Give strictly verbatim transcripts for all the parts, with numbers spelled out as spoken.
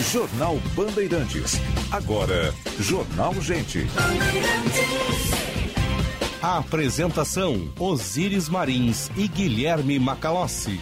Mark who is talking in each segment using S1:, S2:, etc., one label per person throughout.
S1: Jornal Bandeirantes. Agora, Jornal Gente.
S2: A apresentação: Osíris Marins e Guilherme Macalossi.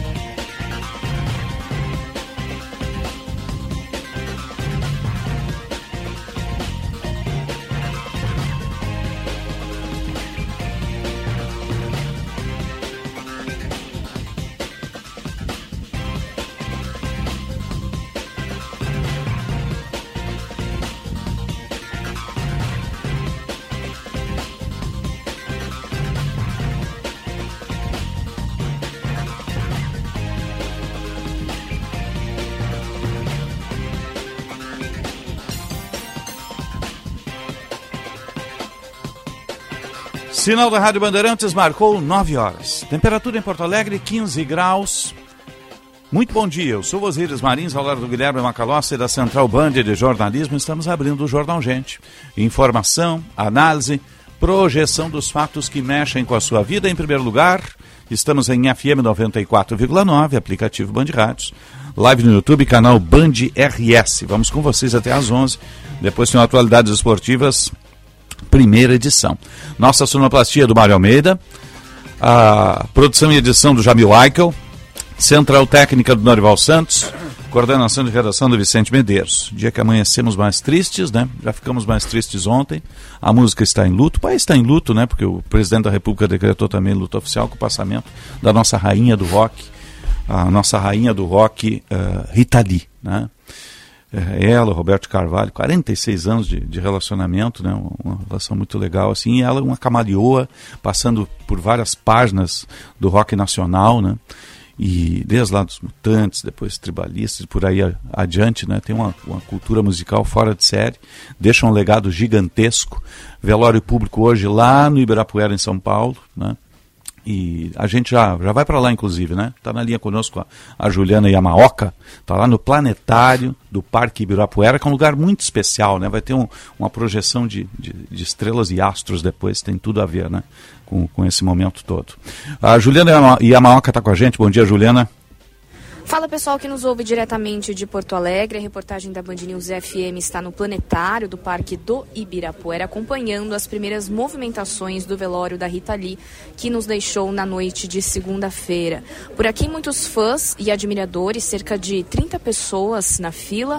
S3: Sinal da Rádio Bandeirantes marcou nove horas. Temperatura em Porto Alegre, quinze graus. Muito bom dia, eu sou Osíris Marins, ao lado do Guilherme Macalossi da Central Band de Jornalismo. Estamos abrindo o Jornal Gente. Informação, análise, projeção dos fatos que mexem com a sua vida. Em primeiro lugar, estamos em F M noventa e quatro vírgula nove, aplicativo Band Rádios. Live no YouTube, canal Band R S. Vamos com vocês até às onze. Depois tem atualidades esportivas, primeira edição. Nossa sonoplastia do Mário Almeida, a produção e edição do Jamil Eichel, central técnica do Norival Santos, coordenação de redação do Vicente Medeiros. Dia que amanhecemos mais tristes, né? Já ficamos mais tristes ontem. A música está em luto, o país está em luto, né? Porque o presidente da República decretou também luto oficial com o passamento da nossa rainha do rock, a nossa rainha do rock, uh, Rita Lee, né? Ela, Roberto Carvalho, quarenta e seis anos de, de relacionamento, né? Uma relação muito legal, assim, e ela uma camaleoa, passando por várias páginas do rock nacional, né? E desde lá dos Mutantes, depois Tribalistas, por aí adiante, né? Tem uma, uma cultura musical fora de série, deixa um legado gigantesco. Velório público hoje lá no Ibirapuera, em São Paulo, né? E a gente já, já vai para lá, inclusive, né? Está na linha conosco a, a Juliana Yamaoka, está lá no planetário do Parque Ibirapuera, que é um lugar muito especial, né? Vai ter um, uma projeção de, de, de estrelas e astros depois, tem tudo a ver, né? Com, com esse momento todo. A Juliana Yamaoka está com a gente. Bom dia, Juliana.
S4: Fala, pessoal que nos ouve diretamente de Porto Alegre. A reportagem da Band News F M está no planetário do Parque do Ibirapuera, acompanhando as primeiras movimentações do velório da Rita Lee, que nos deixou na noite de segunda-feira. Por aqui, muitos fãs e admiradores, cerca de trinta pessoas na fila.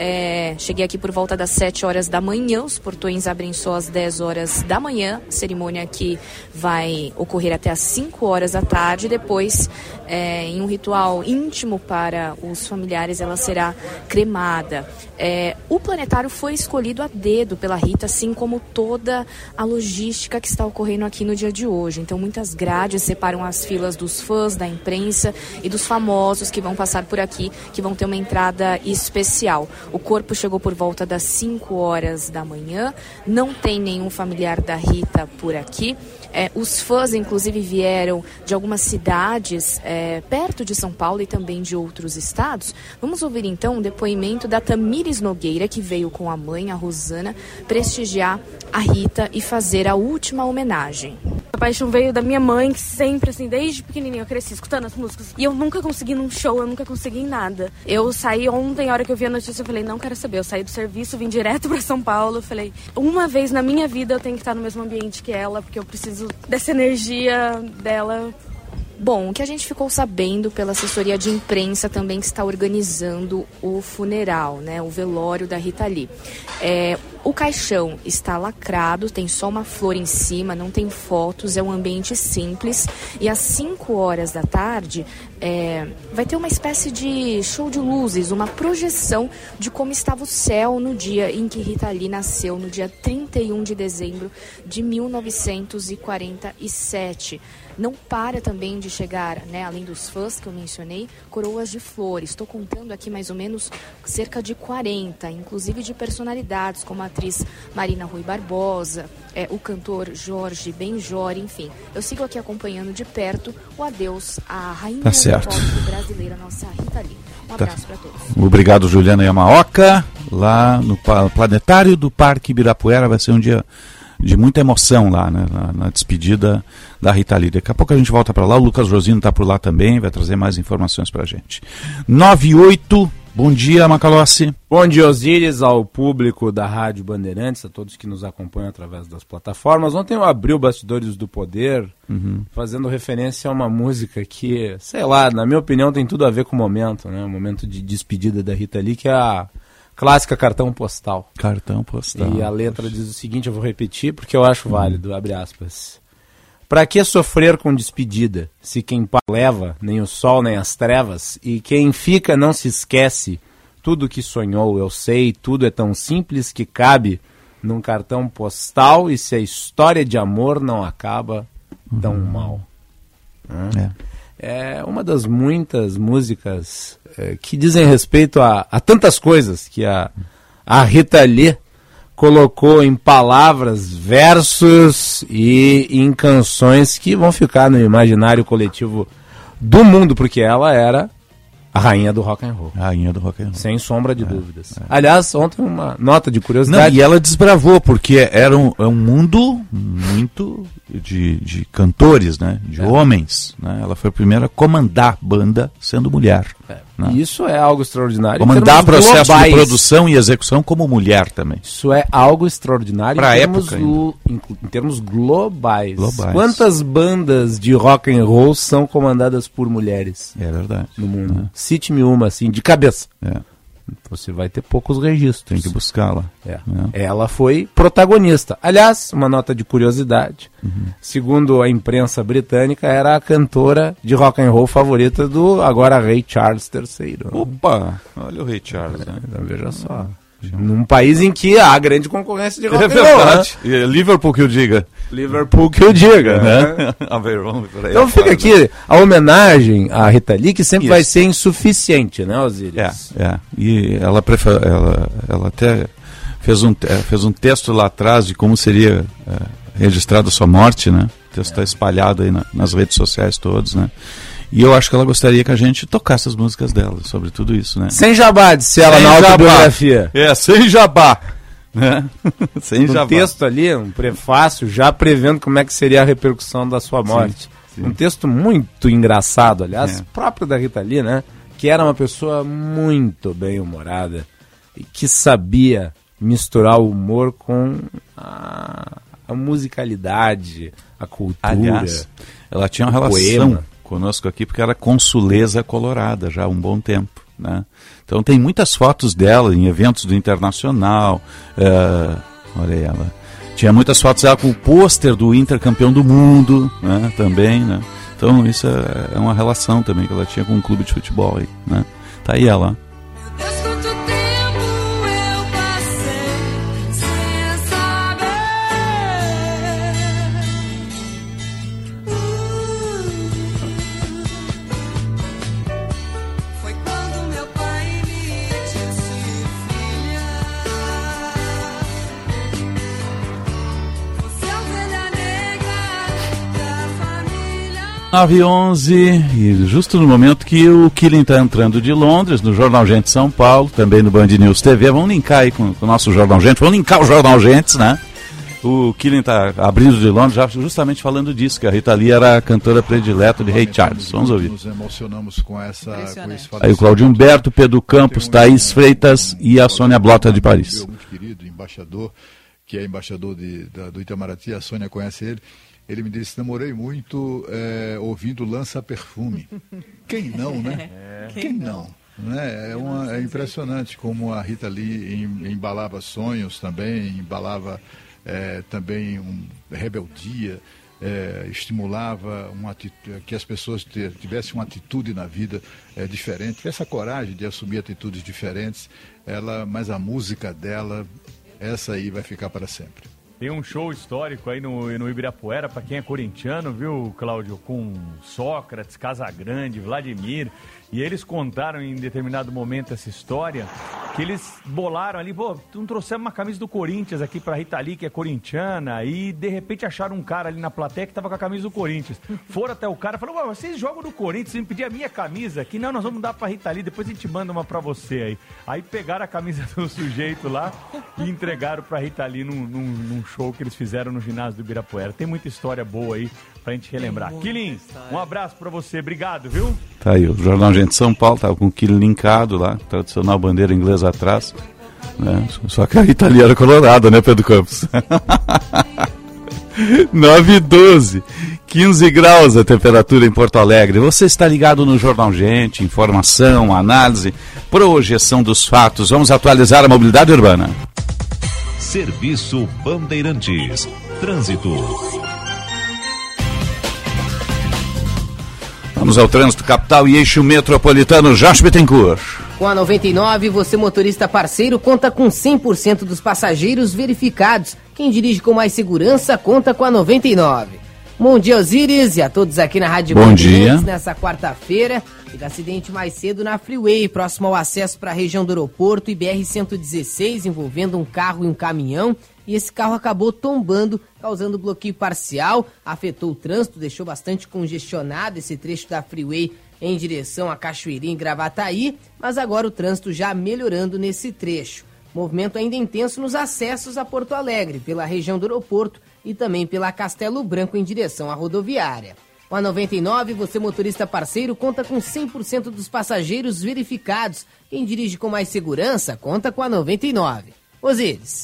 S4: É, cheguei aqui por volta das sete horas da manhã, os portões abrem só às dez horas da manhã. A cerimônia aqui vai ocorrer até às cinco horas da tarde. Depois, é, em um ritual íntimo para os familiares, ela será cremada. É, o planetário foi escolhido a dedo pela Rita, assim como toda a logística que está ocorrendo aqui no dia de hoje. Então, muitas grades separam as filas dos fãs, da imprensa e dos famosos que vão passar por aqui, que vão ter uma entrada especial. O corpo chegou por volta das cinco horas da manhã, não tem nenhum familiar da Rita por aqui. É, os fãs, inclusive, vieram de algumas cidades é, perto de São Paulo e também de outros estados. Vamos ouvir, então, um depoimento da Tamires Nogueira, que veio com a mãe, a Rosana, prestigiar a Rita e fazer a última homenagem.
S5: A paixão veio da minha mãe, que sempre, assim, desde pequenininha eu cresci escutando as músicas. E eu nunca consegui num show, eu nunca consegui em nada. Eu saí ontem, a hora que eu vi a notícia, eu falei, não quero saber. Eu saí do serviço, vim direto pra São Paulo. Eu falei, uma vez na minha vida eu tenho que estar no mesmo ambiente que ela, porque eu preciso dessa energia dela.
S4: Bom, o que a gente ficou sabendo pela assessoria de imprensa também que está organizando o funeral, né, o velório da Rita Lee. É, o caixão está lacrado, tem só uma flor em cima, não tem fotos, é um ambiente simples. E às cinco horas da tarde é, vai ter uma espécie de show de luzes, uma projeção de como estava o céu no dia em que Rita Lee nasceu, no dia trinta e um de dezembro de mil novecentos e quarenta e sete. Não para também de chegar, né, além dos fãs que eu mencionei, coroas de flores. Estou contando aqui mais ou menos cerca de quarenta, inclusive de personalidades, como a atriz Marina Rui Barbosa, é, o cantor Jorge Benjor, enfim. Eu sigo aqui acompanhando de perto o adeus à rainha
S3: tá
S4: do rock brasileira, nossa Rita Lee. Um abraço tá. para todos.
S3: Obrigado, Juliana Yamaoka, lá no planetário do Parque Ibirapuera. Vai ser um dia de muita emoção lá, né, na, na despedida da Rita Lee. Daqui a pouco a gente volta para lá, o Lucas Rosino está por lá também, vai trazer mais informações para a gente. nove oito Bom dia, Macalossi.
S6: Bom dia, Osíris, ao público da Rádio Bandeirantes, a todos que nos acompanham através das plataformas. Ontem eu abri o Bastidores do Poder, uhum. fazendo referência a uma música que, sei lá, na minha opinião tem tudo a ver com o momento, né? O momento de despedida da Rita Lee, que é a clássica Cartão Postal.
S3: Cartão Postal.
S6: E a letra diz o seguinte, eu vou repetir porque eu acho válido, abre aspas. Pra que sofrer com despedida, se quem leva nem o sol nem as trevas, e quem fica não se esquece, tudo que sonhou eu sei, tudo é tão simples que cabe num cartão postal, e se a história de amor não acaba tão uhum. mal. Hum? É. é uma das muitas músicas é, que dizem respeito a, a tantas coisas que a, a Rita Lee colocou em palavras, versos e em canções que vão ficar no imaginário coletivo do mundo, porque ela era a rainha do rock and roll.
S3: Rainha do rock and roll.
S6: Sem sombra de
S3: é,
S6: dúvidas.
S3: É.
S6: Aliás, ontem uma nota de curiosidade.
S3: Não, e ela desbravou, porque era um, é um mundo muito de, de cantores, né? De é. homens. Né? Ela foi a primeira a comandar banda sendo mulher. É. Né?
S6: E isso é algo extraordinário.
S3: Comandar processo globais. de produção e execução como mulher também.
S6: Isso é algo extraordinário
S3: pra
S6: em,
S3: época
S6: termos em, em termos globais.
S3: globais.
S6: Quantas bandas de rock and roll são comandadas por mulheres?
S3: É verdade.
S6: No mundo.
S3: É.
S6: Cite-me uma, assim, de cabeça.
S3: É.
S6: Você vai ter poucos registros.
S3: Tem que buscá-la.
S6: É.
S3: É.
S6: Ela foi protagonista. Aliás, uma nota de curiosidade. Uhum. Segundo a imprensa britânica, era a cantora de rock and roll favorita do agora rei Charles terceiro.
S3: Opa! Olha o rei Charles.
S6: É, né? Então, veja só. Num país em que há grande concorrência de rock
S3: é
S6: and roll.
S3: Verdade. Né? Liverpool que eu diga.
S6: Liverpool que eu diga.
S3: Né?
S6: Então fica aqui a homenagem à Rita Lee, que sempre Isso. vai ser insuficiente, né, Osíris?
S3: É, é. E ela, prefer... ela, ela até fez um, fez um texto lá atrás de como seria é, registrada a sua morte, né? O texto está é. espalhado aí na, nas redes sociais todas, né? E eu acho que ela gostaria que a gente tocasse as músicas dela, sobre tudo isso, né?
S6: Sem jabá, disse ela
S3: sem
S6: na autobiografia.
S3: É, sem jabá. Né? Sem
S6: um
S3: jabá.
S6: texto ali, um prefácio, já prevendo como é que seria a repercussão da sua morte. Sim, sim. Um texto muito engraçado, aliás, é. próprio da Rita Lee, né? Que era uma pessoa muito bem-humorada e que sabia misturar o humor com a, a musicalidade, a cultura.
S3: Aliás, ela tinha uma relação poema. conosco aqui, porque era consuleza colorada já há um bom tempo, né? Então tem muitas fotos dela em eventos do Internacional, uh, olha aí ela, tinha muitas fotos dela com o pôster do Inter campeão do mundo, né? Também, né? Então isso é, é uma relação também que ela tinha com um clube de futebol aí, né? Tá aí ela. nove e onze, e justo no momento que o Killing está entrando de Londres, no Jornal Gente São Paulo, também no Band News T V, vamos linkar aí com, com o nosso Jornal Gente, vamos linkar o Jornal Gentes, né? O Killing está abrindo de Londres, já justamente falando disso, que a Rita Lee era a cantora predileta de Ray Charles. Vamos ouvir.
S7: Nos emocionamos com essa... Com esse
S3: aí o Claudio Humberto, Pedro Campos, Thaís Freitas e a Sônia Blota de Paris.
S7: Meu muito querido embaixador, que é embaixador de, da, do Itamaraty, a Sônia conhece ele. Ele me disse, namorei muito é, ouvindo Lança Perfume. Quem não, né? É. Quem não? Né? É, uma, é impressionante como a Rita Lee em, embalava sonhos também, embalava é, também um, rebeldia, é, estimulava uma atitude, que as pessoas tivessem uma atitude na vida é, diferente, essa coragem de assumir atitudes diferentes, ela, mas a música dela, essa aí vai ficar para sempre.
S8: Tem um show histórico aí no, no Ibirapuera, para quem é corintiano, viu, Cláudio? Com Sócrates, Casagrande, Vladimir. E eles contaram em determinado momento essa história, que eles bolaram ali, pô, não trouxemos uma camisa do Corinthians aqui pra Rita Lee, que é corintiana, e de repente acharam um cara ali na plateia que tava com a camisa do Corinthians. Foram até o cara e falaram, vocês jogam no Corinthians, vocês me pediram a minha camisa aqui? Não, nós vamos dar pra Rita Lee, depois a gente manda uma pra você aí. Aí pegaram a camisa do sujeito lá e entregaram pra Rita Lee num, num, num show que eles fizeram no ginásio do Ibirapuera. Tem muita história boa aí pra gente relembrar. Killing, um abraço pra você, obrigado, viu?
S3: Tá aí, o Jornal Gente de São Paulo, tava com o quilo linkado lá, tradicional bandeira inglesa atrás, né? Só que a italiana colorada, né, Pedro Campos? nove e doze, quinze graus a temperatura em Porto Alegre. Você está ligado no Jornal Gente, informação, análise, projeção dos fatos. Vamos atualizar a mobilidade urbana.
S1: Serviço Bandeirantes. Trânsito.
S3: Vamos ao trânsito capital e eixo metropolitano. Josh Bittencourt.
S9: Com a noventa e nove, você motorista parceiro conta com cem por cento dos passageiros verificados. Quem dirige com mais segurança conta com a noventa e nove. Bom dia, Osíris, e a todos aqui na Rádio
S3: Bom dia.
S9: Nessa quarta-feira, teve acidente mais cedo na Freeway, próximo ao acesso para a região do aeroporto e B R cento e dezesseis, envolvendo um carro e um caminhão. E esse carro acabou tombando, causando bloqueio parcial, afetou o trânsito, deixou bastante congestionado esse trecho da Freeway em direção a Cachoeirinha e Gravataí, mas agora o trânsito já melhorando nesse trecho. Movimento ainda intenso nos acessos a Porto Alegre, pela região do aeroporto e também pela Castelo Branco em direção à rodoviária. Com a noventa e nove, você motorista parceiro conta com cem por cento dos passageiros verificados. Quem dirige com mais segurança conta com a noventa e nove. Osíris.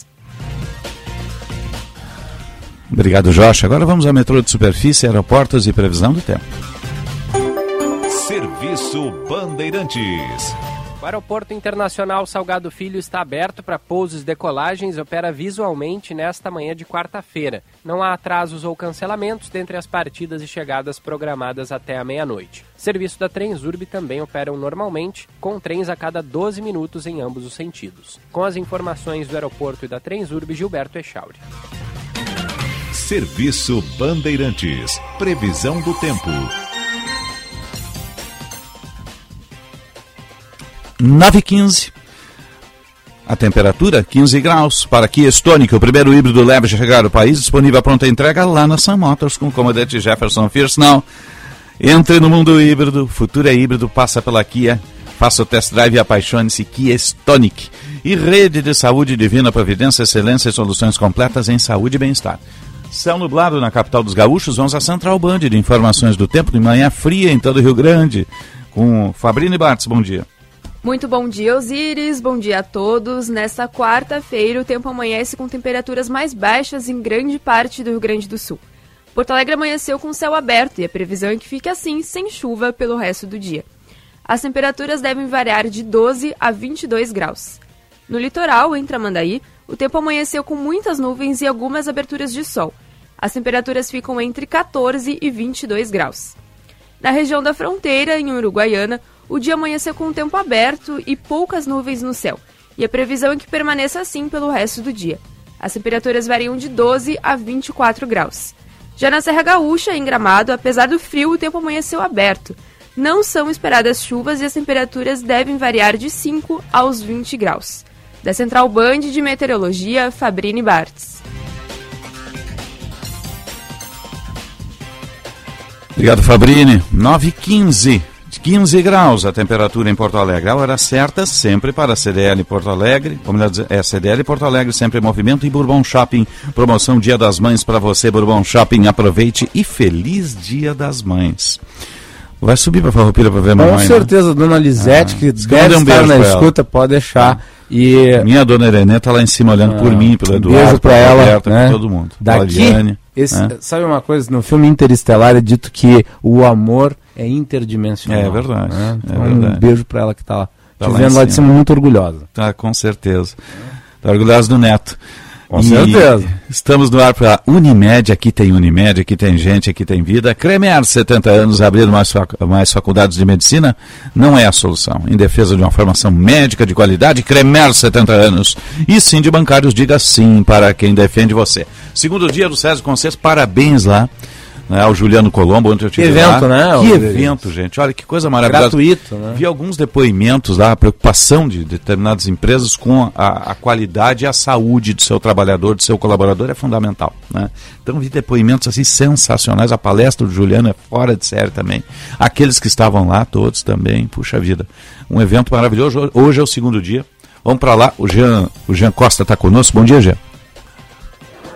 S3: Obrigado, Josh. Agora vamos ao metrô de superfície, aeroportos e previsão do tempo.
S1: Serviço Bandeirantes.
S10: O Aeroporto Internacional Salgado Filho está aberto para pousos e decolagens e opera visualmente nesta manhã de quarta-feira. Não há atrasos ou cancelamentos dentre as partidas e chegadas programadas até a meia-noite. O serviço da Transurb também operam normalmente, com trens a cada doze minutos em ambos os sentidos. Com as informações do aeroporto e da Transurb, Gilberto Echauri.
S1: Serviço Bandeirantes. Previsão do tempo.
S3: nove e quinze. A temperatura, quinze graus. Para Kia Stonic, o primeiro híbrido leve a chegar ao país, disponível a pronta entrega lá na Sun Motors, com o comandante Jefferson Fierce Now. Entre no mundo híbrido, o futuro é híbrido, passa pela Kia, faça o test drive e apaixone-se. Kia Stonic. E Rede de Saúde Divina Providência, excelência e soluções completas em saúde e bem-estar. Céu nublado na capital dos gaúchos, vamos à Central Band de informações do tempo de manhã fria em todo o Rio Grande, com Fabrini Bartz. Bom dia.
S4: Muito bom dia, Osíris. Bom dia a todos. Nesta quarta-feira, o tempo amanhece com temperaturas mais baixas em grande parte do Rio Grande do Sul. Porto Alegre amanheceu com céu aberto e a previsão é que fique assim, sem chuva, pelo resto do dia. As temperaturas devem variar de doze a vinte e dois graus. No litoral, em Tramandaí, o tempo amanheceu com muitas nuvens e algumas aberturas de sol. As temperaturas ficam entre quatorze e vinte e dois graus. Na região da fronteira, em Uruguaiana, o dia amanheceu com o tempo aberto e poucas nuvens no céu, e a previsão é que permaneça assim pelo resto do dia. As temperaturas variam de doze a vinte e quatro graus. Já na Serra Gaúcha, em Gramado, apesar do frio, o tempo amanheceu aberto. Não são esperadas chuvas e as temperaturas devem variar de cinco aos vinte graus. Da Central Band de Meteorologia, Fabrini Bartz.
S3: Obrigado, Fabrini. nove e quinze. quinze graus a temperatura em Porto Alegre. A hora certa sempre para a C D L Porto Alegre. Como é C D L Porto Alegre, sempre em movimento. E Bourbon Shopping, promoção Dia das Mães para você. Bourbon Shopping, aproveite e feliz Dia das Mães. Vai subir para a Farroupilha para ver a mamãe?
S6: Com certeza, né? Dona Lisete, ah, que deve um estar na escuta, pode deixar.
S3: Ah.
S6: E
S3: minha dona Irenê está lá em cima olhando ah, por mim, pelo Eduardo,
S6: beijo para ela,
S3: Roberta,
S6: né?
S3: Por todo mundo.
S6: Daqui, esse, né? Sabe uma coisa, no filme Interestelar é dito que o amor é interdimensional.
S3: É verdade.
S6: Né? Então,
S3: é verdade.
S6: Um beijo para ela que está lá,
S3: tá
S6: te
S3: lá,
S6: vendo lá de cima muito orgulhosa.
S3: Tá, com certeza. Está orgulhosa do neto.
S6: Com
S3: e
S6: certeza.
S3: Estamos no ar para Unimed, aqui tem Unimed, aqui tem gente, aqui tem vida. Cremer, setenta anos, abrir mais, fac... mais faculdades de medicina não é a solução. Em defesa de uma formação médica de qualidade, Cremer, setenta anos. E sim de bancários, diga sim para quem defende você. Segundo dia do César Conceito, parabéns lá. Né, ao Juliano Colombo, ontem eu tive
S6: que evento,
S3: lá.
S6: né?
S3: Que evento, gente. Olha que coisa maravilhosa.
S6: Gratuito, né?
S3: Vi alguns depoimentos lá, a preocupação de determinadas empresas com a, a qualidade e a saúde do seu trabalhador, do seu colaborador é fundamental, né? Então vi depoimentos assim sensacionais. A palestra do Juliano é fora de série também. Aqueles que estavam lá, todos também, puxa vida. Um evento maravilhoso. Hoje é o segundo dia. Vamos para lá. O Jean, o Jean Costa está conosco. Bom dia, Jean.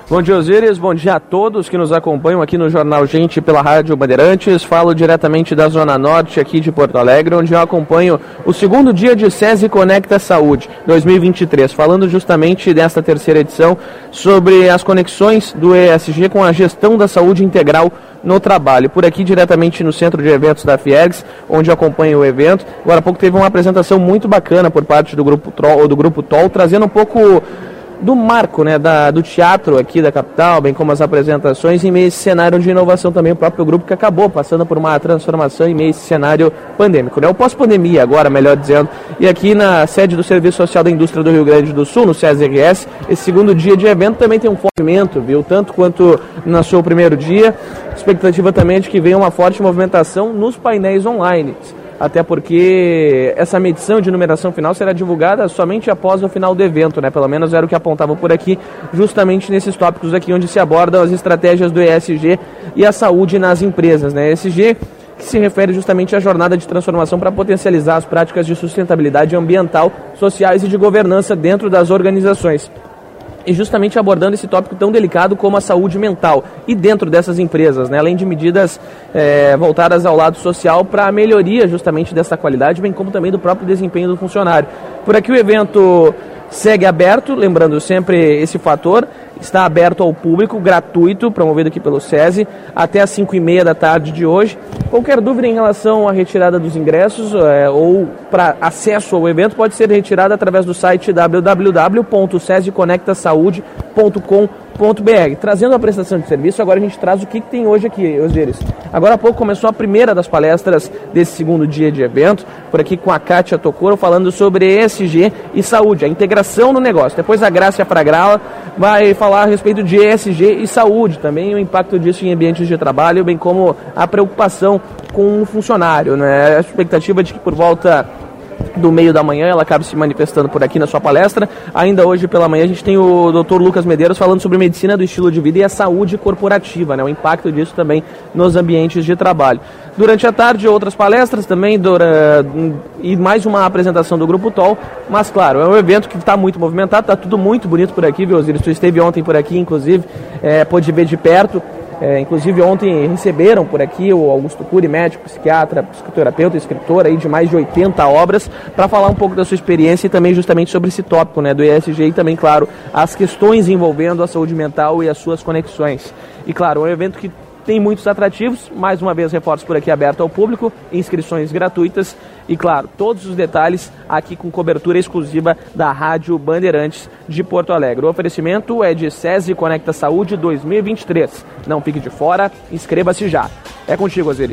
S11: Bom dia, Osíris. Bom dia a todos que nos acompanham aqui no Jornal Gente pela Rádio Bandeirantes. Falo diretamente da Zona Norte aqui de Porto Alegre, onde eu acompanho o segundo dia de SESI Conecta Saúde dois mil e vinte e três, falando justamente desta terceira edição sobre as conexões do E S G com a gestão da saúde integral no trabalho. Por aqui, diretamente no centro de eventos da Fiergs, onde eu acompanho o evento. Agora há pouco teve uma apresentação muito bacana por parte do Grupo Troll, do Grupo T O L, trazendo um pouco do marco, né, da, do teatro aqui da capital, bem como as apresentações em meio a esse cenário de inovação também, o próprio grupo que acabou passando por uma transformação em meio a esse cenário pandêmico, né, o pós-pandemia agora, melhor dizendo, e aqui na sede do Serviço Social da Indústria do Rio Grande do Sul, no SESI R S, esse segundo dia de evento também tem um movimento, viu, tanto quanto no seu primeiro dia, expectativa também é de que venha uma forte movimentação nos painéis online, até porque essa medição de numeração final será divulgada somente após o final do evento, né? Pelo menos era o que apontavam por aqui, justamente nesses tópicos aqui onde se abordam as estratégias do E S G e a saúde nas empresas, né? E S G que se refere justamente à jornada de transformação para potencializar as práticas de sustentabilidade ambiental, sociais e de governança dentro das organizações. E justamente abordando esse tópico tão delicado como a saúde mental e dentro dessas empresas, né? Além de medidas é, voltadas ao lado social para a melhoria justamente dessa qualidade, bem como também do próprio desempenho do funcionário. Por aqui o evento segue aberto, lembrando sempre esse fator, está aberto ao público, gratuito, promovido aqui pelo SESI, até às cinco e meia da tarde de hoje. Qualquer dúvida em relação à retirada dos ingressos é, ou para acesso ao evento pode ser retirada através do site w w w ponto sesi conecta saúde ponto com ponto b r. Trazendo a prestação de serviço, agora a gente traz o que, que tem hoje aqui, Osíris. Agora há pouco começou a primeira das palestras desse segundo dia de evento, por aqui com a Kátia Tocoro, falando sobre E S G e saúde, a integração no negócio. Depois a Grácia Fragrala vai falar a respeito de E S G e saúde, também o impacto disso em ambientes de trabalho, bem como a preocupação com o funcionário, né? A expectativa de que por volta do meio da manhã ela acabe se manifestando por aqui na sua palestra. Ainda hoje pela manhã a gente tem o doutor Lucas Medeiros falando sobre medicina do estilo de vida e a saúde corporativa, né? O impacto disso também nos ambientes de trabalho. Durante a tarde, outras palestras também dura, e mais uma apresentação do Grupo T O L, mas claro, é um evento que está muito movimentado, está tudo muito bonito por aqui, viu, Osíris? Tu esteve ontem por aqui, inclusive, é, pôde ver de perto. É, inclusive ontem receberam por aqui o Augusto Cury, médico, psiquiatra, psicoterapeuta, escritor aí de mais de oitenta obras, para falar um pouco da sua experiência e também justamente sobre esse tópico, né, do E S G e também, claro, as questões envolvendo a saúde mental e as suas conexões. E claro, é um evento que tem muitos atrativos, mais uma vez reforço por aqui aberto ao público, inscrições gratuitas e claro, todos os detalhes aqui com cobertura exclusiva da Rádio Bandeirantes de Porto Alegre. O oferecimento é de SESI Conecta Saúde dois mil e vinte e três. Não fique de fora, inscreva-se já. É contigo, Osíris.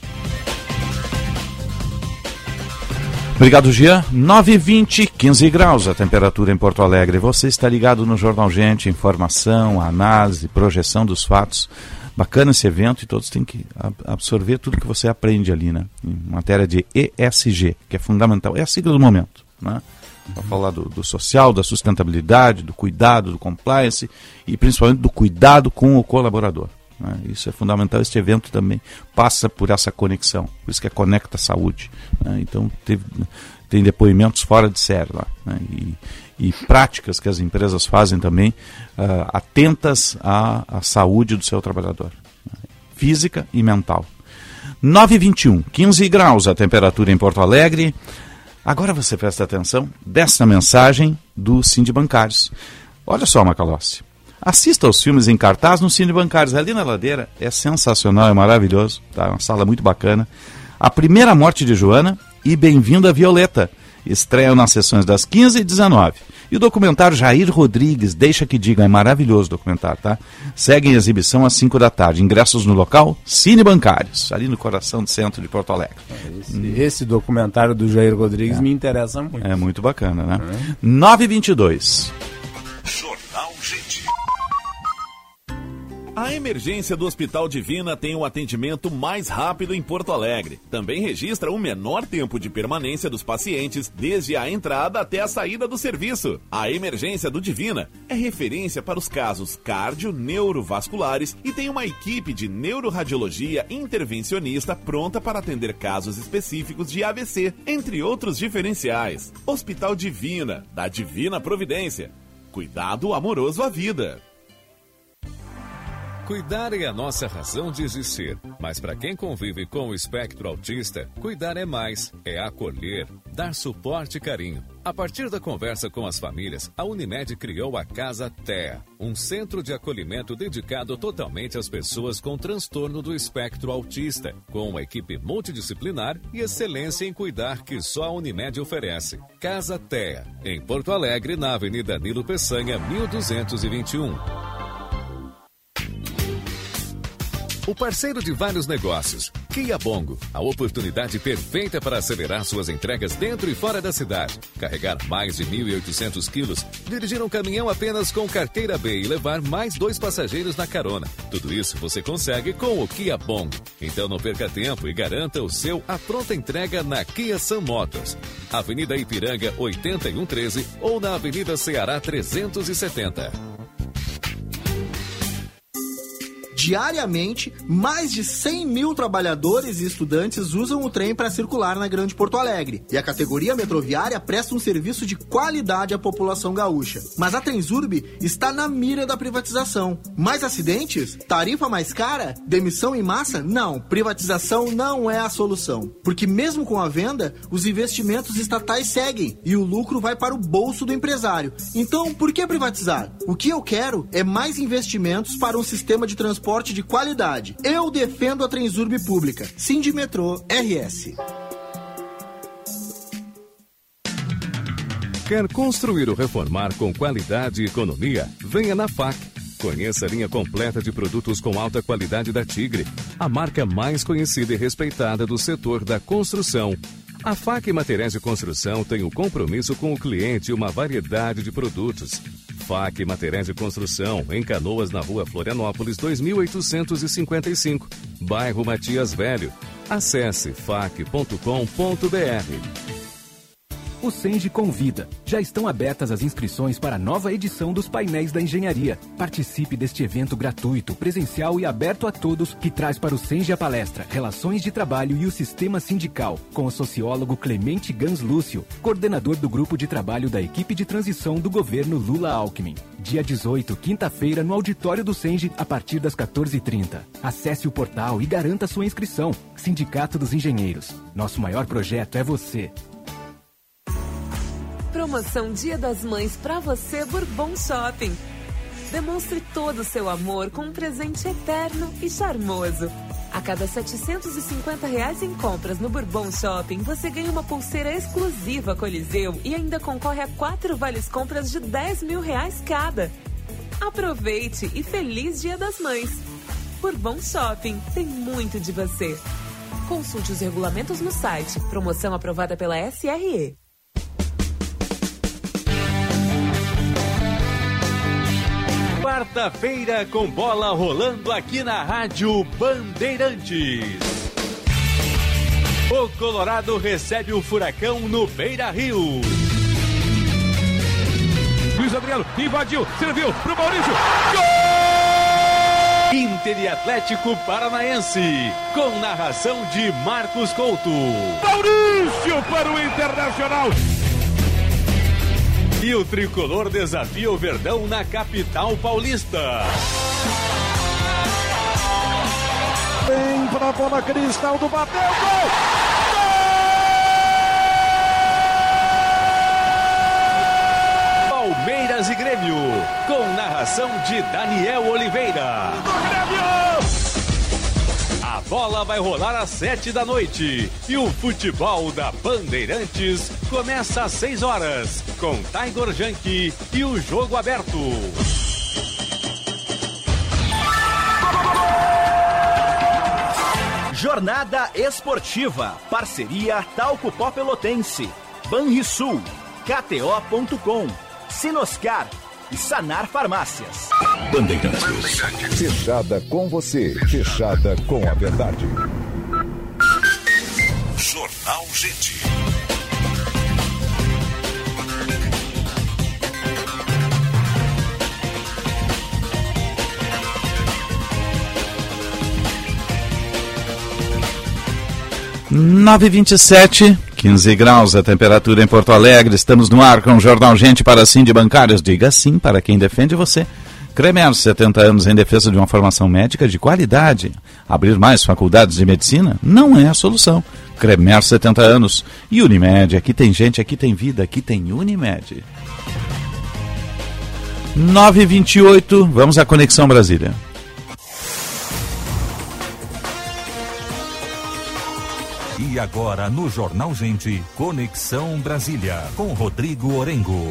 S3: Obrigado, Jean. nove e vinte, quinze graus a temperatura em Porto Alegre. Você está ligado no Jornal Gente, informação, análise, projeção dos fatos. Bacana esse evento e todos têm que absorver tudo que você aprende ali, né? Em matéria de E S G, que é fundamental. É a sigla do momento, né? Para falar do, do social, da sustentabilidade, do cuidado, do compliance e principalmente do cuidado com o colaborador, né? Isso é fundamental. Este evento também passa por essa conexão, por isso que é Conecta Saúde, né? Então teve, tem depoimentos fora de série lá, né? E, e práticas que as empresas fazem também uh, atentas à, à saúde do seu trabalhador, né? Física e mental. nove e vinte e um, quinze graus a temperatura em Porto Alegre. Agora você presta atenção desta mensagem do Cine Bancários. Olha só, Macalossi, assista aos filmes em cartaz no Cine Bancários, ali na Ladeira, é sensacional, é maravilhoso, tá? Uma sala muito bacana. A Primeira Morte de Joana e Bem-vindo a Violeta estreiam nas sessões das quinze e dezenove. E o documentário Jair Rodrigues, Deixa que Diga, é maravilhoso o documentário, tá? Segue em exibição às cinco da tarde. Ingressos no local Cine Bancários, ali no coração do centro de Porto Alegre.
S6: Esse, hum. esse documentário do Jair Rodrigues é. me interessa muito.
S3: É muito bacana, né? Uhum. nove e vinte e dois.
S1: Jornal Gente.
S12: A emergência do Hospital Divina tem o atendimento mais rápido em Porto Alegre. Também registra o menor tempo de permanência dos pacientes desde a entrada até a saída do serviço. A emergência do Divina é referência para os casos cardio-neurovasculares e tem uma equipe de neuroradiologia intervencionista pronta para atender casos específicos de A V C, entre outros diferenciais. Hospital Divina, da Divina Providência. Cuidado amoroso à vida.
S13: Cuidar é a nossa razão de existir, mas para quem convive com o espectro autista, cuidar é mais, é acolher, dar suporte e carinho. A partir da conversa com as famílias, a Unimed criou a Casa T E A, um centro de acolhimento dedicado totalmente às pessoas com transtorno do espectro autista, com uma equipe multidisciplinar e excelência em cuidar que só a Unimed oferece. Casa T E A, em Porto Alegre, na Avenida Nilo Peçanha, mil duzentos e vinte e um. O parceiro de vários negócios, Kia Bongo, a oportunidade perfeita para acelerar suas entregas dentro e fora da cidade. Carregar mais de mil e oitocentos quilos, dirigir um caminhão apenas com carteira B e levar mais dois passageiros na carona. Tudo isso você consegue com o Kia Bongo. Então não perca tempo e garanta o seu à pronta entrega na Kia Sun Motors. Avenida Ipiranga oitenta e um treze ou na Avenida Ceará trezentos e setenta.
S14: Diariamente, mais de cem mil trabalhadores e estudantes usam o trem para circular na Grande Porto Alegre. E a categoria metroviária presta um serviço de qualidade à população gaúcha. Mas a Transurb está na mira da privatização. Mais acidentes? Tarifa mais cara? Demissão em massa? Não, privatização não é a solução. Porque mesmo com a venda, os investimentos estatais seguem e o lucro vai para o bolso do empresário. Então, por que privatizar? O que eu quero é mais investimentos para um sistema de transporte de qualidade. Eu defendo a Transurb pública. Sindimetrô R S.
S13: Quer construir ou reformar com qualidade e economia? Venha na F A C. Conheça a linha completa de produtos com alta qualidade da Tigre, a marca mais conhecida e respeitada do setor da construção. A F A C Materiais de Construção tem o compromisso com o cliente e uma variedade de produtos. F A C Materiais de Construção, em Canoas, na rua Florianópolis, dois mil oitocentos e cinquenta e cinco, bairro Matias Velho. Acesse fac ponto com ponto br.
S15: O Senge convida. Já estão abertas as inscrições para a nova edição dos Painéis da Engenharia. Participe deste evento gratuito, presencial e aberto a todos, que traz para o Senge a palestra Relações de Trabalho e o Sistema Sindical, com o sociólogo Clemente Gans Lúcio, coordenador do grupo de trabalho da equipe de transição do governo Lula-Alckmin. Dia dezoito, quinta-feira, no auditório do Senge, a partir das quatorze e trinta. Acesse o portal e garanta sua inscrição. Sindicato dos Engenheiros. Nosso maior projeto é você.
S16: Promoção Dia das Mães pra você, Bourbon Shopping. Demonstre todo o seu amor com um presente eterno e charmoso. A cada setecentos e cinquenta reais em compras no Bourbon Shopping, você ganha uma pulseira exclusiva Coliseu e ainda concorre a quatro vales compras de dez mil reais cada. Aproveite e feliz Dia das Mães. Bourbon Shopping, tem muito de você. Consulte os regulamentos no site. Promoção aprovada pela S R E.
S17: Quarta-feira com bola rolando aqui na Rádio Bandeirantes. O Colorado recebe o Furacão no Beira-Rio.
S18: Luiz Adriano invadiu, serviu pro Maurício.
S17: Gol! Inter e Atlético Paranaense, com narração de Marcos Couto.
S18: Maurício para o Internacional.
S17: E o tricolor desafia o Verdão na capital paulista.
S18: Vem para a bola, Cristaldo bateu, gol!
S17: Palmeiras e Grêmio, com narração de Daniel Oliveira. A bola vai rolar às sete da noite e o futebol da Bandeirantes começa às seis horas com Tiger Junk e o jogo aberto.
S19: Jornada Esportiva, parceria Talco Pó Pelotense, Banrisul, K T O ponto com, Sinoscar e Sanar Farmácias.
S20: Bandeirantes. Fechada com você, fechada com a verdade.
S1: Jornal Gente.
S3: nove e vinte e sete, quinze graus a temperatura em Porto Alegre. Estamos no ar com o Jornal Gente para Sim de Bancários. Diga sim para quem defende você. Cremer, setenta anos em defesa de uma formação médica de qualidade. Abrir mais faculdades de medicina não é a solução. Cremer, setenta anos. E Unimed, aqui tem gente, aqui tem vida, aqui tem Unimed. nove e vinte e oito, vamos à Conexão Brasília.
S2: E agora no Jornal Gente, Conexão Brasília, com Rodrigo Orengo.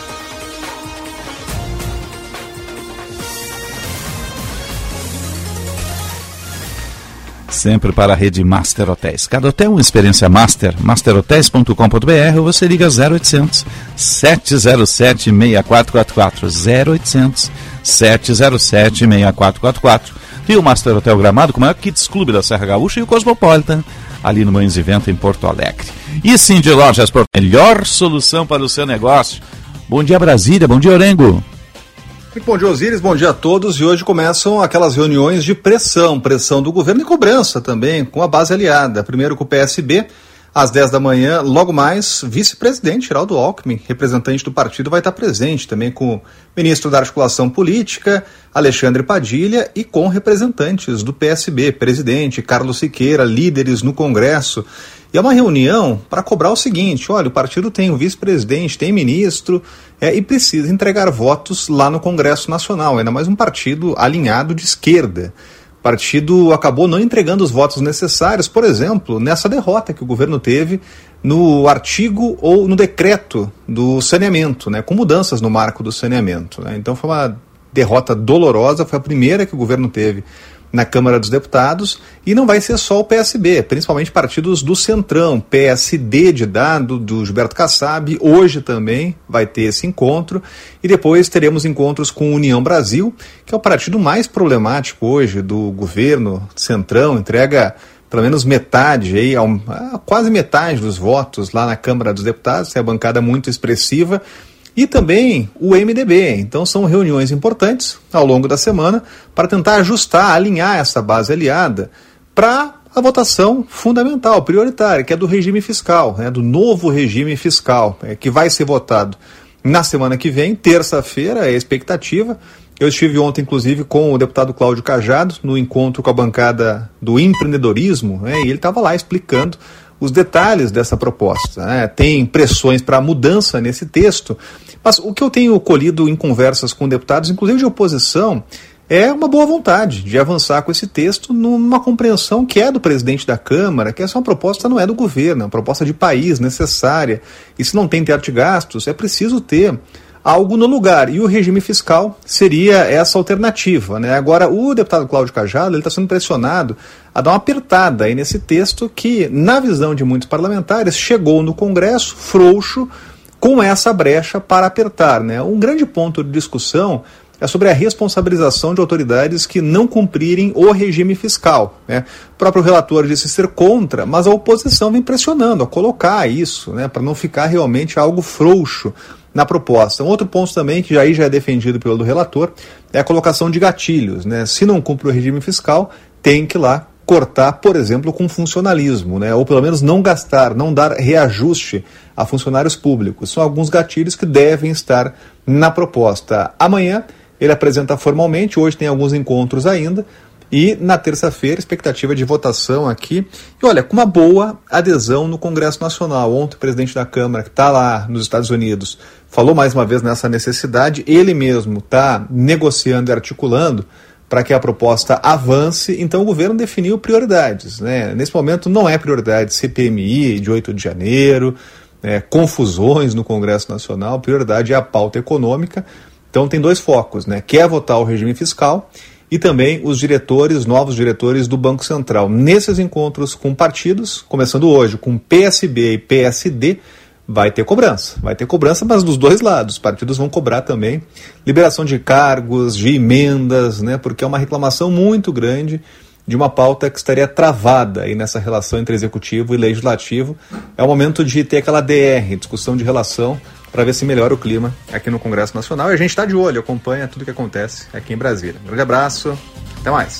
S3: Sempre para a rede Master Hotéis. Cada hotel uma experiência Master. master hotels ponto com ponto b r ou você liga zero oitocentos, sete zero sete, seis quatro quatro quatro. zero oitocentos, sete zero sete, seis quatro quatro quatro. E o Master Hotel Gramado, com o maior Kids Clube da Serra Gaúcha, e o Cosmopolitan, ali no Mães e Vento, em Porto Alegre. E sim, de Lojas por melhor solução para o seu negócio. Bom dia, Brasília. Bom dia, Orengo.
S21: Muito bom dia, Osíris, bom dia a todos. E hoje começam aquelas reuniões de pressão, pressão do governo e cobrança também, com a base aliada. Primeiro com o P S B, às dez da manhã, logo mais, vice-presidente Geraldo Alckmin, representante do partido, vai estar presente também com o ministro da Articulação Política, Alexandre Padilha, e com representantes do P S B, presidente Carlos Siqueira, líderes no Congresso. E é uma reunião para cobrar o seguinte: olha, o partido tem um vice-presidente, tem ministro, é, e precisa entregar votos lá no Congresso Nacional, ainda mais um partido alinhado de esquerda. O partido acabou não entregando os votos necessários, por exemplo, nessa derrota que o governo teve no artigo ou no decreto do saneamento, né, com mudanças no marco do saneamento. Né. Então foi uma derrota dolorosa, foi a primeira que o governo teve na Câmara dos Deputados, e não vai ser só o P S B, principalmente partidos do Centrão, P S D de dado, do Gilberto Kassab, hoje também vai ter esse encontro, e depois teremos encontros com União Brasil, que é o partido mais problemático hoje do governo Centrão, entrega pelo menos metade, aí, quase metade dos votos lá na Câmara dos Deputados, é a bancada muito expressiva, e também o M D B. Então são reuniões importantes ao longo da semana para tentar ajustar, alinhar essa base aliada para a votação fundamental, prioritária, que é do regime fiscal, né, do novo regime fiscal, é, que vai ser votado na semana que vem, terça-feira, é a expectativa. Eu estive ontem, inclusive, com o deputado Cláudio Cajado, no encontro com a bancada do empreendedorismo, né, e ele estava lá explicando os detalhes dessa proposta. Né? Tem pressões para mudança nesse texto, mas o que eu tenho colhido em conversas com deputados, inclusive de oposição, é uma boa vontade de avançar com esse texto numa compreensão que é do presidente da Câmara, que essa é uma proposta, não é do governo, é uma proposta de país necessária, e se não tem teto de gastos, é preciso ter algo no lugar, e o regime fiscal seria essa alternativa. Né? Agora, o deputado Cláudio Cajado está sendo pressionado a dar uma apertada aí nesse texto que, na visão de muitos parlamentares, chegou no Congresso frouxo com essa brecha para apertar. Né? Um grande ponto de discussão é sobre a responsabilização de autoridades que não cumprirem o regime fiscal. Né? O próprio relator disse ser contra, mas a oposição vem pressionando a colocar isso, né, para não ficar realmente algo frouxo na proposta. Um outro ponto também, que já, aí já é defendido pelo relator, é a colocação de gatilhos. Né? Se não cumpre o regime fiscal, tem que ir lá cortar, por exemplo, com funcionalismo, né? Ou pelo menos não gastar, não dar reajuste a funcionários públicos. São alguns gatilhos que devem estar na proposta. Amanhã ele apresenta formalmente, hoje tem alguns encontros ainda, e na terça-feira, expectativa de votação aqui. E olha, com uma boa adesão no Congresso Nacional. Ontem o presidente da Câmara, que está lá nos Estados Unidos, falou mais uma vez nessa necessidade. Ele mesmo está negociando e articulando para que a proposta avance. Então o governo definiu prioridades. Né? Nesse momento não é prioridade C P M I de oito de janeiro, é, confusões no Congresso Nacional, prioridade é a pauta econômica. Então tem dois focos, né? Quer votar o regime fiscal e também os diretores, novos diretores do Banco Central. Nesses encontros com partidos, começando hoje com P S B e P S D, vai ter cobrança. Vai ter cobrança, mas dos dois lados. Os partidos vão cobrar também liberação de cargos, de emendas, né? Porque é uma reclamação muito grande de uma pauta que estaria travada aí nessa relação entre executivo e legislativo. É o momento de ter aquela D R, discussão de relação, para ver se melhora o clima aqui no Congresso Nacional. E a gente está de olho, acompanha tudo que acontece aqui em Brasília. Um grande abraço, até mais.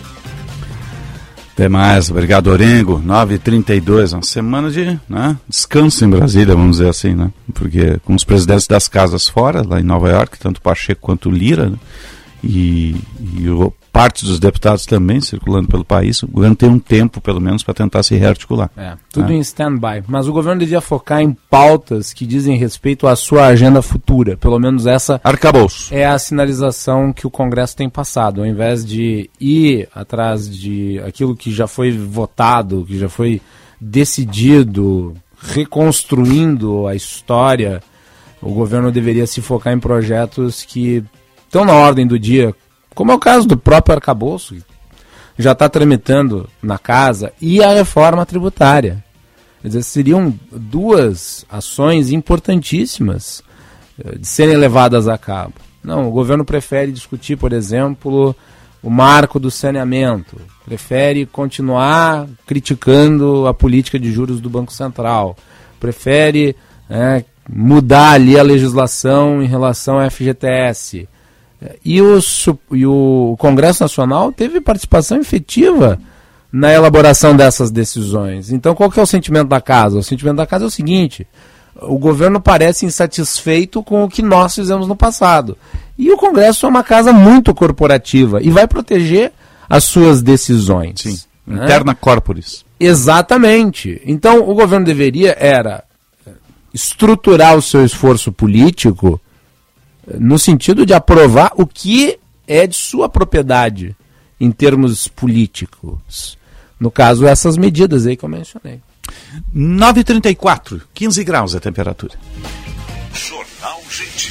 S3: Até mais, obrigado, Orengo. nove e trinta e dois, uma semana de, né, descanso em Brasília, vamos dizer assim, né? Porque com os presidentes das casas fora, lá em Nova York, tanto Pacheco quanto Lira, né? e, e o, parte dos deputados também circulando pelo país, o governo tem um tempo, pelo menos, para tentar se rearticular.
S6: É, tudo é. em stand-by. Mas o governo devia focar em pautas que dizem respeito à sua agenda futura. Pelo menos essa
S3: Arcabouço.
S6: É a sinalização que o Congresso tem passado. Ao invés de ir atrás de aquilo que já foi votado, que já foi decidido, reconstruindo a história, o governo deveria se focar em projetos que estão na ordem do dia, como é o caso do próprio arcabouço, que já está tramitando na casa, e a reforma tributária. Quer dizer, seriam duas ações importantíssimas de serem levadas a cabo. Não, o governo prefere discutir, por exemplo, o marco do saneamento, prefere continuar criticando a política de juros do Banco Central, prefere é, mudar ali a legislação em relação ao F G T S. E o, e o Congresso Nacional teve participação efetiva na elaboração dessas decisões. Então, qual que é o sentimento da casa? O sentimento da casa é o seguinte: o governo parece insatisfeito com o que nós fizemos no passado. E o Congresso é uma casa muito corporativa e vai proteger as suas decisões.
S3: Sim, né? Interna corporis.
S6: Exatamente. Então, o governo deveria era estruturar o seu esforço político no sentido de aprovar o que é de sua propriedade em termos políticos. No caso, essas medidas aí que eu mencionei.
S3: nove e trinta e quatro, quinze graus a temperatura.
S1: Jornal Gente.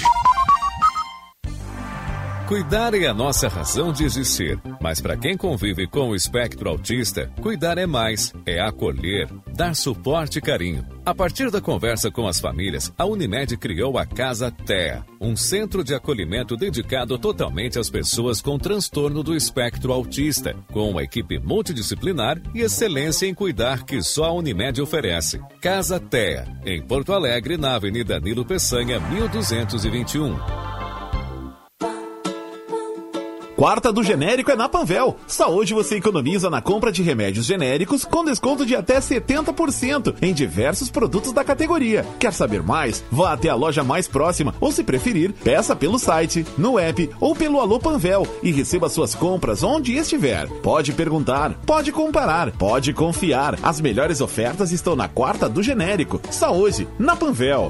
S13: Cuidar é a nossa razão de existir, mas para quem convive com o espectro autista, cuidar é mais, é acolher, dar suporte e carinho. A partir da conversa com as famílias, a Unimed criou a Casa T E A, um centro de acolhimento dedicado totalmente às pessoas com transtorno do espectro autista, com uma equipe multidisciplinar e excelência em cuidar que só a Unimed oferece. Casa T E A, em Porto Alegre, na Avenida Nilo Peçanha, mil duzentos e vinte e um.
S12: Quarta do genérico é na Panvel. Só hoje você economiza na compra de remédios genéricos com desconto de até setenta por cento em diversos produtos da categoria. Quer saber mais? Vá até a loja mais próxima ou, se preferir, peça pelo site, no app ou pelo Alô Panvel e receba suas compras onde estiver. Pode perguntar, pode comparar, pode confiar. As melhores ofertas estão na Quarta do genérico. Só hoje, na Panvel.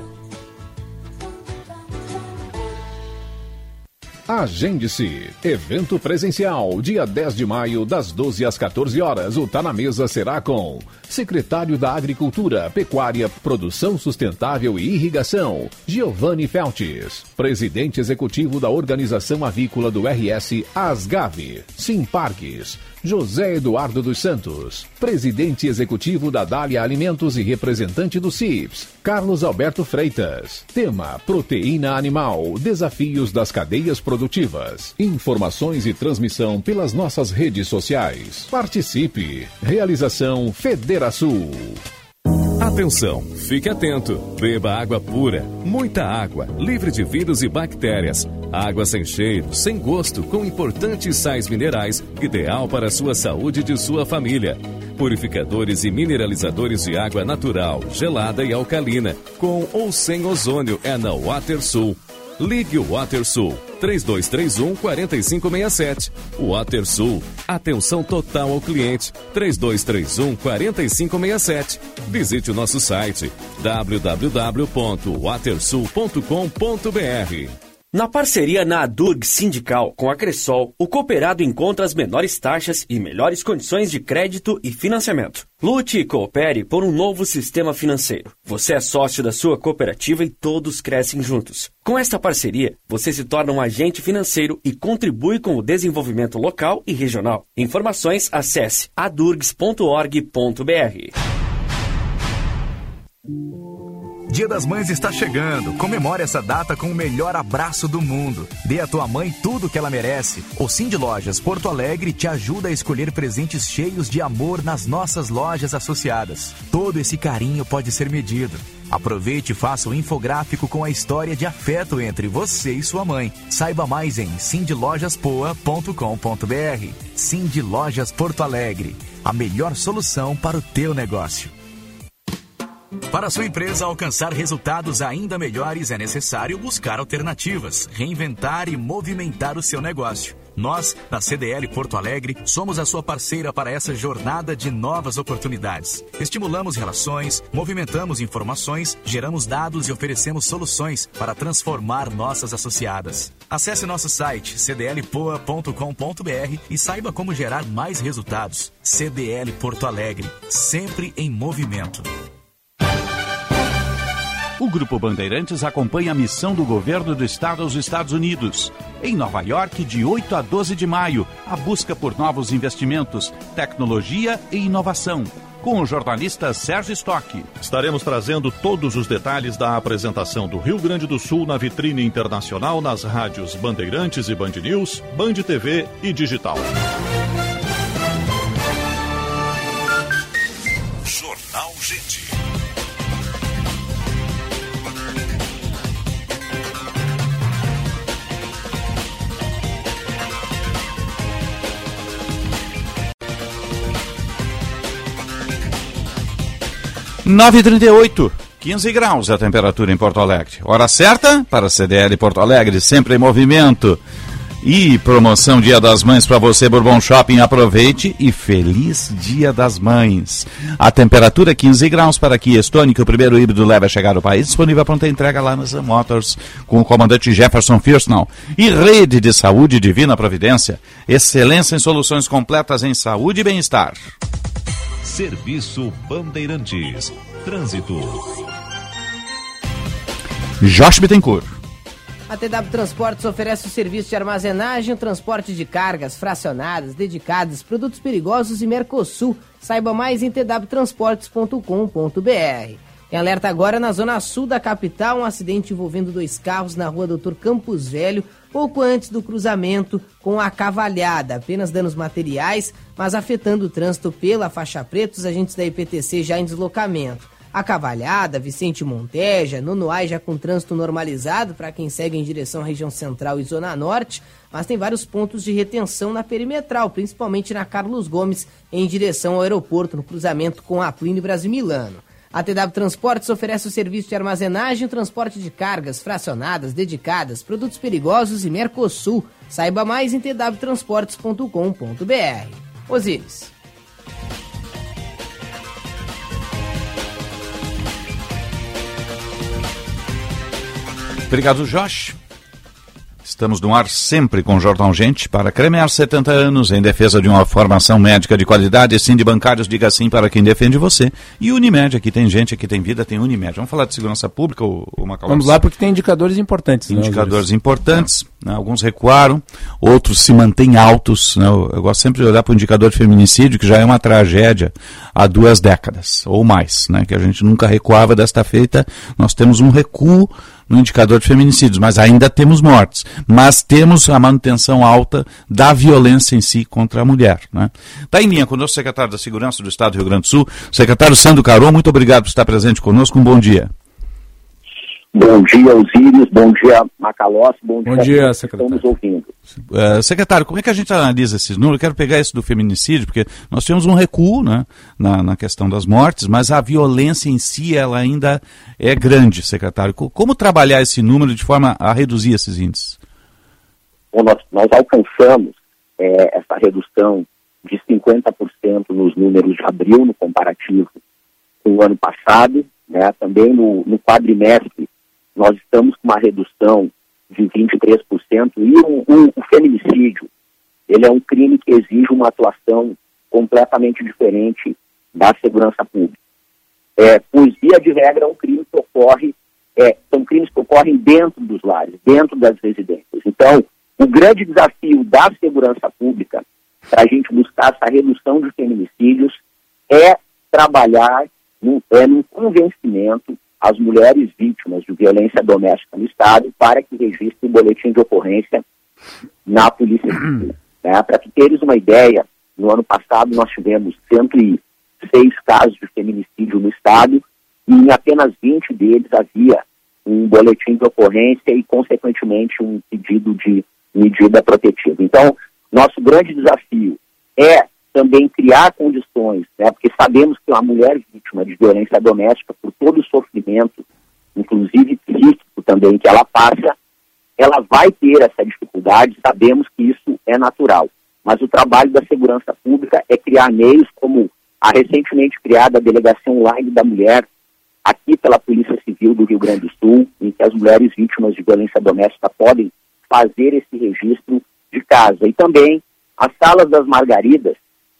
S15: Agende-se. Evento presencial, dia dez de maio, das doze às quatorze horas. O Tá na Mesa será com secretário da Agricultura, Pecuária, Produção Sustentável e Irrigação, Giovanni Feltes. Presidente executivo da Organização Avícola do R S Asgave, Simparques, José Eduardo dos Santos. Presidente executivo da Dália Alimentos e representante do C I P S, Carlos Alberto Freitas. Tema: proteína animal, desafios das cadeias produtivas. Informações e transmissão pelas nossas redes sociais. Participe. Realização Federação.
S13: Atenção, fique atento, beba água pura, muita água, livre de vírus e bactérias, água sem cheiro, sem gosto, com importantes sais minerais, ideal para a sua saúde e de sua família. Purificadores e mineralizadores de água natural, gelada e alcalina, com ou sem ozônio, é na WaterSul. Ligue o WaterSul, três dois três um, quatro cinco seis sete. WaterSul, atenção total ao cliente, três dois três um, quatro cinco seis sete. Visite o nosso site, w w w ponto watersul ponto com ponto b r.
S5: Na parceria na Adurg Sindical com a Cressol, o cooperado encontra as menores taxas e melhores condições de crédito e financiamento. Lute e coopere por um novo sistema financeiro. Você é sócio da sua cooperativa e todos crescem juntos. Com esta parceria, você se torna um agente financeiro e contribui com o desenvolvimento local e regional. Informações, acesse adurgs ponto org ponto b r.
S22: Dia das Mães está chegando. Comemore essa data com o melhor abraço do mundo. Dê à tua mãe tudo o que ela merece. O Cindy Lojas Porto Alegre te ajuda a escolher presentes cheios de amor nas nossas lojas associadas. Todo esse carinho pode ser medido. Aproveite e faça um infográfico com a história de afeto entre você e sua mãe. Saiba mais em cindy lojas poa ponto com ponto b r. Cindy Lojas Porto Alegre, a melhor solução para o teu negócio. Para sua empresa alcançar resultados ainda melhores, é necessário buscar alternativas, reinventar e movimentar o seu negócio. Nós, da C D L Porto Alegre, somos a sua parceira para essa jornada de novas oportunidades. Estimulamos relações, movimentamos informações, geramos dados e oferecemos soluções para transformar nossas associadas. Acesse nosso site c d l poa ponto com ponto b r e saiba como gerar mais resultados. C D L Porto Alegre, sempre em movimento.
S3: O Grupo Bandeirantes acompanha a missão do governo do estado aos Estados Unidos. Em Nova York, de oito a doze de maio, a busca por novos investimentos, tecnologia e inovação. Com o jornalista Sérgio Stock.
S7: Estaremos trazendo todos os detalhes da apresentação do Rio Grande do Sul na vitrine internacional nas rádios Bandeirantes e Band News, Band T V e Digital.
S1: Jornal Gente.
S3: nove e trinta e oito, quinze graus a temperatura em Porto Alegre. Hora certa para a C D L Porto Alegre, sempre em movimento. E promoção Dia das Mães para você, Bourbon Shopping. Aproveite e feliz Dia das Mães. A temperatura é quinze graus para Kia Stone, que o primeiro híbrido leva a chegar ao país. Disponível a pronta entrega lá na Sam Motors, com o comandante Jefferson Firsnall. E Rede de Saúde Divina Providência. Excelência em soluções completas em saúde e bem-estar.
S2: Serviço Bandeirantes. Trânsito.
S3: Josh Bittencourt.
S9: A T W Transportes oferece o serviço de armazenagem, transporte de cargas fracionadas, dedicadas, produtos perigosos e Mercosul. Saiba mais em t w transportes ponto com ponto b r. Em alerta agora na zona sul da capital, um acidente envolvendo dois carros na rua doutor Campos Velho, pouco antes do cruzamento com a Cavalhada. Apenas danos materiais, mas afetando o trânsito pela faixa preta, os agentes da I P T C já em deslocamento. A Cavalhada, Vicente Monteja, Nonoai já com trânsito normalizado para quem segue em direção à região central e zona norte, mas tem vários pontos de retenção na perimetral, principalmente na Carlos Gomes, em direção ao aeroporto, no cruzamento com a Plínio Brasil Milano. A T W Transportes oferece o serviço de armazenagem e transporte de cargas fracionadas, dedicadas, produtos perigosos e Mercosul. Saiba mais em t w transportes ponto com ponto b r. Osíris.
S3: Obrigado, Josh. Estamos no ar sempre com o Jornal Gente para cremear setenta anos em defesa de uma formação médica de qualidade. Sim, de bancários, diga sim para quem defende você. E Unimed, aqui tem gente, aqui tem vida, tem Unimed. Vamos falar de segurança pública, o, o Macalós?
S6: Vamos lá, porque tem indicadores importantes.
S3: Indicadores
S6: né,
S3: importantes, né? Alguns recuaram, outros se mantêm altos. Né? Eu, eu gosto sempre de olhar para o indicador de feminicídio, que já é uma tragédia há duas décadas ou mais, né? Que a gente nunca recuava. Desta feita, nós temos um recuo no indicador de feminicídios, mas ainda temos mortes, mas temos a manutenção alta da violência em si contra a mulher. Né? Está em linha conosco o secretário da Segurança do Estado do Rio Grande do Sul, secretário Sandro Caron. Muito obrigado por estar presente conosco, um bom dia.
S8: Bom dia, Osíris, bom dia, Macalós, bom dia,
S6: bom dia secretário.
S8: Estamos ouvindo.
S3: Uh, secretário, como é que a gente analisa esses números? Eu quero pegar esse do feminicídio, porque nós tivemos um recuo, né, na, na questão das mortes, mas a violência em si ela ainda é grande, secretário. Como trabalhar esse número de forma a reduzir esses índices?
S8: Bom, nós, nós alcançamos é, essa redução de cinquenta por cento nos números de abril, no comparativo com o ano passado, né, também no, no quadrimestre nós estamos com uma redução de vinte e três por cento, e o, o, o feminicídio, ele é um crime que exige uma atuação completamente diferente da segurança pública. É, pois, via de regra, é um crime que ocorre, é, são crimes que ocorrem dentro dos lares, dentro das residências. Então, o grande desafio da segurança pública, para a gente buscar essa redução de feminicídios, é trabalhar num, é, num convencimento as mulheres vítimas de violência doméstica no Estado para que registrem o boletim de ocorrência na Polícia Civil. Né? Para que teres uma ideia, no ano passado nós tivemos cento e seis casos de feminicídio no Estado e em apenas vinte deles havia um boletim de ocorrência e, consequentemente, um pedido de medida protetiva. Então, nosso grande desafio é também criar condições, né? Porque sabemos que uma mulher vítima vítima de violência doméstica, por todo o sofrimento, inclusive psíquico também, que ela passa, ela vai ter essa dificuldade, sabemos que isso é natural. Mas o trabalho da segurança pública é criar meios como a recentemente criada Delegacia Online da Mulher, aqui pela Polícia Civil do Rio Grande do Sul, em que as mulheres vítimas de violência doméstica podem fazer esse registro de casa. E também as Salas das Margaridas,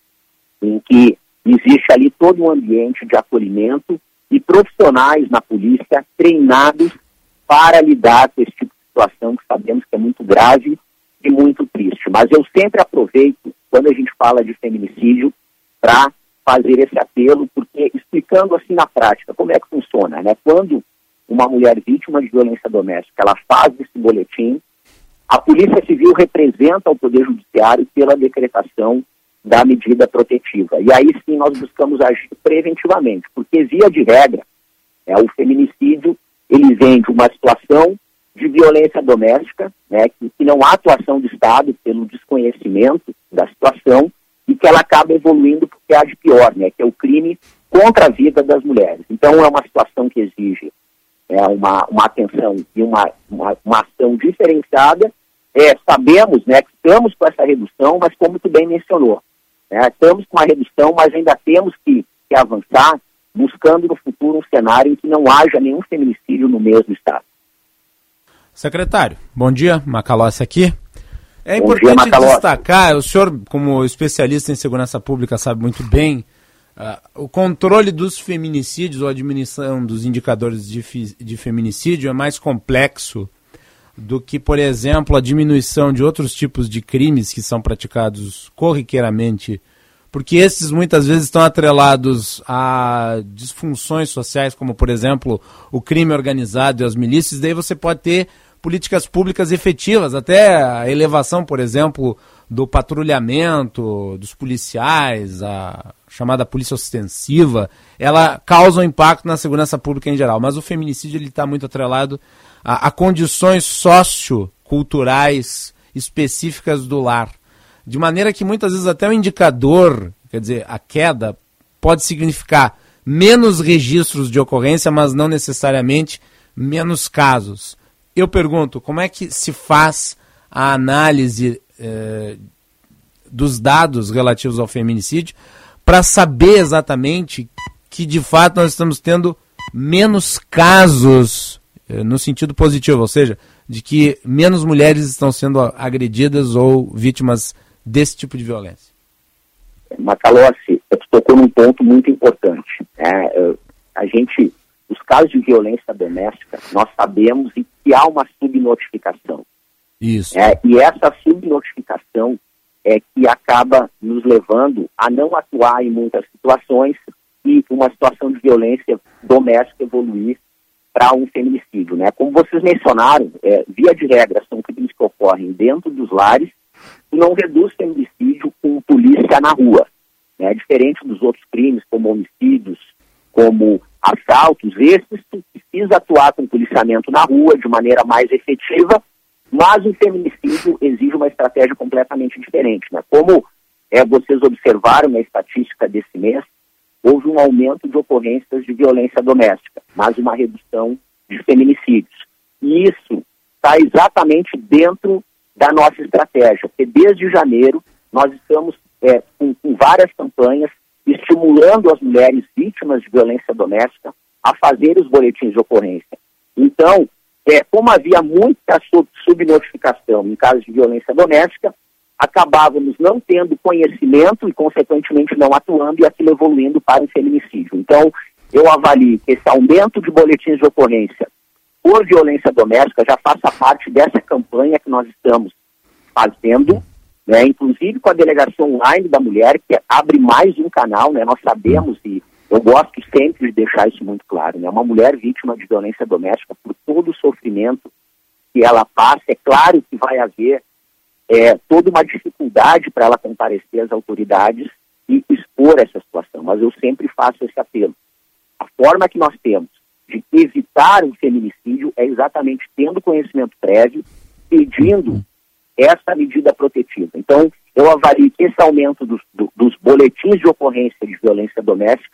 S8: em que existe ali todo um ambiente de acolhimento e profissionais na polícia treinados para lidar com esse tipo de situação que sabemos que é muito grave e muito triste. Mas eu sempre aproveito, quando a gente fala de feminicídio, para fazer esse apelo, porque explicando assim na prática como é que funciona, né? Quando uma mulher vítima de violência doméstica, ela faz esse boletim, a Polícia Civil representa o Poder Judiciário pela decretação da medida protetiva. E aí sim nós buscamos agir preventivamente, porque via de regra, é, o feminicídio, ele vem de uma situação de violência doméstica, né, que, que não há atuação do Estado pelo desconhecimento da situação e que ela acaba evoluindo porque há de pior, né, que é o crime contra a vida das mulheres. Então é uma situação que exige é, uma, uma atenção e uma, uma, uma ação diferenciada. É, sabemos, né, que estamos com essa redução, mas como tu bem mencionou, né, estamos com uma redução, mas ainda temos que, que avançar, buscando no futuro um cenário em que não haja nenhum feminicídio no mesmo estado.
S6: Secretário, bom dia, Macalossi aqui. É
S8: bom
S6: importante
S8: dia,
S6: destacar, o senhor, como especialista em segurança pública, sabe muito bem, uh, o controle dos feminicídios ou a diminuição dos indicadores de, fi, de feminicídio é mais complexo do que, por exemplo, a diminuição de outros tipos de crimes que são praticados corriqueiramente, porque esses muitas vezes estão atrelados a disfunções sociais, como, por exemplo, o crime organizado e as milícias. Daí você pode ter políticas públicas efetivas, até a elevação, por exemplo, do patrulhamento dos policiais, a chamada polícia ostensiva, ela causa um impacto na segurança pública em geral. Mas o feminicídio está muito atrelado a, a condições socioculturais específicas do lar. De maneira que muitas vezes até o indicador, quer dizer, a queda, pode significar menos registros de ocorrência, mas não necessariamente menos casos. Eu pergunto, como é que se faz a análise eh, dos dados relativos ao feminicídio para saber exatamente que, de fato, nós estamos tendo menos casos eh, no sentido positivo, ou seja, de que menos mulheres estão sendo agredidas ou vítimas desse tipo de violência?
S8: Macalossi, você tocou num ponto muito importante. É, a gente, os casos de violência doméstica, nós sabemos que há uma subnotificação.
S6: Isso.
S8: É, e essa subnotificação é que acaba nos levando a não atuar em muitas situações e uma situação de violência doméstica evoluir para um feminicídio, né? Como vocês mencionaram, é, via de regra, são crimes que ocorrem dentro dos lares e não reduz feminicídio com polícia na rua, né? Diferente dos outros crimes, como homicídios, como assaltos, esses precisa atuar com policiamento na rua de maneira mais efetiva, mas o feminicídio exige uma estratégia completamente diferente, né? Como é, vocês observaram na estatística desse mês, houve um aumento de ocorrências de violência doméstica, mas uma redução de feminicídios. E isso está exatamente dentro da nossa estratégia, porque desde janeiro nós estamos é, com, com várias campanhas estimulando as mulheres vítimas de violência doméstica a fazer os boletins de ocorrência. Então, é, como havia muita sub- subnotificação em casos de violência doméstica, acabávamos não tendo conhecimento e, consequentemente, não atuando e aquilo evoluindo para um feminicídio. Então, eu avalio que esse aumento de boletins de ocorrência por violência doméstica já faça parte dessa campanha que nós estamos fazendo, né, inclusive com a Delegacia Online da Mulher, que abre mais um canal, né, nós sabemos, e eu gosto sempre de deixar isso muito claro, né, uma mulher vítima de violência doméstica, por todo o sofrimento que ela passa, é claro que vai haver é, toda uma dificuldade para ela comparecer às autoridades e expor essa situação, mas eu sempre faço esse apelo. A forma que nós temos de evitar o feminicídio é exatamente tendo conhecimento prévio, pedindo essa medida protetiva. Então, eu avalio que esse aumento dos, do, dos boletins de ocorrência de violência doméstica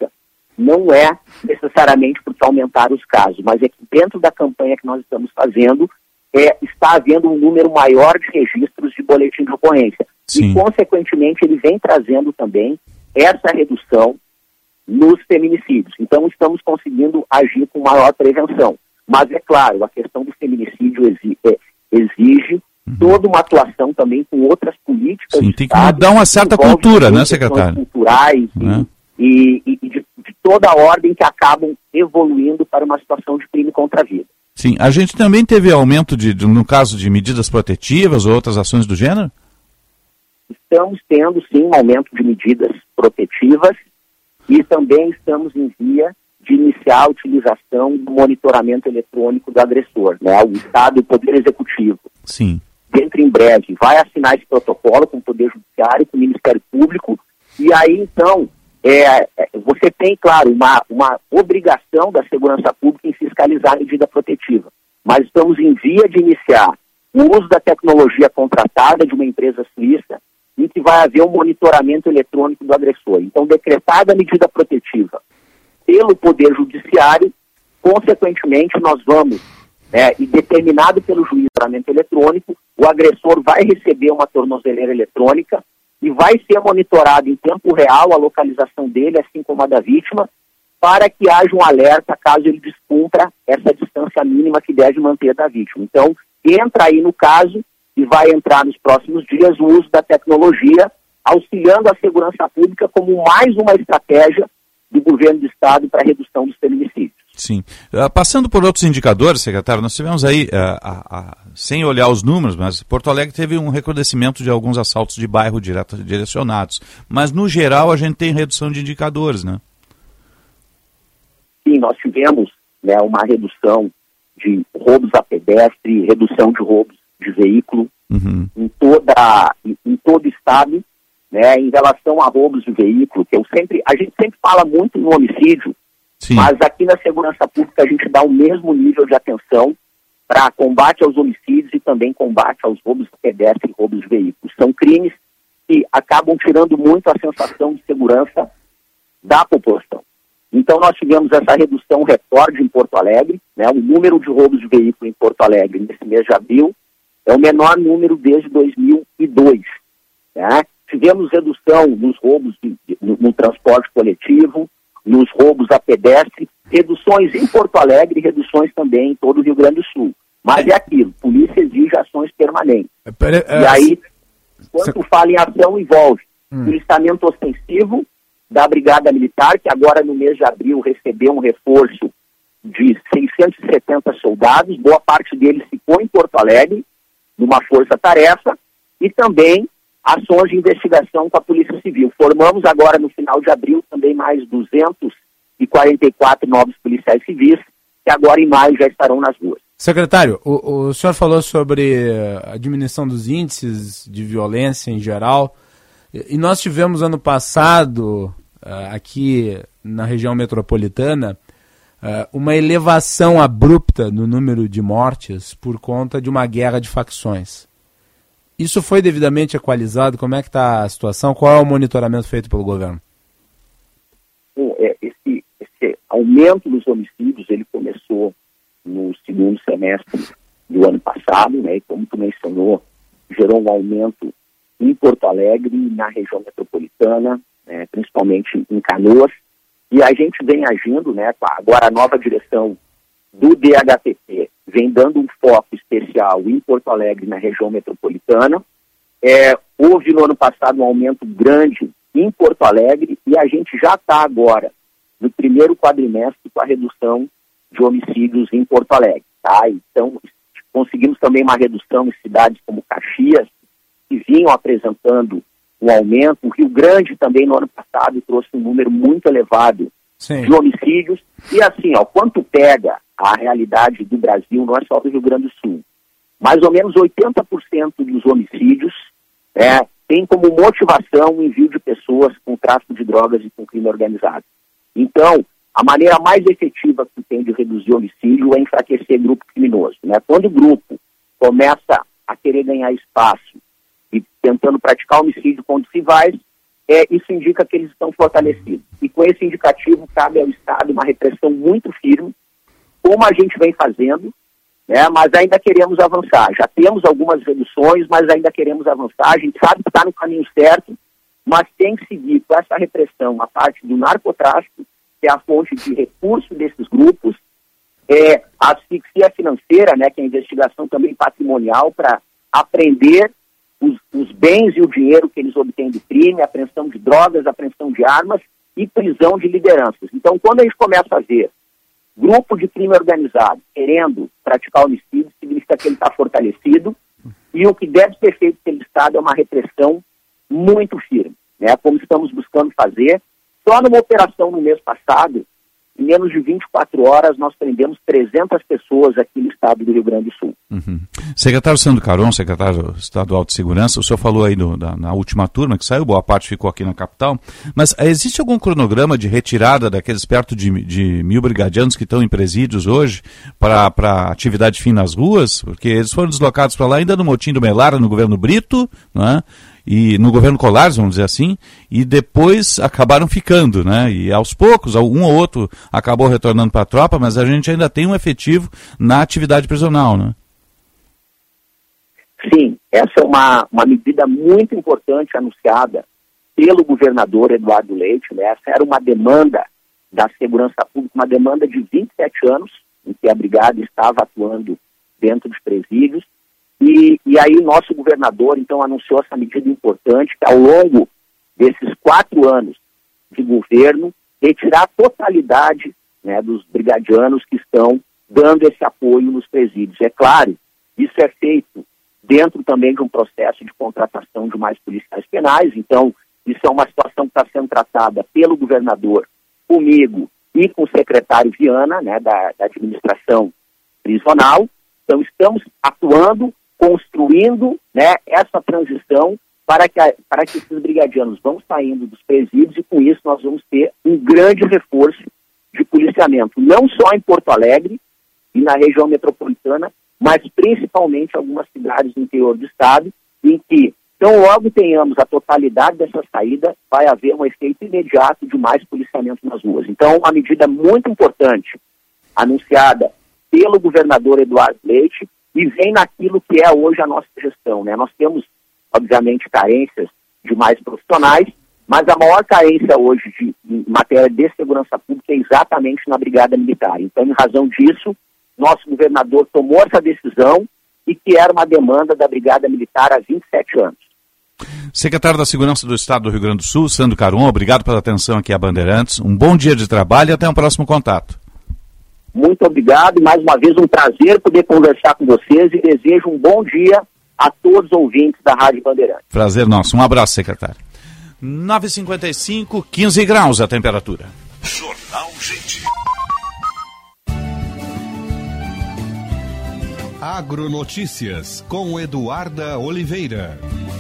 S8: não é necessariamente porque aumentaram os casos, mas é que dentro da campanha que nós estamos fazendo, é, está havendo um número maior de registros de boletim de ocorrência. Sim. E, consequentemente, ele vem trazendo também essa redução nos feminicídios. Então, estamos conseguindo agir com maior prevenção. Mas, é claro, a questão do feminicídio exige, é, exige uhum. toda uma atuação também com outras políticas.
S3: Sim, tem que mudar uma certa cultura, né, secretário?
S8: Culturais uhum. e, e, e de, de toda a ordem que acabam evoluindo para uma situação de crime contra a vida.
S3: Sim, a gente também teve aumento, de, de, no caso de medidas protetivas ou outras ações do gênero?
S8: Estamos tendo, sim, um aumento de medidas protetivas e também estamos em via de iniciar a utilização do monitoramento eletrônico do agressor, né? O Estado e o Poder Executivo.
S3: Sim.
S8: Dentro em breve vai assinar esse protocolo com o Poder Judiciário, com o Ministério Público, e aí, então, é, você tem, claro, uma, uma obrigação da segurança pública em fiscalizar a medida protetiva. Mas estamos em via de iniciar o uso da tecnologia contratada de uma empresa suíça, em que vai haver um monitoramento eletrônico do agressor. Então, decretada a medida protetiva pelo Poder Judiciário, consequentemente, nós vamos, né, e determinado pelo juiz de monitoramento eletrônico, o agressor vai receber uma tornozeleira eletrônica e vai ser monitorado em tempo real a localização dele, assim como a da vítima, para que haja um alerta caso ele descumpra essa distância mínima que deve manter da vítima. Então, entra aí no caso e vai entrar nos próximos dias o uso da tecnologia, auxiliando a segurança pública como mais uma estratégia do governo do Estado para a redução dos feminicídios.
S3: Sim. Uh, passando por outros indicadores, secretário, nós tivemos aí, uh, uh, uh, sem olhar os números, mas Porto Alegre teve um recrudescimento de alguns assaltos de bairro direto, direcionados. Mas, no geral, a gente tem redução de indicadores, né?
S8: Sim, nós tivemos, né, uma redução de roubos a pedestre, redução de roubos de veículo uhum. em, toda, em, em todo o estado, né, em relação a roubos de veículo, que eu sempre, a gente sempre fala muito no homicídio, Sim. mas aqui na segurança pública a gente dá o mesmo nível de atenção para combate aos homicídios e também combate aos roubos de pedestre e roubos de veículos. São crimes que acabam tirando muito a sensação de segurança da população. Então nós tivemos essa redução recorde em Porto Alegre, né, o número de roubos de veículo em Porto Alegre nesse mês de abril é o menor número desde dois mil e dois. Né? Tivemos redução nos roubos de, de, no, no transporte coletivo, nos roubos a pedestre, reduções em Porto Alegre, reduções também em todo o Rio Grande do Sul. Mas é aquilo, polícia exige ações permanentes. É, pera, é, e aí, quando se... fala em ação, envolve hum. policiamento ostensivo da Brigada Militar, que agora no mês de abril recebeu um reforço de seiscentos e setenta soldados, boa parte deles ficou em Porto Alegre, numa força-tarefa, e também ações de investigação com a Polícia Civil. Formamos agora, no final de abril, também mais duzentos e quarenta e quatro novos policiais civis, que agora em maio já estarão nas ruas.
S6: Secretário, o, o senhor falou sobre a diminuição dos índices de violência em geral, e nós tivemos ano passado, aqui na região metropolitana, uma elevação abrupta no número de mortes por conta de uma guerra de facções. Isso foi devidamente equalizado? Como é que está a situação? Qual é o monitoramento feito pelo governo?
S8: Bom, é, esse, esse aumento dos homicídios, ele começou no segundo semestre do ano passado, né, e como tu mencionou, gerou um aumento em Porto Alegre, na região metropolitana, né, principalmente em Canoas, e a gente vem agindo, né, agora a nova direção do D H P P vem dando um foco especial em Porto Alegre, na região metropolitana. É, houve no ano passado um aumento grande em Porto Alegre e a gente já está agora no primeiro quadrimestre com a redução de homicídios em Porto Alegre. Tá? Então, conseguimos também uma redução em cidades como Caxias, que vinham apresentando um aumento. O Rio Grande também no ano passado trouxe um número muito elevado Sim. de homicídios. E assim, ó, quanto pega a realidade do Brasil, não é só do Rio Grande do Sul, mais ou menos oitenta por cento dos homicídios é, tem como motivação o envio de pessoas com tráfico de drogas e com crime organizado. Então, a maneira mais efetiva que tem de reduzir homicídio é enfraquecer grupo criminoso. Né? Quando o grupo começa a querer ganhar espaço e tentando praticar homicídio contra os rivais, é, isso indica que eles estão fortalecidos. E com esse indicativo, cabe ao Estado uma repressão muito firme, como a gente vem fazendo, né, mas ainda queremos avançar. Já temos algumas reduções, mas ainda queremos avançar. A gente sabe que está no caminho certo, mas tem que seguir com essa repressão a parte do narcotráfico, que é a fonte de recurso desses grupos, é, a asfixia financeira, né, que é a investigação também patrimonial, para apreender os, os bens e o dinheiro que eles obtêm do crime, apreensão de drogas, apreensão de armas e prisão de lideranças. Então, quando a gente começa a ver grupo de crime organizado querendo praticar homicídio, significa que ele está fortalecido, e o que deve ser feito pelo Estado é uma repressão muito firme, né, como estamos buscando fazer. Só numa operação no mês passado, em menos de vinte e quatro horas, nós prendemos trezentas pessoas aqui no estado do Rio Grande do Sul.
S3: Uhum. Secretário Sandro Caron, secretário estadual de Segurança, o senhor falou aí no, na, na última turma que saiu, boa parte ficou aqui na capital, mas existe algum cronograma de retirada daqueles perto de, de mil brigadianos que estão em presídios hoje para atividade fim nas ruas? Porque eles foram deslocados para lá ainda no motim do Melara, no governo Brito, não é? E no governo Colares, vamos dizer assim, e depois acabaram ficando, né? E aos poucos, um ou outro acabou retornando para a tropa, mas a gente ainda tem um efetivo na atividade prisional, né?
S8: Sim, essa é uma, uma medida muito importante anunciada pelo governador Eduardo Leite, né? Essa era uma demanda da segurança pública, uma demanda de vinte e sete anos, em que a brigada estava atuando dentro dos presídios. E, e aí nosso governador, então, anunciou essa medida importante, que ao longo desses quatro anos de governo, retirar a totalidade, né, dos brigadianos que estão dando esse apoio nos presídios. É claro, isso é feito dentro também de um processo de contratação de mais policiais penais, então isso é uma situação que está sendo tratada pelo governador, comigo e com o secretário Viana, né, da, da administração prisional. Então estamos atuando, construindo, né, essa transição para que, a, para que esses brigadianos vão saindo dos presídios, e com isso nós vamos ter um grande reforço de policiamento, não só em Porto Alegre e na região metropolitana, mas principalmente em algumas cidades do interior do estado, em que, então logo tenhamos a totalidade dessa saída, vai haver um efeito imediato de mais policiamento nas ruas. Então, uma medida muito importante, anunciada pelo governador Eduardo Leite, e vem naquilo que é hoje a nossa gestão, né? Nós temos, obviamente, carências de mais profissionais, mas a maior carência hoje de, em matéria de segurança pública é exatamente na Brigada Militar. Então, em razão disso, nosso governador tomou essa decisão, e que era uma demanda da Brigada Militar há vinte e sete anos.
S3: Secretário da Segurança do Estado do Rio Grande do Sul, Sandro Caron, obrigado pela atenção aqui a Bandeirantes. Um bom dia de trabalho e até um próximo contato.
S8: Muito obrigado e mais uma vez um prazer poder conversar com vocês, e desejo um bom dia a todos os ouvintes da Rádio Bandeirantes.
S3: Prazer nosso. Um abraço, secretário. nove e cinquenta e cinco, quinze graus a temperatura.
S1: Jornal Gente.
S4: Agronotícias com Eduarda Oliveira.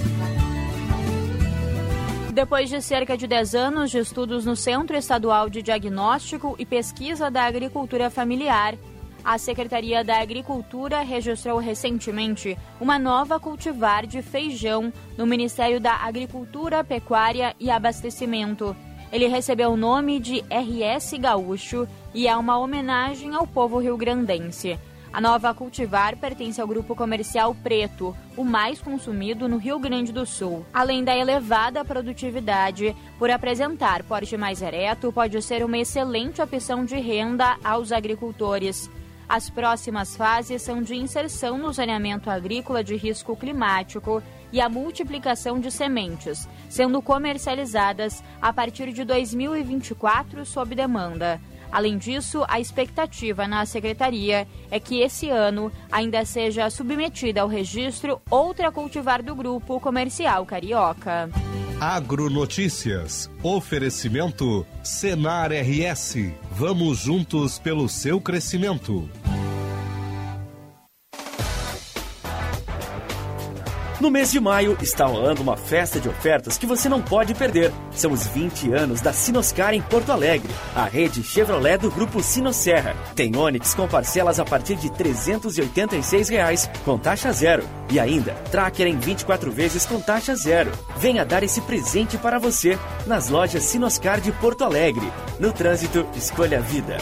S10: Depois de cerca de dez anos de estudos no Centro Estadual de Diagnóstico e Pesquisa da Agricultura Familiar, a Secretaria da Agricultura registrou recentemente uma nova cultivar de feijão no Ministério da Agricultura, Pecuária e Abastecimento. Ele recebeu o nome de R S Gaúcho e é uma homenagem ao povo rio-grandense. A nova cultivar pertence ao grupo comercial Preto, o mais consumido no Rio Grande do Sul. Além da elevada produtividade, por apresentar porte mais ereto, pode ser uma excelente opção de renda aos agricultores. As próximas fases são de inserção no saneamento agrícola de risco climático e a multiplicação de sementes, sendo comercializadas a partir de dois mil e vinte e quatro sob demanda. Além disso, a expectativa na Secretaria é que esse ano ainda seja submetida ao registro outra cultivar do Grupo Comercial Carioca.
S4: Agronotícias. Oferecimento Senar R S. Vamos juntos pelo seu crescimento.
S5: No mês de maio, está rolando uma festa de ofertas que você não pode perder. São os vinte anos da Sinoscar em Porto Alegre, a rede Chevrolet do Grupo Sinosserra. Tem Onix com parcelas a partir de trezentos e oitenta e seis reais, com taxa zero. E ainda, Tracker em vinte e quatro vezes com taxa zero. Venha dar esse presente para você nas lojas Sinoscar de Porto Alegre. No trânsito, escolha a vida.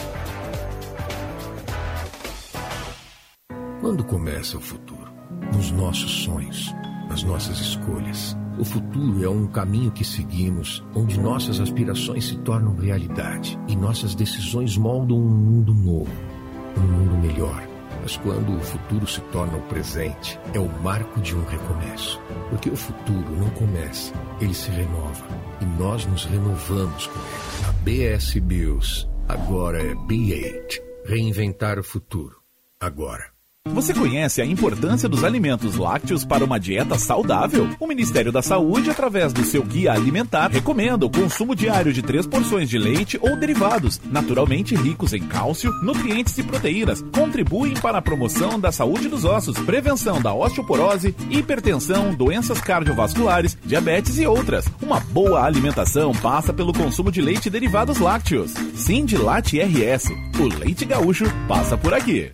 S11: Quando começa o futuro? Nos nossos sonhos, nas nossas escolhas. O futuro é um caminho que seguimos, onde nossas aspirações se tornam realidade e nossas decisões moldam um mundo novo, um mundo melhor. Mas quando o futuro se torna o presente, é o marco de um recomeço. Porque o futuro não começa, ele se renova. E nós nos renovamos com ele. A B S Bills agora é B oito. Reinventar o futuro. Agora.
S12: Você conhece a importância dos alimentos lácteos para uma dieta saudável? O Ministério da Saúde, através do seu guia alimentar, recomenda o consumo diário de três porções de leite ou derivados, naturalmente ricos em cálcio, nutrientes e proteínas. Contribuem para a promoção da saúde dos ossos, prevenção da osteoporose, hipertensão, doenças cardiovasculares, diabetes e outras. Uma boa alimentação passa pelo consumo de leite e derivados lácteos. Sindilate R S. O leite gaúcho passa por aqui.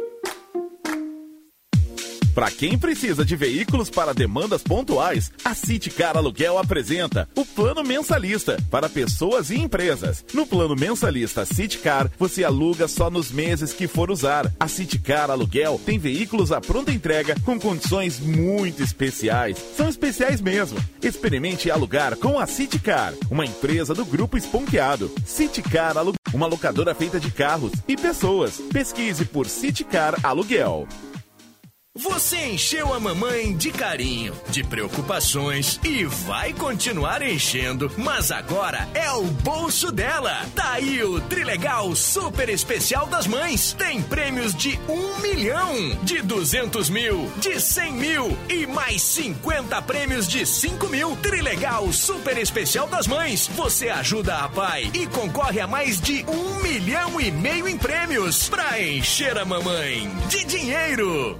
S12: Para quem precisa de veículos para demandas pontuais, a Citicar Aluguel apresenta o Plano Mensalista para pessoas e empresas. No Plano Mensalista Citicar, você aluga só nos meses que for usar. A Citicar Aluguel tem veículos à pronta entrega com condições muito especiais. São especiais mesmo. Experimente alugar com a Citicar, uma empresa do Grupo Esponqueado. Citicar Aluguel, uma locadora feita de carros e pessoas. Pesquise por Citicar Aluguel.
S14: Você encheu a mamãe de carinho, de preocupações e vai continuar enchendo, mas agora é o bolso dela. Tá aí o Trilegal Super Especial das Mães. Tem prêmios de um milhão, de duzentos mil, de cem mil e mais cinquenta prêmios de cinco mil. Trilegal Super Especial das Mães. Você ajuda a pai e concorre a mais de um milhão e meio em prêmios pra encher a mamãe de dinheiro.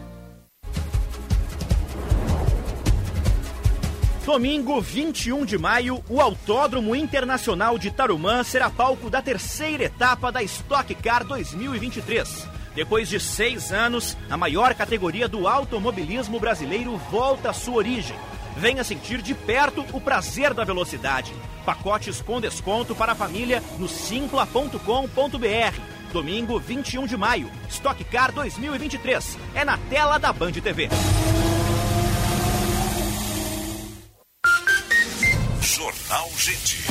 S23: Domingo, vinte e um de maio, o Autódromo Internacional de Tarumã será palco da terceira etapa da Stock Car dois mil e vinte e três. Depois de seis anos, a maior categoria do automobilismo brasileiro volta à sua origem. Venha sentir de perto o prazer da velocidade. Pacotes com desconto para a família no simpla ponto com ponto b r. Domingo, vinte e um de maio, Stock Car dois mil e vinte e três. É na tela da Band T V.
S1: Jornal Gente.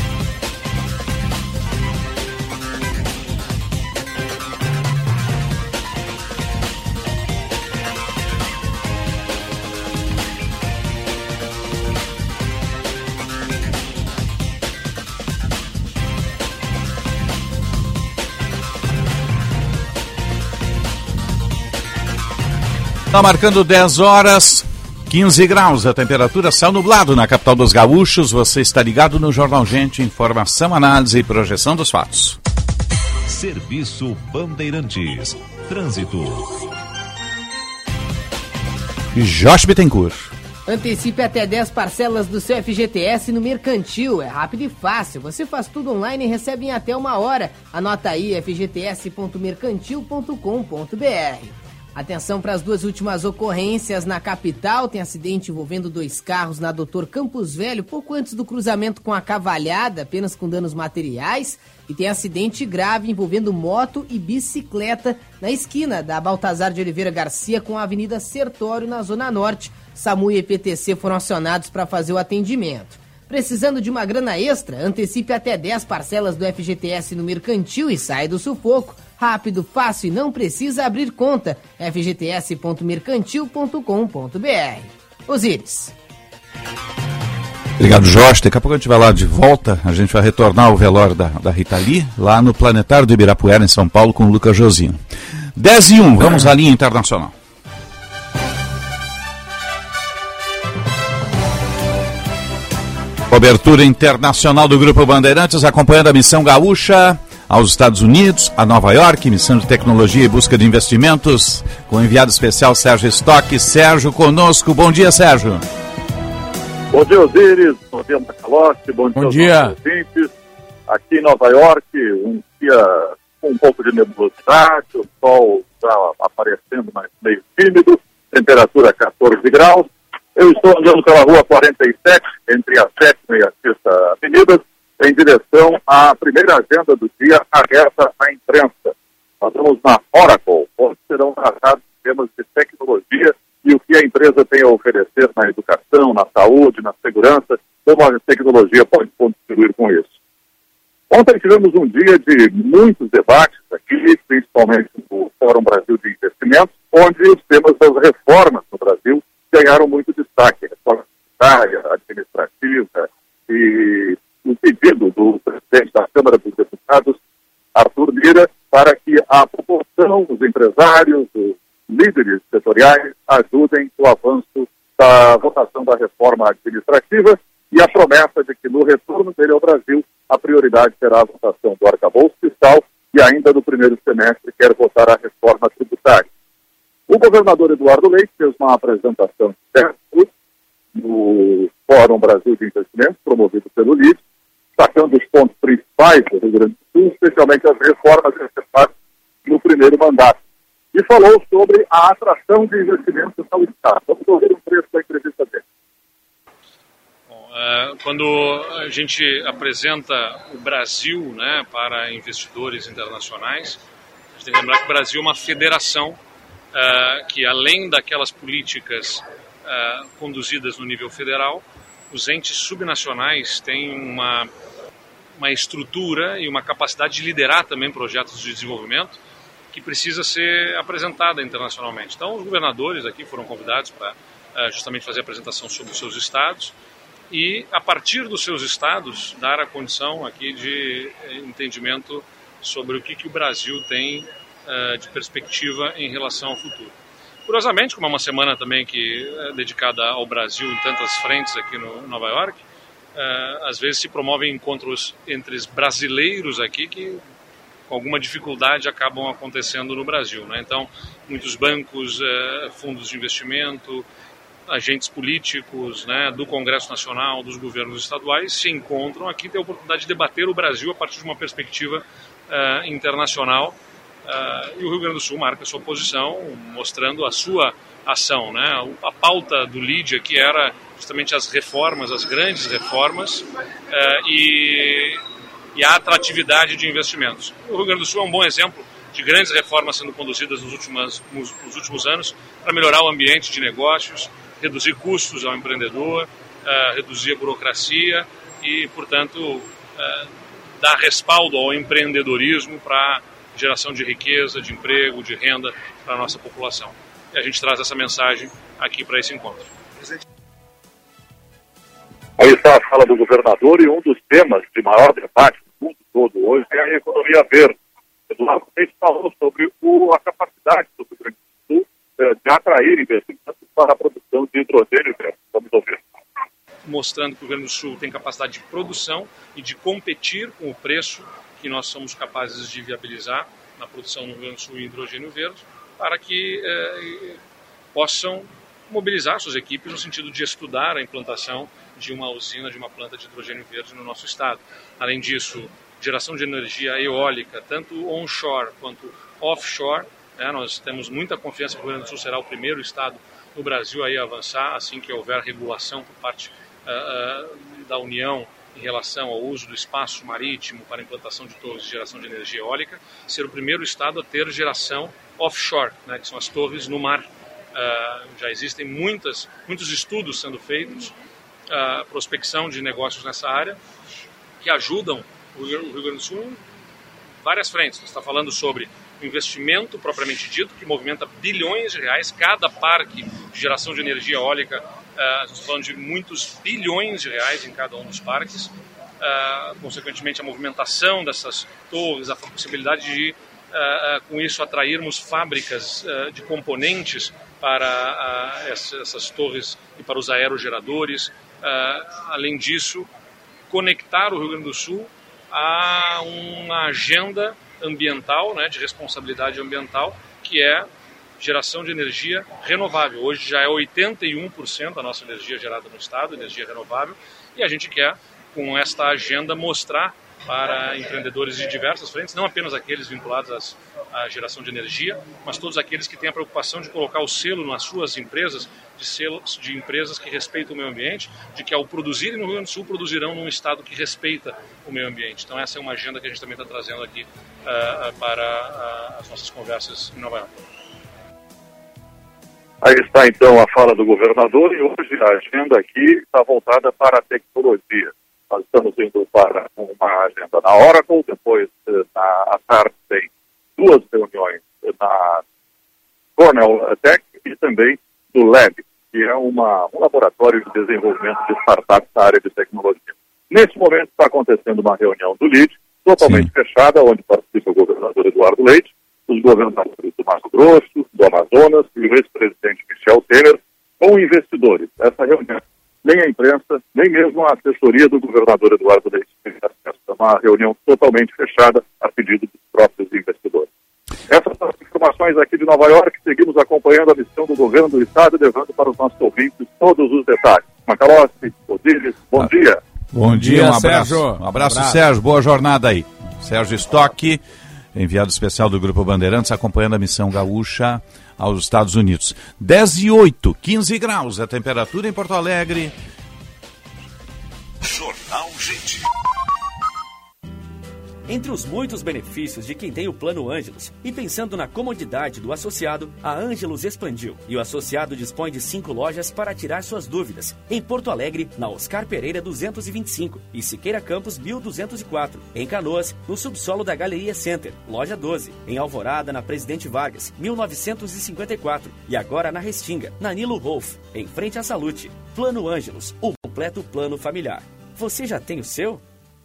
S3: Tá marcando dez horas, quinze graus, a temperatura, céu nublado na capital dos gaúchos. Você está ligado no Jornal Gente, informação, análise e projeção dos fatos.
S2: Serviço Bandeirantes. Trânsito.
S3: Josh Bittencourt.
S9: Antecipe até dez parcelas do seu F G T S no Mercantil. É rápido e fácil. Você faz tudo online e recebe em até uma hora. Anota aí, f g t s ponto mercantil ponto com ponto b r. Atenção para as duas últimas ocorrências na capital. Tem acidente envolvendo dois carros na Doutor Campos Velho, pouco antes do cruzamento com a Cavalhada, apenas com danos materiais. E tem acidente grave envolvendo moto e bicicleta na esquina da Baltazar de Oliveira Garcia com a Avenida Sertório, na Zona Norte. SAMU e E P T C foram acionados para fazer o atendimento. Precisando de uma grana extra? Antecipe até dez parcelas do F G T S no Mercantil e sai do sufoco. Rápido, fácil e não precisa abrir conta. f g t s ponto mercantil ponto com ponto b r. Osíris.
S3: Obrigado, Jorge. Daqui a pouco a gente vai lá de volta. A gente vai retornar ao velório da, da Rita Lee, lá no Planetário do Ibirapuera, em São Paulo, com o Lucas Josino. dez e um, vamos à linha internacional. Cobertura internacional do Grupo Bandeirantes, acompanhando a missão gaúcha aos Estados Unidos, a Nova York, missão de tecnologia e busca de investimentos, com o enviado especial Sérgio Stock. Sérgio conosco, bom dia, Sérgio.
S16: Bom dia, Osiris. Bom dia, Macalossi. Bom,
S6: Bom
S16: dia aos ouvintes. Aqui em Nova York, um dia com um pouco de nebulosidade, o sol está aparecendo, mas meio tímido, temperatura catorze graus. Eu estou andando pela rua quarenta e sete, entre a sétima e a sexta avenidas, em direção à primeira agenda do dia aberta à imprensa. Nós estamos na Oracle, onde serão tratados temas de tecnologia e o que a empresa tem a oferecer na educação, na saúde, na segurança, como a tecnologia pode contribuir com isso. Ontem tivemos um dia de muitos debates aqui, principalmente no Fórum Brasil de Investimentos, onde os temas das reformas no Brasil ganharam muito destaque. Reforma tributária, administrativa e o pedido do presidente da Câmara dos Deputados, Arthur Lira, para que a população, os empresários, os líderes setoriais ajudem o avanço da votação da reforma administrativa e a promessa de que no retorno dele ao Brasil a prioridade será a votação do arcabouço fiscal e ainda no primeiro semestre quer votar a reforma tributária. O governador Eduardo Leite fez uma apresentação no Fórum Brasil de Investimentos, promovido pelo L I D, destacando os pontos principais do Rio Grande do Sul, especialmente as reformas necessárias no primeiro mandato. E falou sobre a atração de investimentos ao Estado. Vamos ouvir um trecho da entrevista dele.
S17: Bom, é, quando a gente apresenta o Brasil, né, para investidores internacionais, a gente tem que lembrar que o Brasil é uma federação é, que, além daquelas políticas é, conduzidas no nível federal, os entes subnacionais têm uma, uma estrutura e uma capacidade de liderar também projetos de desenvolvimento que precisa ser apresentada internacionalmente. Então, os governadores aqui foram convidados para uh, justamente fazer a apresentação sobre os seus estados e, a partir dos seus estados, dar a condição aqui de entendimento sobre o que, que o Brasil tem uh, de perspectiva em relação ao futuro. Curiosamente, como é uma semana também que é dedicada ao Brasil em tantas frentes aqui no Nova York, uh, às vezes se promovem encontros entre os brasileiros aqui que com alguma dificuldade acabam acontecendo no Brasil, né? Então, muitos bancos, eh, fundos de investimento, agentes políticos, né, do Congresso Nacional, dos governos estaduais se encontram aqui e têm a oportunidade de debater o Brasil a partir de uma perspectiva eh, internacional. Eh, e o Rio Grande do Sul marca a sua posição, mostrando a sua ação, né? A pauta do L I D aqui era justamente as reformas, as grandes reformas eh, e... e a atratividade de investimentos. O Rio Grande do Sul é um bom exemplo de grandes reformas sendo conduzidas nos últimos, nos últimos anos para melhorar o ambiente de negócios, reduzir custos ao empreendedor, uh, reduzir a burocracia e, portanto, uh, dar respaldo ao empreendedorismo para geração de riqueza, de emprego, de renda para a nossa população. E a gente traz essa mensagem aqui para esse encontro.
S16: Aí está a fala do governador e um dos temas de maior debate no mundo todo hoje é a economia verde. Eduardo Leite falou sobre o, a capacidade do Rio Grande do Sul eh, de atrair investimentos para a produção de hidrogênio verde. Vamos ouvir.
S17: Mostrando que o Rio Grande do Sul tem capacidade de produção e de competir com o preço que nós somos capazes de viabilizar na produção no Rio Grande do Sul de hidrogênio verde, para que eh, possam mobilizar suas equipes no sentido de estudar a implantação de uma usina, de uma planta de hidrogênio verde no nosso estado. Além disso, geração de energia eólica, tanto onshore quanto offshore. Né? Nós temos muita confiança que o Rio Grande do Sul será o primeiro estado no Brasil a avançar, assim que houver regulação por parte uh, uh, da União em relação ao uso do espaço marítimo para a implantação de torres de geração de energia eólica, ser o primeiro estado a ter geração offshore, né? Que são as torres no mar. Uh, já existem muitas, muitos estudos sendo feitos, a prospecção de negócios nessa área, que ajudam o Rio Grande do Sul em várias frentes. Você está falando sobre o investimento propriamente dito, que movimenta bilhões de reais, cada parque de geração de energia eólica, uh, estamos falando de muitos bilhões de reais em cada um dos parques, uh, consequentemente a movimentação dessas torres, a possibilidade de, uh, uh, com isso, atrairmos fábricas uh, de componentes para uh, essas, essas torres e para os aerogeradores. Uh, além disso, conectar o Rio Grande do Sul a uma agenda ambiental, né, de responsabilidade ambiental, que é geração de energia renovável. Hoje já é oitenta e um por cento da nossa energia gerada no estado, energia renovável, e a gente quer, com esta agenda, mostrar para empreendedores de diversas frentes, não apenas aqueles vinculados às, à geração de energia, mas todos aqueles que têm a preocupação de colocar o selo nas suas empresas, de selos de empresas que respeitam o meio ambiente, de que ao produzirem no Rio Grande do Sul, produzirão num estado que respeita o meio ambiente. Então essa é uma agenda que a gente também está trazendo aqui uh, para uh, as nossas conversas em Nova York.
S16: Aí está então a fala do governador, e hoje a agenda aqui está voltada para a tecnologia. Nós estamos indo para uma agenda na Oracle, depois na à tarde tem duas reuniões na Cornell Tech e também do Lab, que é uma, um laboratório de desenvolvimento de startups na área de tecnologia. Nesse momento está acontecendo uma reunião do L I D, totalmente Sim. fechada, onde participa o governador Eduardo Leite, os governadores do Mato Grosso, do Amazonas e o ex-presidente Michel Temer, com investidores. Essa reunião, nem a imprensa, nem mesmo a assessoria do governador Eduardo Leite tem acesso. É uma reunião totalmente fechada a pedido dos próprios investidores. Essas são as informações aqui de Nova York. Seguimos acompanhando a missão do governo do estado e levando para os nossos ouvintes todos os detalhes. Macalossi, Osiris, bom ah. dia.
S3: Bom, bom dia, dia, um abraço.
S6: Sérgio.
S3: Um abraço,
S6: abraço,
S3: Sérgio. Boa jornada aí. Sérgio Stock, enviado especial do Grupo Bandeirantes, acompanhando a missão gaúcha aos Estados Unidos. dez e oito, quinze graus a temperatura em Porto Alegre.
S1: Jornal Gente.
S5: Entre os muitos benefícios de quem tem o Plano Ângelos e pensando na comodidade do associado, a Ângelos expandiu e o associado dispõe de cinco lojas para tirar suas dúvidas. Em Porto Alegre, na Oscar Pereira duzentos e vinte e cinco e Siqueira Campos mil duzentos e quatro. Em Canoas, no subsolo da Galeria Center, loja doze. Em Alvorada, na Presidente Vargas, mil novecentos e cinquenta e quatro. E agora na Restinga, na Nilo Rolf, em frente à Salute. Plano Ângelos, o completo plano familiar. Você já tem o seu?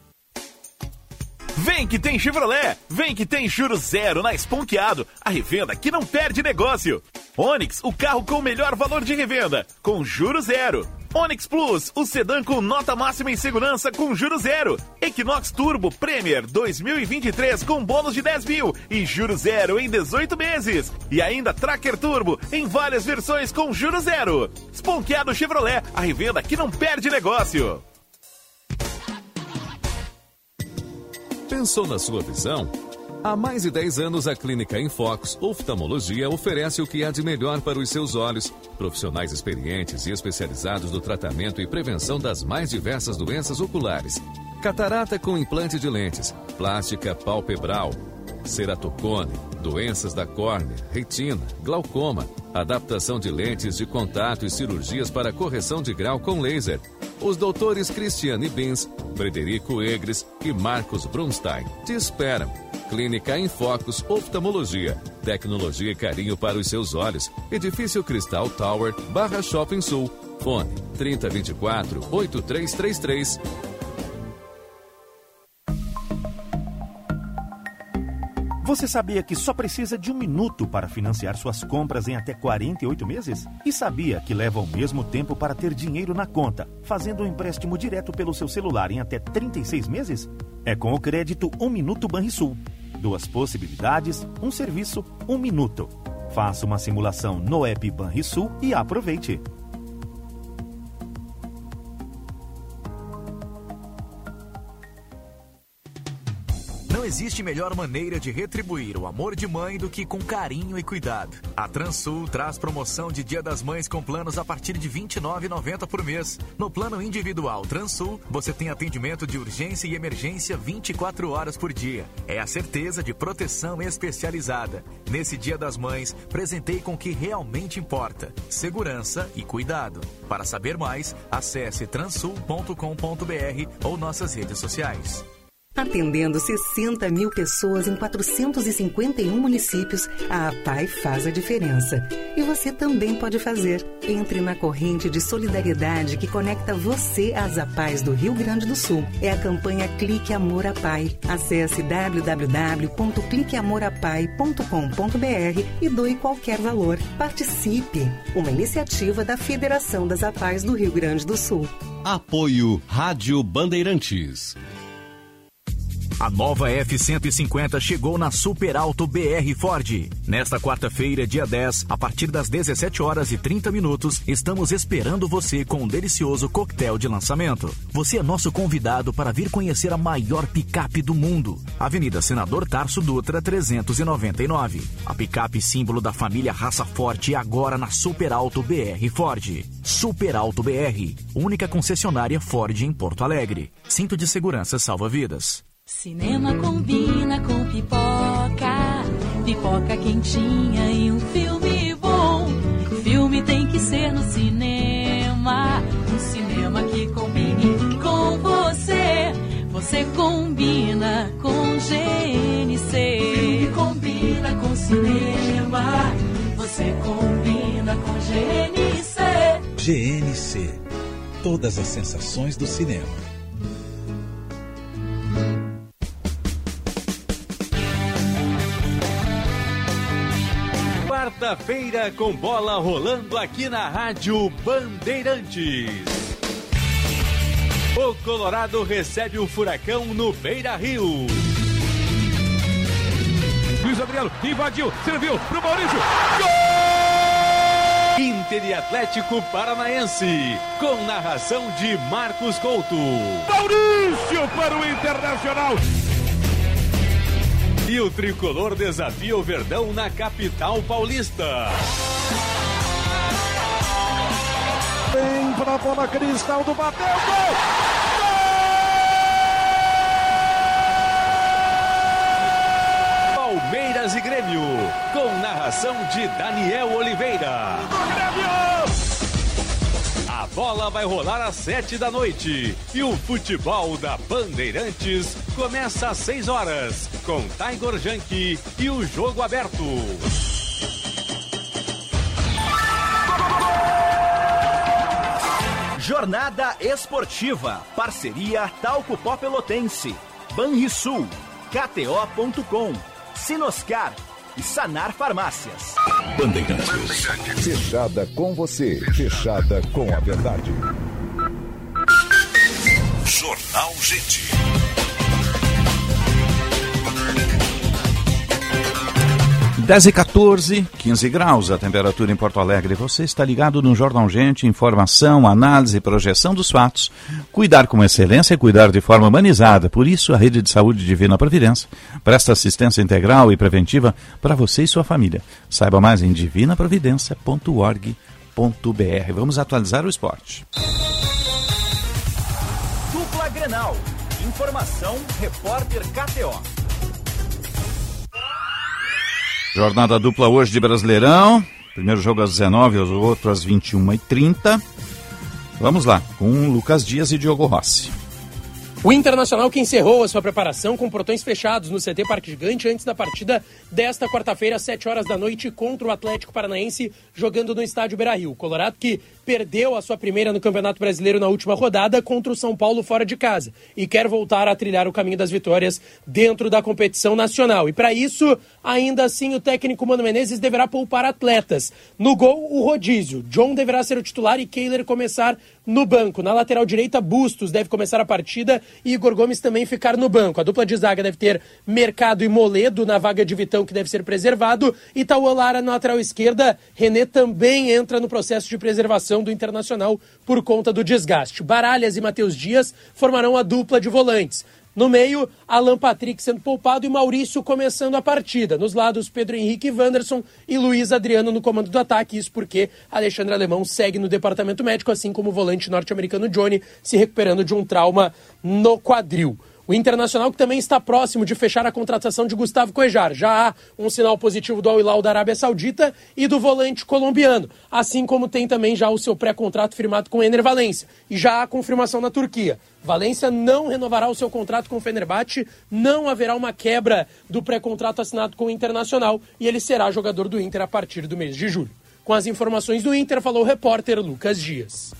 S12: Vem que tem Chevrolet! Vem que tem juros zero na Esponqueado, a revenda que não perde negócio. Onix, o carro com o melhor valor de revenda, com juros zero. Onix Plus, o sedã com nota máxima em segurança com juros zero. Equinox Turbo Premier dois mil e vinte e três com bônus de dez mil e juros zero em dezoito meses. E ainda Tracker Turbo em várias versões com juros zero. Esponqueado Chevrolet, a revenda que não perde negócio.
S13: Pensou na sua visão? Há mais de dez anos, a Clínica Infox Oftalmologia oferece o que há de melhor para os seus olhos. Profissionais experientes e especializados no tratamento e prevenção das mais diversas doenças oculares. Catarata com implante de lentes, plástica palpebral, ceratocone, doenças da córnea, retina, glaucoma, adaptação de lentes de contato e cirurgias para correção de grau com laser. Os doutores Cristiane Bins, Frederico Egres e Marcos Brunstein te esperam. Clínica Infocus Oftalmologia. Tecnologia e carinho para os seus olhos. Edifício Cristal Tower, Barra Shopping Sul. Fone trinta, vinte e quatro, oitenta e três trinta e três.
S23: Você sabia que só precisa de um minuto para financiar suas compras em até quarenta e oito meses? E sabia que leva o mesmo tempo para ter dinheiro na conta, fazendo um empréstimo direto pelo seu celular em até trinta e seis meses? É com o crédito Um Minuto Banrisul. Duas possibilidades, um serviço, um minuto. Faça uma simulação no app Banrisul e aproveite.
S22: Não existe melhor maneira de retribuir o amor de mãe do que com carinho e cuidado. A Transul traz promoção de Dia das Mães com planos a partir de vinte e nove reais e noventa centavos por mês. No plano individual Transul, você tem atendimento de urgência e emergência vinte e quatro horas por dia. É a certeza de proteção especializada. Nesse Dia das Mães, presentei com o que realmente importa: segurança e cuidado. Para saber mais, acesse transul ponto com ponto br ou nossas redes sociais.
S18: Atendendo sessenta mil pessoas em quatrocentos e cinquenta e um municípios, a APAI faz a diferença. E você também pode fazer. Entre na corrente de solidariedade que conecta você às APAIs do Rio Grande do Sul. É a campanha Clique Amor APAI. Acesse w w w ponto clique amor apai ponto com ponto br e doe qualquer valor. Participe! Uma iniciativa da Federação das APAIs do Rio Grande do Sul.
S4: Apoio Rádio Bandeirantes.
S22: A nova F cento e cinquenta chegou na Super Alto B R Ford. Nesta quarta-feira, dia dez, a partir das dezessete horas e trinta minutos, estamos esperando você com um delicioso coquetel de lançamento. Você é nosso convidado para vir conhecer a maior picape do mundo. Avenida Senador Tarso Dutra, trezentos e noventa e nove. A picape símbolo da família Raça Forte agora na Super Alto B R Ford. Super Alto B R, única concessionária Ford em Porto Alegre. Cinto de segurança salva vidas.
S19: Cinema combina com pipoca, pipoca quentinha e um filme bom. Filme tem que ser no cinema, um cinema que combine com você. Você combina com G N C. Filme combina com cinema, você combina com G N C.
S2: G N C. Todas as sensações do cinema.
S20: Quarta-feira com bola rolando aqui na Rádio Bandeirantes. O Colorado recebe o Furacão no Beira-Rio.
S21: Luiz Adriano invadiu, serviu pro Maurício.
S20: Gol! Inter e Atlético Paranaense, com narração de Marcos Couto.
S21: Maurício para o Internacional.
S20: E o tricolor desafia o Verdão na capital paulista.
S21: Vem pra bola, Cristaldo bateu, gol!
S20: Palmeiras e Grêmio, com narração de Daniel Oliveira. A bola vai rolar às sete da noite e o futebol da Bandeirantes começa às seis horas com Tiger Junk e o jogo aberto.
S23: Jornada Esportiva, parceria Talco Pó Pelotense, Banrisul, K T O ponto com, Sinoscar e Sanar Farmácias.
S1: Bandeirantes. Fechada com você, fechada com a verdade. Jornal Gente.
S3: dez e quatorze, quinze graus a temperatura em Porto Alegre. Você está ligado no Jornal Gente, informação, análise e projeção dos fatos. Cuidar com excelência e cuidar de forma humanizada. Por isso, a Rede de Saúde Divina Providência presta assistência integral e preventiva para você e sua família. Saiba mais em divina providência ponto org ponto b r. Vamos atualizar o esporte.
S23: Dupla Grenal. Informação, repórter K T O.
S3: Jornada dupla hoje de Brasileirão. Primeiro jogo às dezenove, o outro às vinte e uma e trinta. Vamos lá, com Lucas Dias e Diogo Rossi.
S24: O Internacional que encerrou a sua preparação com portões fechados no C T Parque Gigante antes da partida desta quarta-feira, às sete horas da noite, contra o Atlético Paranaense, jogando no estádio Beira-Rio. O Colorado que perdeu a sua primeira no Campeonato Brasileiro na última rodada contra o São Paulo fora de casa e quer voltar a trilhar o caminho das vitórias dentro da competição nacional. E para isso, ainda assim, o técnico Mano Menezes deverá poupar atletas. No gol, o rodízio. John deverá ser o titular e Kehler começar no banco. Na lateral direita, Bustos deve começar a partida e Igor Gomes também ficar no banco. A dupla de zaga deve ter Mercado e Moledo na vaga de Vitão, que deve ser preservado. E Tauan Lara na lateral esquerda. René também entra no processo de preservação do Internacional por conta do desgaste. Baralhas e Matheus Dias formarão a dupla de volantes. No meio, Alan Patrick sendo poupado e Maurício começando a partida. Nos lados, Pedro Henrique Wanderson e Luiz Adriano no comando do ataque. Isso porque Alexandre Alemão segue no departamento médico, assim como o volante norte-americano Johnny, se recuperando de um trauma no quadril. O Internacional que também está próximo de fechar a contratação de Gustavo Cuejar. Já há um sinal positivo do Al Hilal da Arábia Saudita e do volante colombiano, assim como tem também já o seu pré-contrato firmado com o Ener Valencia. E já há confirmação na Turquia. Valencia não renovará o seu contrato com o Fenerbahçe, não haverá uma quebra do pré-contrato assinado com o Internacional e ele será jogador do Inter a partir do mês de julho. Com as informações do Inter, falou o repórter Lucas Dias.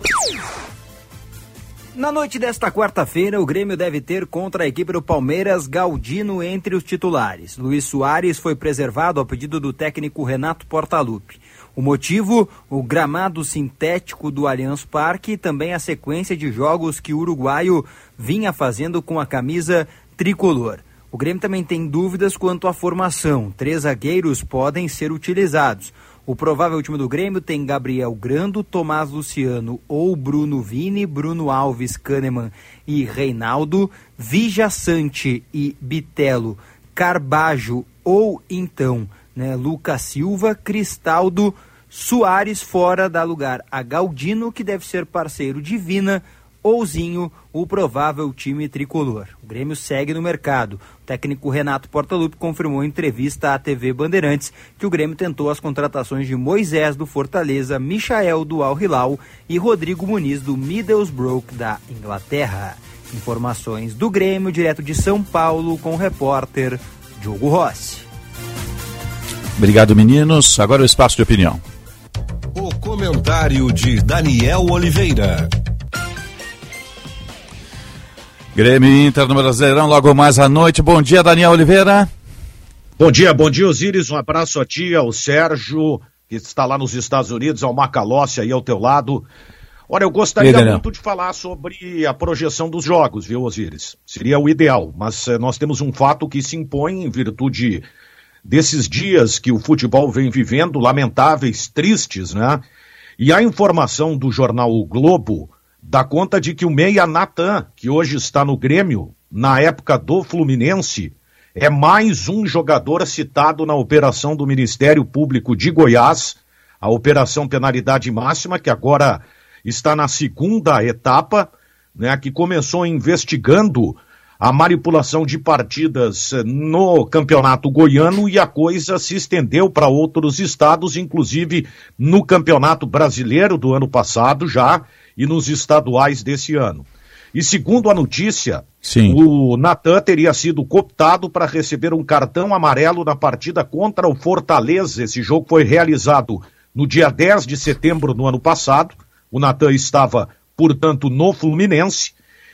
S25: Na noite desta quarta-feira, o Grêmio deve ter contra a equipe do Palmeiras Galdino entre os titulares. Luiz Soares foi preservado ao pedido do técnico Renato Portaluppi. O motivo, o gramado sintético do Allianz Parque e também a sequência de jogos que o uruguaio vinha fazendo com a camisa tricolor. O Grêmio também tem dúvidas quanto à formação. Três zagueiros podem ser utilizados. O provável time do Grêmio tem Gabriel Grando, Tomás Luciano ou Bruno Vini, Bruno Alves, Kahneman e Reinaldo, Vija Sante e Bitelo, Carbajo ou então né, Lucas Silva, Cristaldo, Soares fora, dá lugar a Galdino, que deve ser parceiro de Vina, Ouzinho, o provável time tricolor. O Grêmio segue no mercado. O técnico Renato Portaluppi confirmou em entrevista à T V Bandeirantes que o Grêmio tentou as contratações de Moisés do Fortaleza, Michael do Al Hilal e Rodrigo Muniz do Middlesbrough da Inglaterra. Informações do Grêmio, direto de São Paulo, com o repórter Diogo Rossi.
S3: Obrigado, meninos. Agora o espaço de opinião.
S4: O comentário de Daniel Oliveira.
S3: Grêmio e Inter no Brasileirão, logo mais à noite. Bom dia, Daniel Oliveira.
S7: Bom dia, bom dia, Osíris. Um abraço a ti, ao Sérgio, que está lá nos Estados Unidos, ao Macalossi aí ao teu lado. Olha, eu gostaria
S3: aí,
S7: muito de falar sobre a projeção dos jogos, viu, Osíris? Seria o ideal, mas eh, nós temos um fato que se impõe em virtude desses dias que o futebol vem vivendo, lamentáveis, tristes, né? E a informação do jornal O Globo dá conta de que o meia Natan, que hoje está no Grêmio, na época do Fluminense, é mais um jogador citado na operação do Ministério Público de Goiás, a Operação Penalidade Máxima, que agora está na segunda etapa, né, que começou investigando a manipulação de partidas no Campeonato Goiano e a coisa se estendeu para outros estados, inclusive no Campeonato Brasileiro do ano passado já, e nos estaduais desse ano. E segundo a notícia, Sim. o Natan teria sido cooptado para receber um cartão amarelo na partida contra o Fortaleza. Esse jogo foi realizado no dia dez de setembro do ano passado. O Natan estava, portanto, no Fluminense.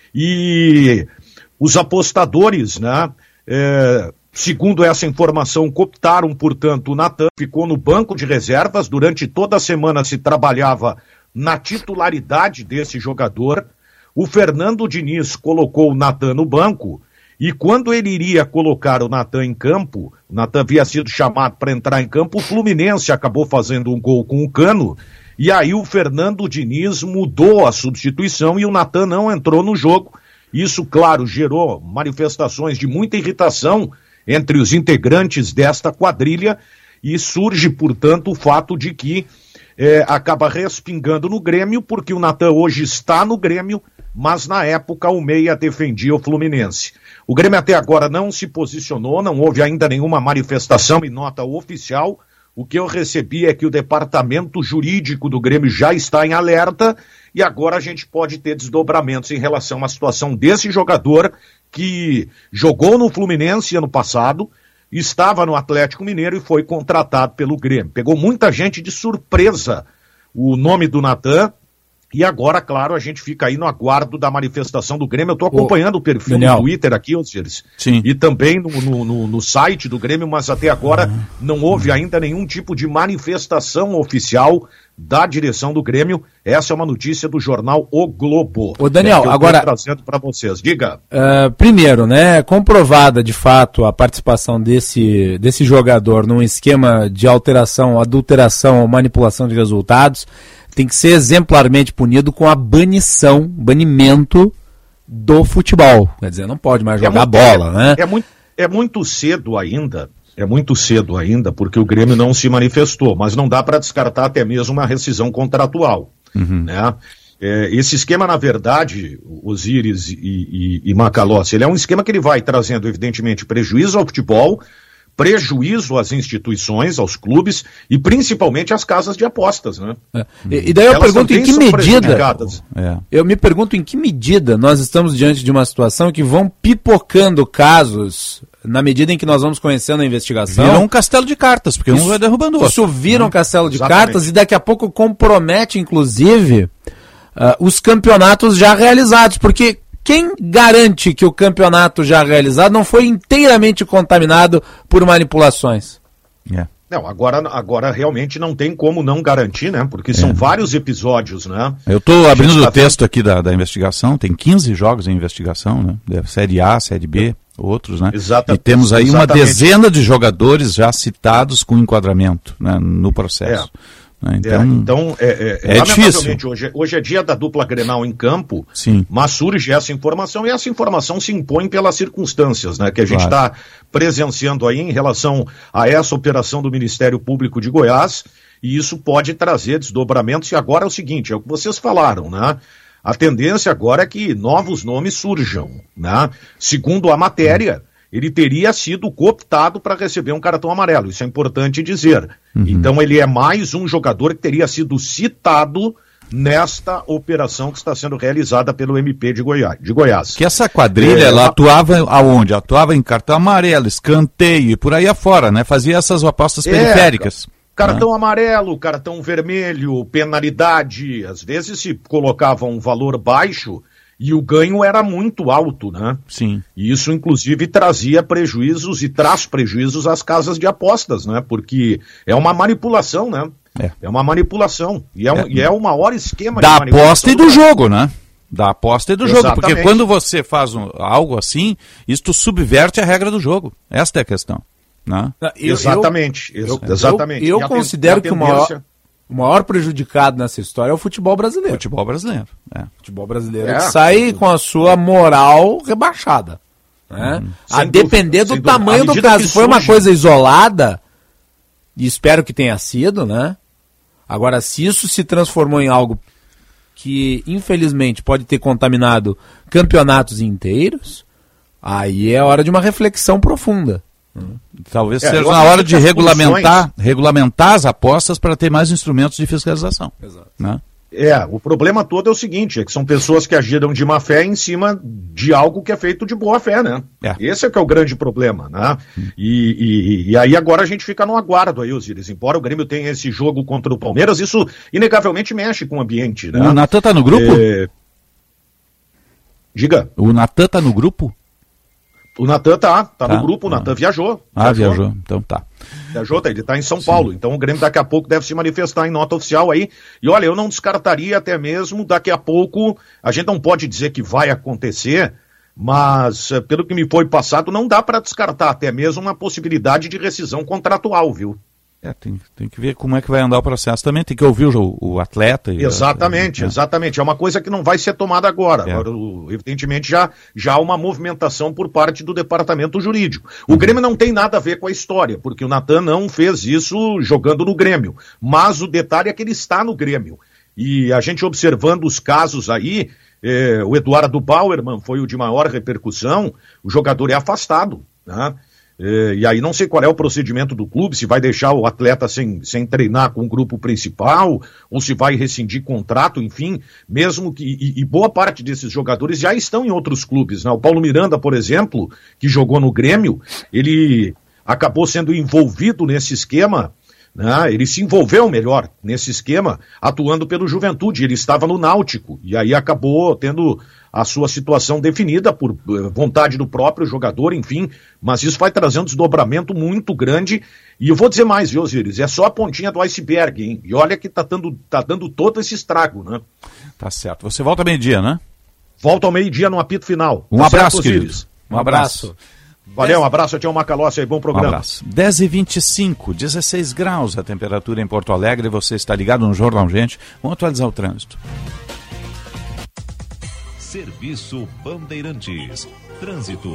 S7: E os apostadores, né, é, segundo essa informação, cooptaram, portanto, o Natan. Ficou no banco de reservas. Durante toda a semana se trabalhava na titularidade desse jogador. O Fernando Diniz colocou o Natan no banco e quando ele iria colocar o Natan em campo, o Natan havia sido chamado para entrar em campo, o Fluminense acabou fazendo um gol com o Cano e aí o Fernando Diniz mudou a substituição e o Natan não entrou no jogo. Isso, claro, gerou manifestações de muita irritação entre os integrantes desta quadrilha e surge, portanto, o fato de que É, acaba respingando no Grêmio, porque o Natan hoje está no Grêmio, mas na época o meia defendia o Fluminense. O Grêmio até agora não se posicionou, não houve ainda nenhuma manifestação e nota oficial. O que eu recebi é que o departamento jurídico do Grêmio já está em alerta e agora a gente pode ter desdobramentos em relação à situação desse jogador que jogou no Fluminense ano passado, estava no Atlético Mineiro e foi contratado pelo Grêmio. Pegou muita gente de surpresa o nome do Natan e agora, claro, a gente fica aí no aguardo da manifestação do Grêmio. Eu estou acompanhando Ô, o perfil Daniel. no Twitter aqui, Osiris, e também no, no, no, no site do Grêmio, mas até agora uhum. não houve ainda nenhum tipo de manifestação oficial da direção do Grêmio. Essa é uma notícia do jornal O Globo.
S6: Ô Daniel,
S7: é,
S6: agora
S7: trazendo para vocês. Diga.
S6: Uh, primeiro, né, comprovada de fato a participação desse, desse jogador num esquema de alteração, adulteração ou manipulação de resultados, tem que ser exemplarmente punido com a banição, banimento do futebol. Quer dizer, não pode mais jogar é muito, bola,
S7: é,
S6: né?
S7: É muito, é muito cedo ainda. É muito cedo ainda, porque o Grêmio não se manifestou, mas não dá para descartar até mesmo uma rescisão contratual. Uhum. Né? É, esse esquema, na verdade, Osíris e, e, e Macalossi, ele é um esquema que ele vai trazendo, evidentemente, prejuízo ao futebol, prejuízo às instituições, aos clubes e principalmente às casas de apostas, né?
S6: É. E, e daí eu Elas pergunto em que medida, é. eu me pergunto em que medida nós estamos diante de uma situação que vão pipocando casos na medida em que nós vamos conhecendo a investigação.
S3: Vira um castelo de cartas, porque isso, um vai derrubando o outro.
S6: Isso vira um castelo de
S7: Exatamente.
S6: cartas e daqui a pouco compromete, inclusive, uh, os campeonatos já realizados, porque quem garante que o campeonato já realizado não foi inteiramente contaminado por manipulações?
S7: É. Não, agora, agora realmente não tem como não garantir, né? Porque são é. vários episódios, né?
S3: Eu estou abrindo o tá texto vendo... aqui da, da investigação, tem quinze jogos em investigação, né? Série A, Série B, outros, né?
S7: Exata,
S3: e temos aí
S7: exatamente.
S3: uma dezena de jogadores já citados com enquadramento, né, no processo.
S7: É.
S3: Né? Então,
S7: é, então é, é,
S3: é
S7: lamentavelmente,
S3: difícil.
S7: Hoje, hoje é dia da dupla Grenal em campo,
S3: Sim.
S7: mas surge essa informação e essa informação se impõe pelas circunstâncias, né, que a gente está
S3: Claro.
S7: presenciando aí em relação a essa operação do Ministério Público de Goiás, e isso pode trazer desdobramentos. E agora é o seguinte, é o que vocês falaram, né? A tendência agora é que novos nomes surjam, né? Segundo a matéria, ele teria sido cooptado para receber um cartão amarelo, isso é importante dizer.
S3: Uhum.
S7: Então ele é mais um jogador que teria sido citado nesta operação que está sendo realizada pelo M P de Goiás. De Goiás.
S3: Que essa quadrilha,
S7: É,
S3: ela
S7: uma-
S3: atuava aonde? Atuava em cartão amarelo, escanteio e por aí afora, né? Fazia essas apostas
S7: É,
S3: periféricas.
S7: Cartão
S3: né?
S7: amarelo, cartão vermelho, penalidade, às vezes se colocava um valor baixo e o ganho era muito alto, né?
S3: Sim.
S7: E isso, inclusive, trazia prejuízos e traz prejuízos às casas de apostas, né? Porque é uma manipulação, né?
S3: É,
S7: é uma manipulação. E é, um,
S3: É.
S7: e é o maior esquema
S3: Da
S7: de manipulação.
S3: aposta e do jogo, né? Da aposta e do jogo. Porque
S7: Exatamente.
S3: quando você faz um- algo assim, isso subverte a regra do jogo. Esta é a questão. Né?
S6: Eu-
S7: Exatamente,
S6: Eu,
S7: ex- exatamente.
S6: Eu,
S7: E
S6: eu
S7: a ten-
S6: considero
S7: e a
S6: que o maior,
S7: tendência-
S6: o maior prejudicado nessa história é o futebol brasileiro.
S3: Futebol brasileiro. É.
S6: Futebol brasileiro
S7: É.
S6: que sai com a sua moral rebaixada. Né? A
S7: Sem
S6: depender
S7: dúvida,
S6: do
S7: sem dúvida.
S6: tamanho
S7: À
S6: do
S7: medida
S6: caso.
S7: que
S6: Se foi uma
S7: surge-
S6: coisa isolada, e espero que tenha sido, né? Agora, se isso se transformou em algo que, infelizmente, pode ter contaminado campeonatos inteiros, aí é hora de uma reflexão profunda.
S3: Talvez
S7: É,
S3: seja
S7: eu
S3: na hora
S7: acredito
S3: de
S7: que as
S3: regulamentar, regulamentar as apostas para ter mais instrumentos de fiscalização.
S6: Exato.
S3: Né?
S7: É, o problema todo é o seguinte, é que são pessoas que agiram de má fé em cima de algo que é feito de boa fé, né?
S3: É.
S7: Esse é que é o grande problema, né? E, e, e aí agora a gente fica no aguardo aí, Osíris. Embora o Grêmio tenha esse jogo contra o Palmeiras, isso inegavelmente mexe com o ambiente, né?
S3: O Natan tá no grupo?
S7: É... Diga.
S3: O Natan tá no grupo?
S7: O Natan tá, tá,
S3: Tá.
S7: no grupo, o Natan viajou.
S3: Ah, viajou. Então tá.
S7: Viajou, tá, ele está em São Paulo, então o Grêmio daqui a pouco deve se manifestar em nota oficial aí. E olha, eu não descartaria até mesmo daqui a pouco, a gente não pode dizer que vai acontecer, mas eh, pelo que me foi passado, não dá para descartar até mesmo uma possibilidade de rescisão contratual, viu?
S3: É, tem, tem que ver como é que vai andar o processo também, tem que ouvir o, o atleta. E,
S7: Exatamente,
S3: é,
S7: exatamente. É uma coisa que não vai ser tomada agora.
S3: É.
S7: Agora, o- evidentemente, já, já há uma movimentação por parte do departamento jurídico.
S3: Uhum.
S7: O Grêmio não tem nada a ver com a história, porque o Natan não fez isso jogando no Grêmio. Mas o detalhe é que ele está no Grêmio. E a gente observando os casos aí, eh, o Eduardo Bauerman foi o de maior repercussão, o jogador é afastado, né? É, e aí não sei qual é o procedimento do clube, se vai deixar o atleta sem, sem treinar com o grupo principal, ou se vai rescindir contrato, enfim, mesmo que, e, e boa parte desses jogadores já estão em outros clubes, né? O Paulo Miranda, por exemplo, que jogou no Grêmio, ele acabou sendo envolvido nesse esquema, né? Ele se envolveu melhor nesse esquema, atuando pelo Juventude, ele estava no Náutico, e aí acabou tendo a sua situação definida por eh, vontade do próprio jogador, enfim, mas isso vai trazer um desdobramento muito grande, e eu vou dizer mais, viu, Osíris, é só a pontinha do iceberg, hein, e olha que tá dando, tá dando todo esse estrago, né?
S3: Tá certo. Você volta meio-dia, né?
S7: Volta ao meio-dia no apito final.
S3: Um
S7: Tá
S3: abraço,
S7: certo,
S3: querido.
S7: Osíris?
S3: Um abraço.
S7: Valeu, um abraço, tchau, Macalossi aí, bom
S3: Um
S7: programa.
S3: abraço. dez e vinte e cinco, dezesseis graus a temperatura em Porto Alegre. Você está ligado no Jornal Gente. Vamos atualizar o trânsito.
S2: Serviço Bandeirantes. Trânsito.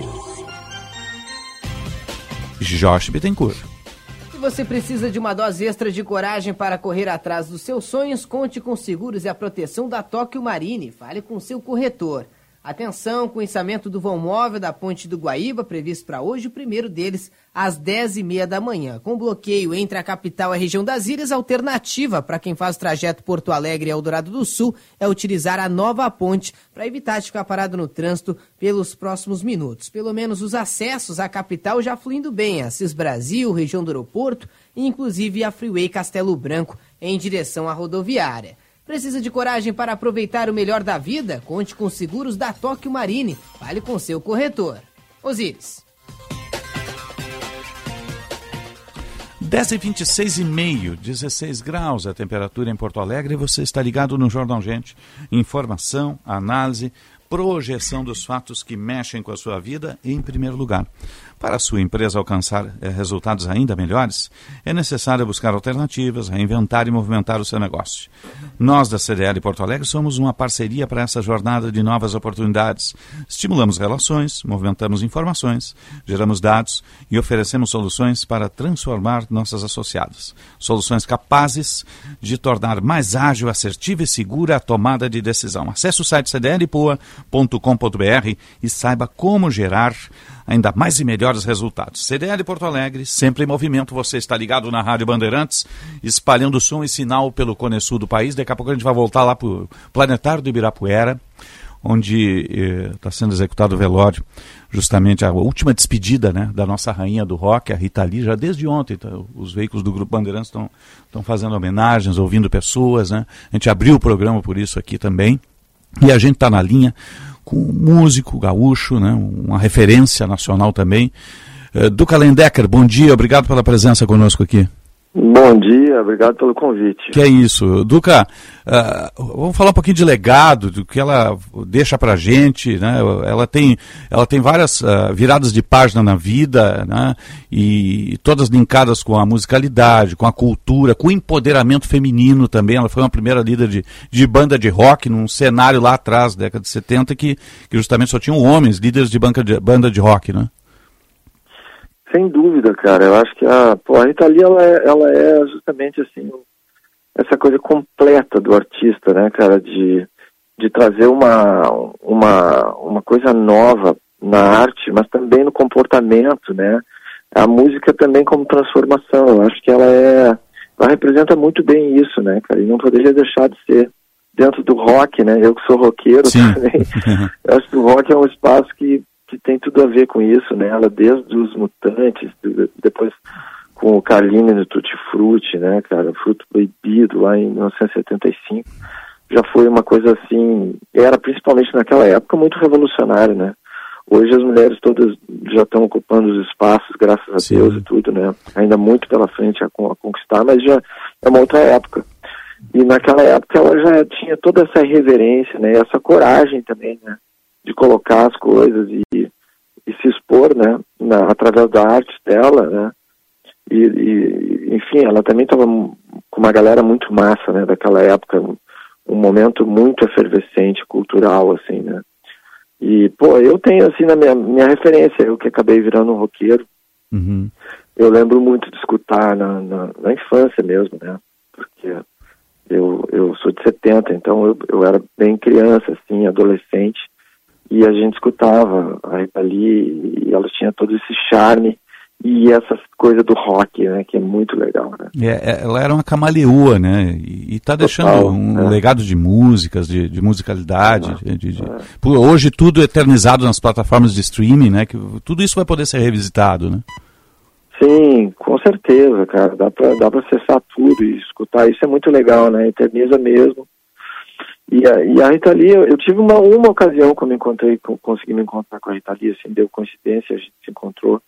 S3: Jorge Bittencourt.
S9: Se você precisa de uma dose extra de coragem para correr atrás dos seus sonhos, conte com os seguros e a proteção da Tóquio Marine. Fale com seu corretor. Atenção com o içamento do vão móvel da Ponte do Guaíba, previsto para hoje, o primeiro deles às dez e meia da manhã. Com bloqueio entre a capital e a região das ilhas, a alternativa para quem faz o trajeto Porto Alegre e Eldorado do Sul é utilizar a nova ponte para evitar de ficar parado no trânsito pelos próximos minutos. Pelo menos os acessos à capital já fluindo bem, a Cis Brasil, região do aeroporto e inclusive a Freeway Castelo Branco em direção à rodoviária. Precisa de coragem para aproveitar o melhor da vida? Conte com os seguros da Tóquio Marine. Fale com seu corretor. Osíris.
S3: dez e vinte e seis e meio, dezesseis graus a temperatura em Porto Alegre. Você está ligado no Jornal Gente. Informação, análise, projeção dos fatos que mexem com a sua vida em primeiro lugar. Para a sua empresa alcançar eh, resultados ainda melhores, é necessário buscar alternativas, reinventar e movimentar o seu negócio. Nós da C D L Porto Alegre somos uma parceria para essa jornada de novas oportunidades. Estimulamos relações, movimentamos informações, geramos dados e oferecemos soluções para transformar nossas associadas. Soluções capazes de tornar mais ágil, assertiva e segura a tomada de decisão. Acesse o site c d l poa ponto com ponto b r e saiba como gerar ainda mais e melhores resultados. C D L Porto Alegre, sempre em movimento. Você está ligado na Rádio Bandeirantes, espalhando som e sinal pelo Cone Sul do país. Daqui a pouco a gente vai voltar lá para o Planetário do Ibirapuera, onde está eh, sendo executado o velório, justamente a última despedida, né, da nossa rainha do rock, a Rita Lee. Já desde ontem, tá, os veículos do Grupo Bandeirantes estão fazendo homenagens, ouvindo pessoas, né? A gente abriu o programa por isso aqui também. E a gente está na linha com um músico gaúcho, né, uma referência nacional também. Uh, Duca Lendecker, bom dia, obrigado pela presença conosco aqui.
S8: Bom dia, obrigado pelo convite.
S3: Que é isso. Duca, uh, vamos falar um pouquinho de legado, do que ela deixa pra gente, né? Ela tem, ela tem várias uh, viradas de página na vida, né? E todas linkadas com a musicalidade, com a cultura, com o empoderamento feminino também. Ela foi uma primeira líder de, de banda de rock num cenário lá atrás, década de setenta, que, que justamente só tinham homens, líderes de, banca de banda de rock, né?
S8: Sem dúvida, cara. Eu acho que a, pô, a Rita Lee, ela é, ela é justamente assim, essa coisa completa do artista, né, cara, de, de trazer uma, uma, uma coisa nova na arte, mas também no comportamento, né, a música também como transformação. Eu acho que ela é, ela representa muito bem isso, né, cara, e não poderia deixar de ser dentro do rock, né, eu que sou roqueiro
S3: Sim.
S8: também. Eu acho que o rock é um espaço que que tem tudo a ver com isso, né? Ela desde os Mutantes, depois com o Carlini no Tutti Frutti, né, cara, Fruto Proibido lá em mil novecentos e setenta e cinco, já foi uma coisa assim, era principalmente naquela época muito revolucionário, né? Hoje as mulheres todas já estão ocupando os espaços, graças a Sim. Deus e tudo, né? Ainda muito pela frente a, a conquistar, mas já é uma outra época. E naquela época ela já tinha toda essa irreverência, né? Essa coragem também, né? De colocar as coisas e, e se expor, né, na, através da arte dela, né, e, e enfim, ela também estava com uma galera muito massa, né, daquela época, um, um momento muito efervescente, cultural, assim, né, e, pô, eu tenho, assim, na minha, minha referência, eu que acabei virando um roqueiro,
S3: uhum.
S8: eu lembro muito de escutar na, na, na infância mesmo, né, porque eu, eu sou de setenta, então eu, eu era bem criança, assim, adolescente, e a gente escutava a Rita Lee, e ela tinha todo esse charme e essa coisa do rock, né, que é muito legal, né?
S3: É, ela era uma camaleoa, né, e está deixando
S8: Total,
S3: um
S8: é.
S3: legado de músicas, de, de musicalidade,
S8: é.
S3: de, de, é. hoje tudo eternizado nas plataformas de streaming, né, que tudo isso vai poder ser revisitado, né?
S8: Sim, com certeza, cara, dá pra, dá pra acessar tudo e escutar, isso é muito legal, né, eterniza mesmo. E a, e a Rita Lee, eu, eu tive uma, uma ocasião que eu me encontrei, consegui me encontrar com a Rita Lee, assim, deu coincidência, a gente se encontrou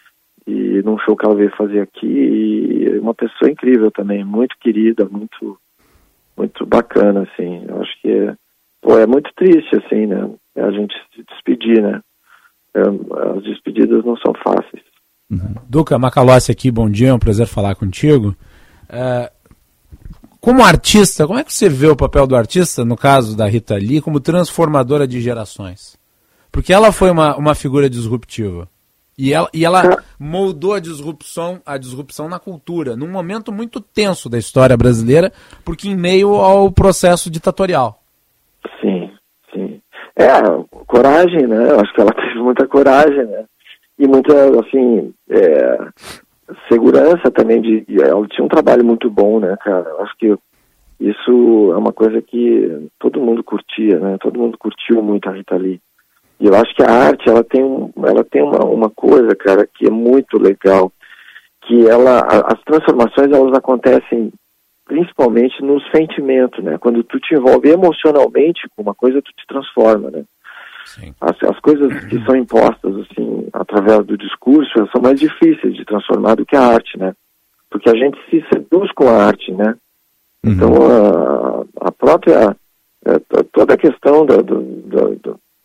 S8: e num show que ela veio fazer aqui, e uma pessoa incrível também, muito querida, muito, muito bacana, assim. Eu acho que é, pô, é muito triste, assim, né, a gente se despedir, né, é, as despedidas não são fáceis.
S6: Uhum. Duca Macalossi aqui, bom dia, é um prazer falar contigo. É... Como artista, como é que você vê o papel do artista, no caso da Rita Lee, como transformadora de gerações? Porque ela foi uma, uma figura disruptiva. E ela, e ela moldou a disrupção, a disrupção na cultura, num momento muito tenso da história brasileira, porque em meio ao processo ditatorial.
S8: Sim, sim. É, coragem, né? Eu acho que ela teve muita coragem, né? E muita, assim... É... segurança também, de, de, ela tinha um trabalho muito bom, né, cara, eu acho que isso é uma coisa que todo mundo curtia, né, todo mundo curtiu muito a Rita Lee, e eu acho que a arte, ela tem, um, ela tem uma, uma coisa, cara, que é muito legal, que ela, a, as transformações, elas acontecem principalmente no sentimento, né, quando tu te envolve emocionalmente com uma coisa, tu te transforma, né. As, as coisas que são impostas, assim, através do discurso, elas são mais difíceis de transformar do que a arte, né? Porque a gente se seduz com a arte, né? Uhum. Então, a, a própria, a, toda a questão do, do, do,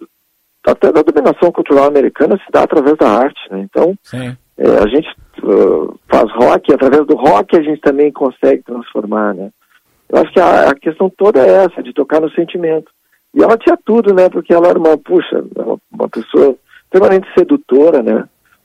S8: até da dominação cultural americana se dá através da arte, né? Então, é, a gente uh, faz rock, através do rock a gente também consegue transformar, né? Eu acho que a, a questão toda é essa, de tocar no sentimento. E ela tinha tudo, né? Porque ela era uma, puxa, uma, uma pessoa extremamente sedutora, né?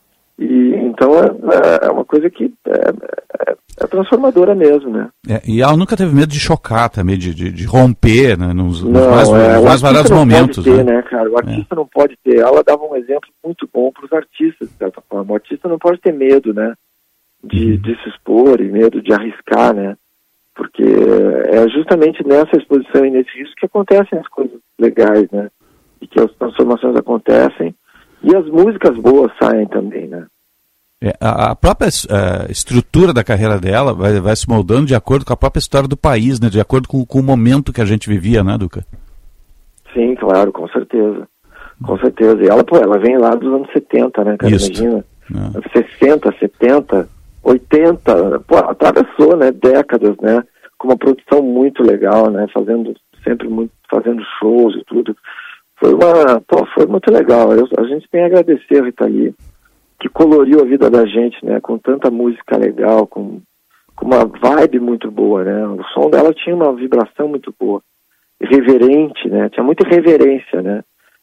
S8: E então é, é uma coisa que é, é, é transformadora mesmo, né?
S3: É, e ela nunca teve medo de chocar também, de, de, de romper, né? Nos, nos
S8: não,
S3: mais,
S8: é,
S3: nos mais variados momentos.
S8: Ter,
S3: né?
S8: né, cara? O artista é. não pode ter. Ela dava um exemplo muito bom para os artistas, de certa forma. O artista não pode ter medo, né? De, de se expor e medo de arriscar, né? Porque é justamente nessa exposição e nesse risco que acontecem as coisas legais, né? E que as transformações acontecem e as músicas boas saem também, né?
S3: É, a, a própria uh, estrutura da carreira dela vai, vai se moldando de acordo com a própria história do país, né? De acordo com, com o momento que a gente vivia, né, Duca?
S8: Sim, claro, com certeza. Com certeza. E ela, pô, ela vem lá dos anos setenta, né, cara?
S3: Isso.
S8: Imagina.
S3: É.
S8: sessenta, setenta, oitenta, pô, atravessou, né, décadas, né, com uma produção muito legal, né, fazendo sempre muito, fazendo shows e tudo. Foi uma, pô, foi muito legal. Eu, a gente tem a agradecer a Rita Lee, que coloriu a vida da gente, né, com tanta música legal, com, com uma vibe muito boa, né. O som dela tinha uma vibração muito boa, irreverente, né, tinha muita irreverência, né.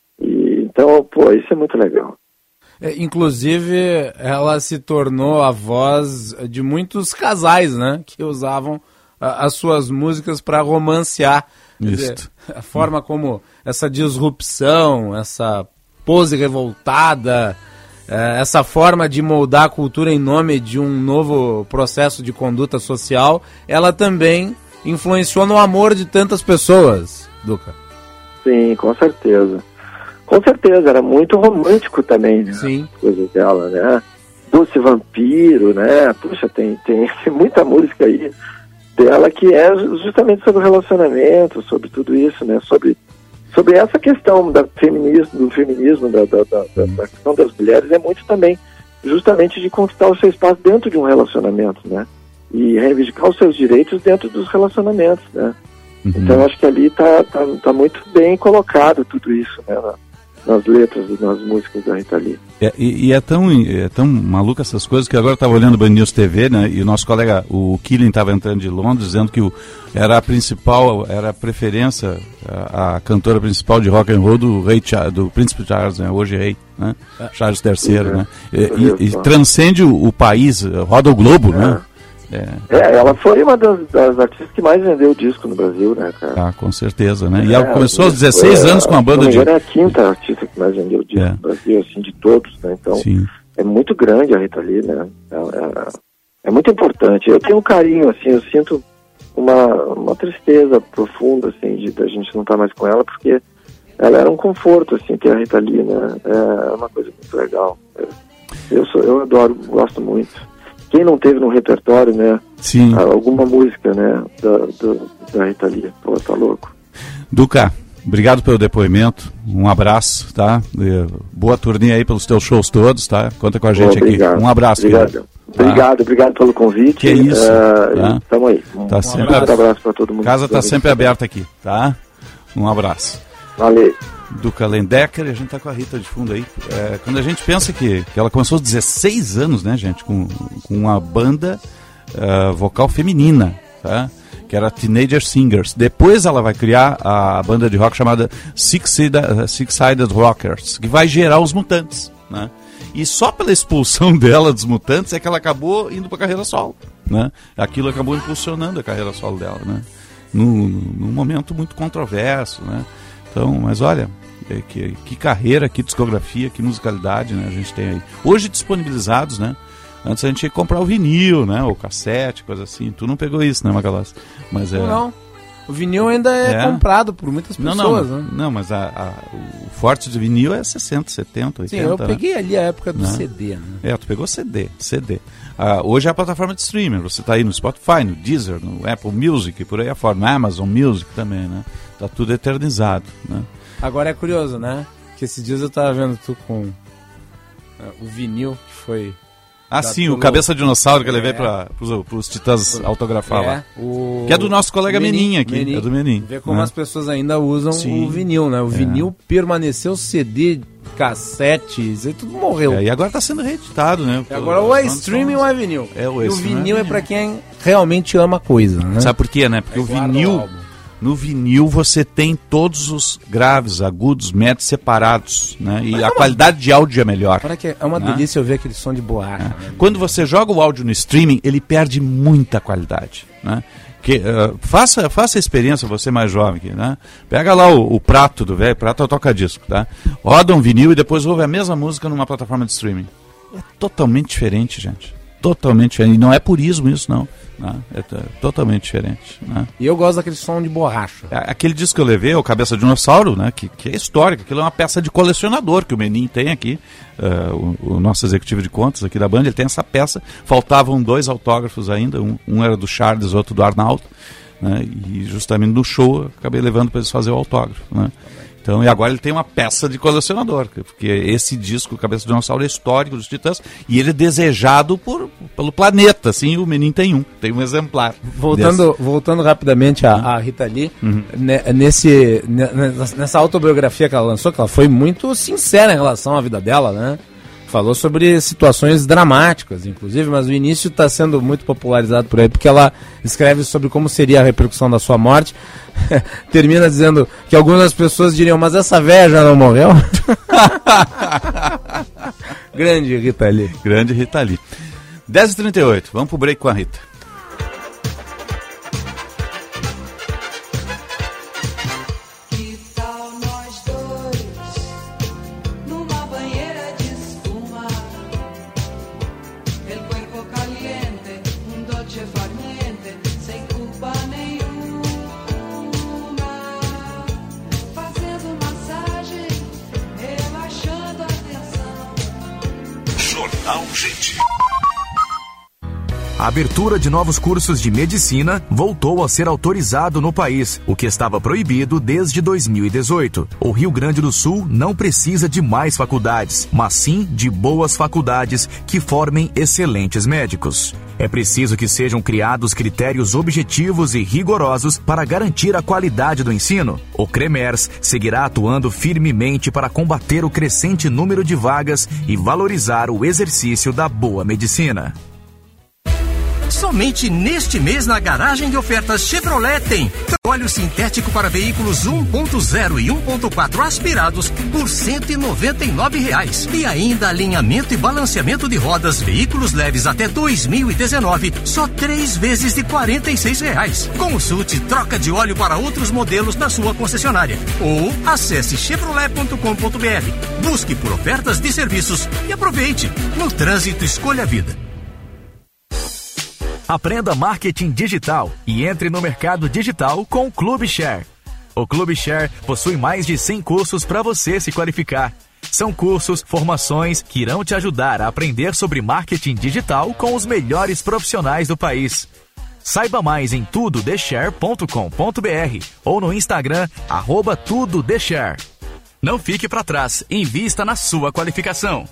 S8: E então, pô, isso é muito legal.
S6: É, inclusive, ela se tornou a voz de muitos casais, né, que usavam a, as suas músicas para romancear. Dizer, a forma como essa disrupção, essa pose revoltada, é, essa forma de moldar a cultura em nome de um novo processo de conduta social, ela também influenciou no amor de tantas pessoas, Duca.
S8: Sim, com certeza. Com certeza, era muito romântico também, né?
S6: Sim.
S8: As coisas dela, né? Doce Vampiro, né? Puxa, tem, tem, tem muita música aí dela que é justamente sobre o relacionamento, sobre tudo isso, né? Sobre, sobre essa questão da feminismo, do feminismo, da, da, da, da questão das mulheres, é muito também justamente de conquistar o seu espaço dentro de um relacionamento, né? E reivindicar os seus direitos dentro dos relacionamentos, né? Uhum. Então, eu acho que ali tá, tá, tá muito bem colocado tudo isso, né? Nas letras e nas músicas da Rita Lee.
S3: É, e, e é tão, é tão maluca essas coisas que agora eu estava olhando o Band News T V, né, e o nosso colega, o Killing, estava entrando de Londres, dizendo que o, era a principal, era a preferência, a, a cantora principal de rock and roll do rei do Príncipe Charles, né, hoje rei, né, Charles terceiro, é, né, e, e, e transcende o, o país, roda o globo, é. né.
S8: É. é, ela foi uma das, das artistas que mais vendeu disco no Brasil, né, cara?
S3: Ah, com certeza, né? E
S8: é,
S3: ela começou aos dezesseis
S8: é,
S3: anos com a banda de...
S8: Ela é a quinta artista que mais vendeu disco é. no Brasil, assim, de todos, né? Então,
S3: Sim.
S8: é muito grande a Rita Lee, né? É, é, é muito importante. Eu tenho um carinho, assim, eu sinto uma, uma tristeza profunda, assim, de, de a gente não estar mais com ela, porque ela era um conforto, assim, ter a Rita Lee, né? É uma coisa muito legal. Eu, sou, eu adoro, gosto muito. Quem não teve no repertório, né?
S3: Sim.
S8: Alguma música, né? Da, da, da Rita Lee. Pô, tá louco.
S3: Duca, obrigado pelo depoimento. Um abraço, tá? Boa turnê aí pelos teus shows todos, tá? Conta com a gente. Pô, aqui. Um abraço,
S8: obrigado. Filho. Obrigado, tá? Obrigado pelo convite.
S3: Que isso.
S8: Uh, tá? Tamo aí. Um,
S3: tá
S8: um
S3: sempre...
S8: abraço pra todo mundo.
S3: Casa tá sempre aberta aqui, tá? Um abraço.
S8: Valeu.
S3: Duca Lendecker, e a gente tá com a Rita de fundo aí. É, quando a gente pensa que, que ela começou aos dezesseis anos, né, gente, com, com uma banda uh, vocal feminina, tá? Que era Teenager Singers. Depois ela vai criar a banda de rock chamada Six-Sided, Six-Sided Rockers, que vai gerar os Mutantes, né? E só pela expulsão dela dos Mutantes é que ela acabou indo pra carreira solo, né? Aquilo acabou impulsionando a carreira solo dela, né? Num, num momento muito controverso, né? Então, mas olha, que, que carreira, que discografia, que musicalidade, né, a gente tem aí. Hoje disponibilizados, né? Antes a gente tinha que comprar o vinil, né? O cassete, coisa assim. Tu não pegou isso, né, Macalós? Mas é...
S6: Não, o vinil ainda é, é comprado por muitas pessoas,
S3: não, não,
S6: né?
S3: Não, mas a, a, o forte do vinil é sessenta, setenta, oitenta.
S6: Sim, eu peguei
S3: né?
S6: ali a época do
S3: né?
S6: C D, né?
S3: É, tu pegou C D, C D. Ah, hoje é a plataforma de streaming. Você tá aí no Spotify, no Deezer, no Apple Music, por aí afora, no Amazon Music também, né? Tá tudo eternizado, né?
S6: Agora é curioso, né? Que esses dias eu tava vendo tu com uh, o vinil, que foi
S3: Ah, sim, o Cabeça Dinossauro que eu levei é. para os Titãs autografar lá.
S6: É, o...
S3: Que é do nosso colega Menin, Menin aqui. Menin. É do Menin.
S6: Vê como
S3: né?
S6: as pessoas ainda usam
S3: sim.
S6: o vinil, né? O é. vinil permaneceu C D, cassetes, e tudo morreu.
S3: É, e agora está sendo reeditado, né?
S6: E agora ou é streaming ou é vinil.
S3: É, o
S6: e o vinil é, é para quem realmente ama a coisa, né?
S3: Sabe por quê, né? Porque é o vinil... No vinil você tem todos os graves, agudos, médios separados, né? E Mas a é uma... qualidade de áudio é melhor.
S6: Para que é uma né? delícia ouvir aquele som de borracha. É.
S3: Né? Quando você joga o áudio no streaming, ele perde muita qualidade, né? Que, uh, faça, faça a experiência, você mais jovem aqui, né? Pega lá o, o prato do velho, prato é o toca-disco, tá? Roda um vinil e depois ouve a mesma música numa plataforma de streaming. É totalmente diferente, gente. Totalmente diferente. E não é purismo isso, não. Né? É t- totalmente diferente. Né?
S6: E eu gosto daquele som de borracha.
S3: Aquele disco que eu levei, o Cabeça de Dinossauro, né? que, que é histórico. Aquilo é uma peça de colecionador que o Menin tem aqui. Uh, o, o nosso executivo de contas aqui da Band, ele tem essa peça. Faltavam dois autógrafos ainda. Um, um era do Charles, outro do Arnaldo. Né? E justamente no show eu acabei levando para eles fazer o autógrafo. Né? Então, e agora ele tem uma peça de colecionador, porque esse disco, Cabeça de Dinossauro, é histórico dos Titãs, e ele é desejado por, pelo planeta, assim, o Menin tem um, tem um exemplar.
S6: Voltando, voltando rapidamente à, à Rita Lee, uhum. nesse, nessa autobiografia que ela lançou, que ela foi muito sincera em relação à vida dela, né? Falou sobre situações dramáticas, inclusive, mas o início está sendo muito popularizado por aí, porque ela escreve sobre como seria a repercussão da sua morte. Termina dizendo que algumas pessoas diriam, mas essa velha já não morreu? Grande Rita Lee.
S3: Grande Rita Lee. dez e trinta e oito, vamos pro break com a Rita.
S22: A abertura de novos cursos de medicina voltou a ser autorizado no país, o que estava proibido desde dois mil e dezoito. O Rio Grande do Sul não precisa de mais faculdades, mas sim de boas faculdades que formem excelentes médicos. É preciso que sejam criados critérios objetivos e rigorosos para garantir a qualidade do ensino. O CREMERS seguirá atuando firmemente para combater o crescente número de vagas e valorizar o exercício da boa medicina.
S10: Somente neste mês na garagem de ofertas Chevrolet tem óleo sintético para veículos um ponto zero e um ponto quatro aspirados por cento e noventa e nove reais. E ainda alinhamento e balanceamento de rodas veículos leves até dois mil e dezenove, só três vezes de quarenta e seis reais. Consulte troca de óleo para outros modelos na sua concessionária. Ou acesse chevrolet ponto com ponto b r. Busque por ofertas de serviços e aproveite. No trânsito, escolha a vida.
S22: Aprenda marketing digital e entre no mercado digital com o Clube Share. O Clube Share possui mais de cem cursos para você se qualificar. São cursos, formações que irão te ajudar a aprender sobre marketing digital com os melhores profissionais do país. Saiba mais em tudo de share ponto com ponto b r ou no Instagram, arroba tudo de share. Não fique para trás, invista na sua qualificação.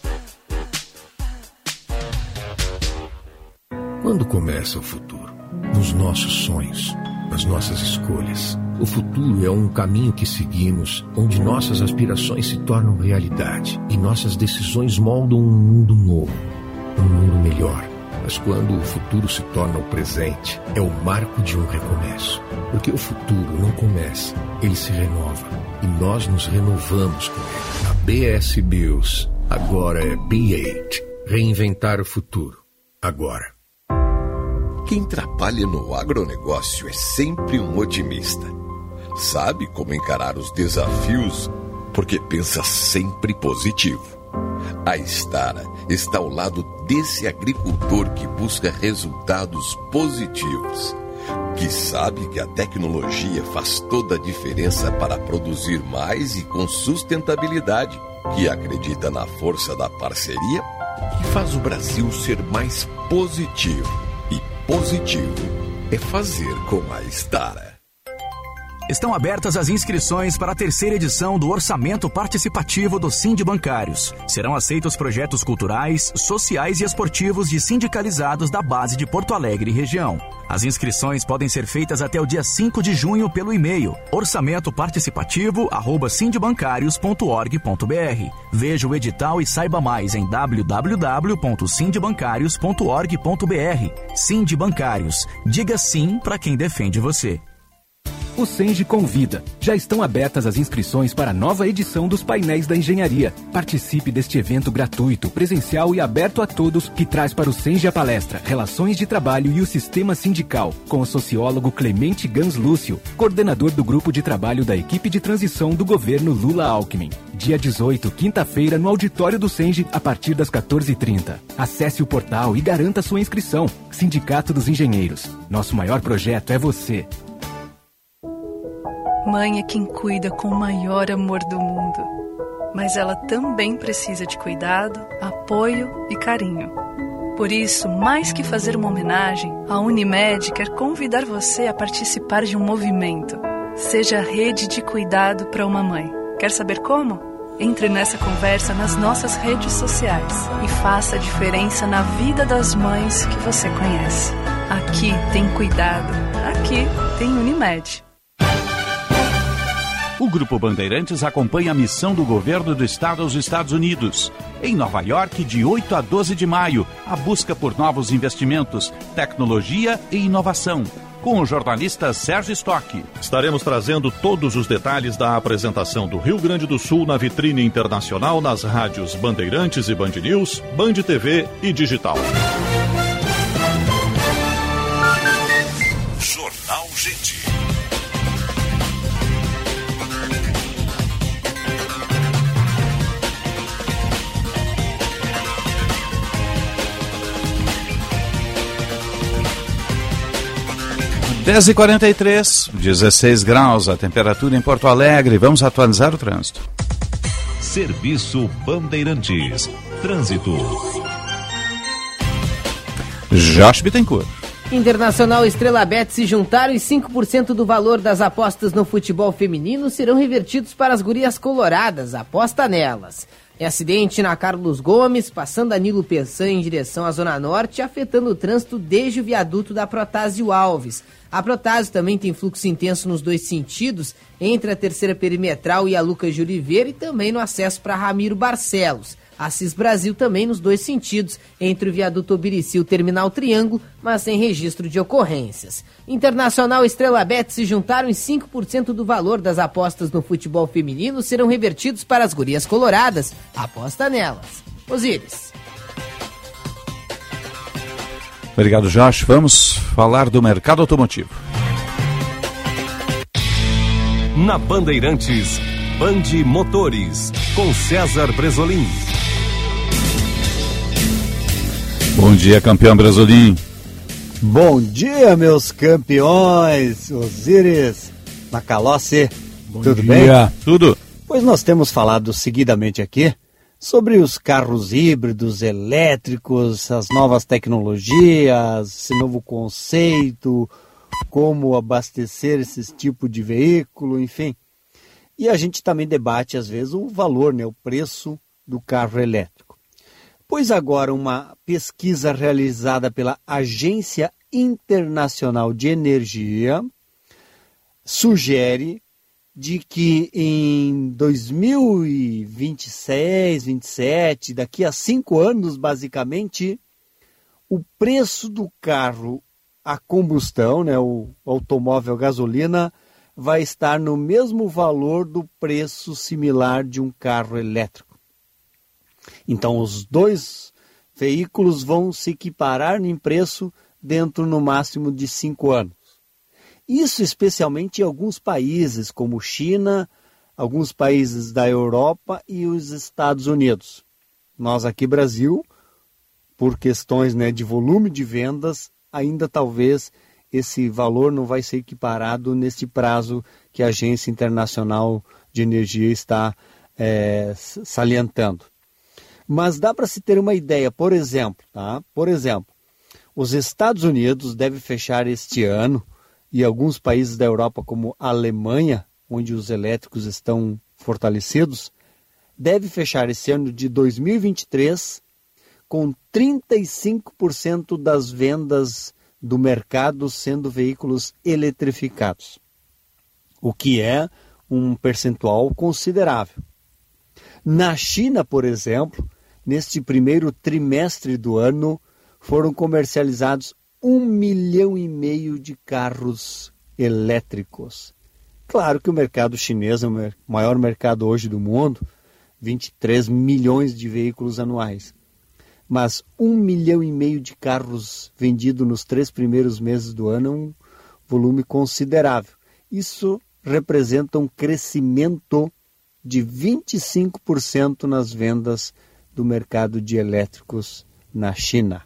S11: Quando começa o futuro? Nos nossos sonhos, nas nossas escolhas. O futuro é um caminho que seguimos, onde nossas aspirações se tornam realidade e nossas decisões moldam um mundo novo, um mundo melhor. Mas quando o futuro se torna o presente, é o marco de um recomeço. Porque o futuro não começa, ele se renova. E nós nos renovamos com ele. A B S Bills agora é B oito. Reinventar o futuro. Agora.
S14: Quem trabalha no agronegócio é sempre um otimista. Sabe como encarar os desafios, porque pensa sempre positivo. A Stara está ao lado desse agricultor que busca resultados positivos, que sabe que a tecnologia faz toda a diferença para produzir mais e com sustentabilidade, que acredita na força da parceria e faz o Brasil ser mais positivo. E positivo é fazer com a Stara.
S22: Estão abertas as inscrições para a terceira edição do Orçamento Participativo do Sindibancários. Serão aceitos projetos culturais, sociais e esportivos de sindicalizados da base de Porto Alegre e região. As inscrições podem ser feitas até o dia cinco de junho pelo e-mail orçamento participativo arroba sindibancários ponto org ponto br. Veja o edital e saiba mais em w w w ponto sindibancários ponto org ponto br. Sindibancários. Diga sim para quem defende você.
S5: O Senge convida. Já estão abertas as inscrições para a nova edição dos Painéis da Engenharia. Participe deste evento gratuito, presencial e aberto a todos que traz para o Senge a palestra Relações de Trabalho e o Sistema Sindical, com o sociólogo Clemente Gans Lúcio, coordenador do grupo de trabalho da equipe de transição do governo Lula-Alckmin. Dia dezoito, quinta-feira, no auditório do Senge, a partir das quatorze e trinta. Acesse o portal e garanta sua inscrição. Sindicato dos Engenheiros. Nosso maior projeto é você.
S12: Mãe é quem cuida com o maior amor do mundo. Mas ela também precisa de cuidado, apoio e carinho. Por isso, mais que fazer uma homenagem, a Unimed quer convidar você a participar de um movimento. Seja a rede de cuidado para uma mãe. Quer saber como? Entre nessa conversa nas nossas redes sociais e faça a diferença na vida das mães que você conhece. Aqui tem cuidado. Aqui tem Unimed.
S3: O Grupo Bandeirantes acompanha a missão do governo do estado aos Estados Unidos. Em Nova York, de oito a doze de maio, a busca por novos investimentos, tecnologia e inovação. Com o jornalista Sérgio Stock.
S15: Estaremos trazendo todos os detalhes da apresentação do Rio Grande do Sul na vitrine internacional nas rádios Bandeirantes e Band News, Band T V e Digital.
S2: Jornal Gente.
S3: dez e quarenta e três, dezesseis graus a temperatura em Porto Alegre. Vamos atualizar o trânsito.
S2: Serviço Bandeirantes. Trânsito.
S3: Josh Bittencourt.
S9: Internacional e Estrela Bet se juntaram e cinco por cento do valor das apostas no futebol feminino serão revertidos para as gurias coloradas. Aposta nelas. É acidente na Carlos Gomes, passando Danilo Pessan em direção à Zona Norte, afetando o trânsito desde o viaduto da Protásio Alves. A Protásio também tem fluxo intenso nos dois sentidos, entre a Terceira Perimetral e a Lucas de Oliveira, e também no acesso para Ramiro Barcelos. Assis Brasil também nos dois sentidos, entre o viaduto Obirici e o Terminal Triângulo, mas sem registro de ocorrências. Internacional e Estrela Bet se juntaram e cinco por cento do valor das apostas no futebol feminino serão revertidos para as gurias coloradas. Aposta nelas. Osíris.
S3: Obrigado, Josh. Vamos falar do mercado automotivo.
S4: Na Bandeirantes, Band Motores, com César Bresolim.
S3: Bom dia, campeão Bresolim.
S16: Bom dia, meus campeões, Osíris, Macalossi, tudo
S3: dia.
S16: bem?
S3: Tudo.
S16: Pois nós temos falado seguidamente aqui sobre os carros híbridos, elétricos, as novas tecnologias, esse novo conceito, como abastecer esse tipo de veículo, enfim. E a gente também debate, às vezes, o valor, né, o preço do carro elétrico. Pois agora uma pesquisa realizada pela Agência Internacional de Energia sugere de que em dois mil e vinte e seis, vinte e sete, daqui a cinco anos, basicamente, o preço do carro a combustão, né, o automóvel a gasolina, vai estar no mesmo valor do preço similar de um carro elétrico. Então, os dois veículos vão se equiparar em preço dentro, no máximo, de cinco anos. Isso especialmente em alguns países, como China, alguns países da Europa e os Estados Unidos. Nós aqui, Brasil, por questões, né, de volume de vendas, ainda talvez esse valor não vai ser equiparado nesse prazo que a Agência Internacional de Energia está é, salientando. Mas dá para se ter uma ideia, por exemplo, tá? Por exemplo, os Estados Unidos devem fechar este ano e alguns países da Europa, como a Alemanha, onde os elétricos estão fortalecidos, deve fechar esse ano de dois mil e vinte e três com trinta e cinco por cento das vendas do mercado sendo veículos eletrificados, o que é um percentual considerável. Na China, por exemplo, neste primeiro trimestre do ano, foram comercializados um milhão e meio de carros elétricos. Claro que o mercado chinês é o maior mercado hoje do mundo, vinte e três milhões de veículos anuais. Mas um milhão e meio de carros vendidos nos três primeiros meses do ano é um volume considerável. Isso representa um crescimento de vinte e cinco por cento nas vendas do mercado de elétricos na China.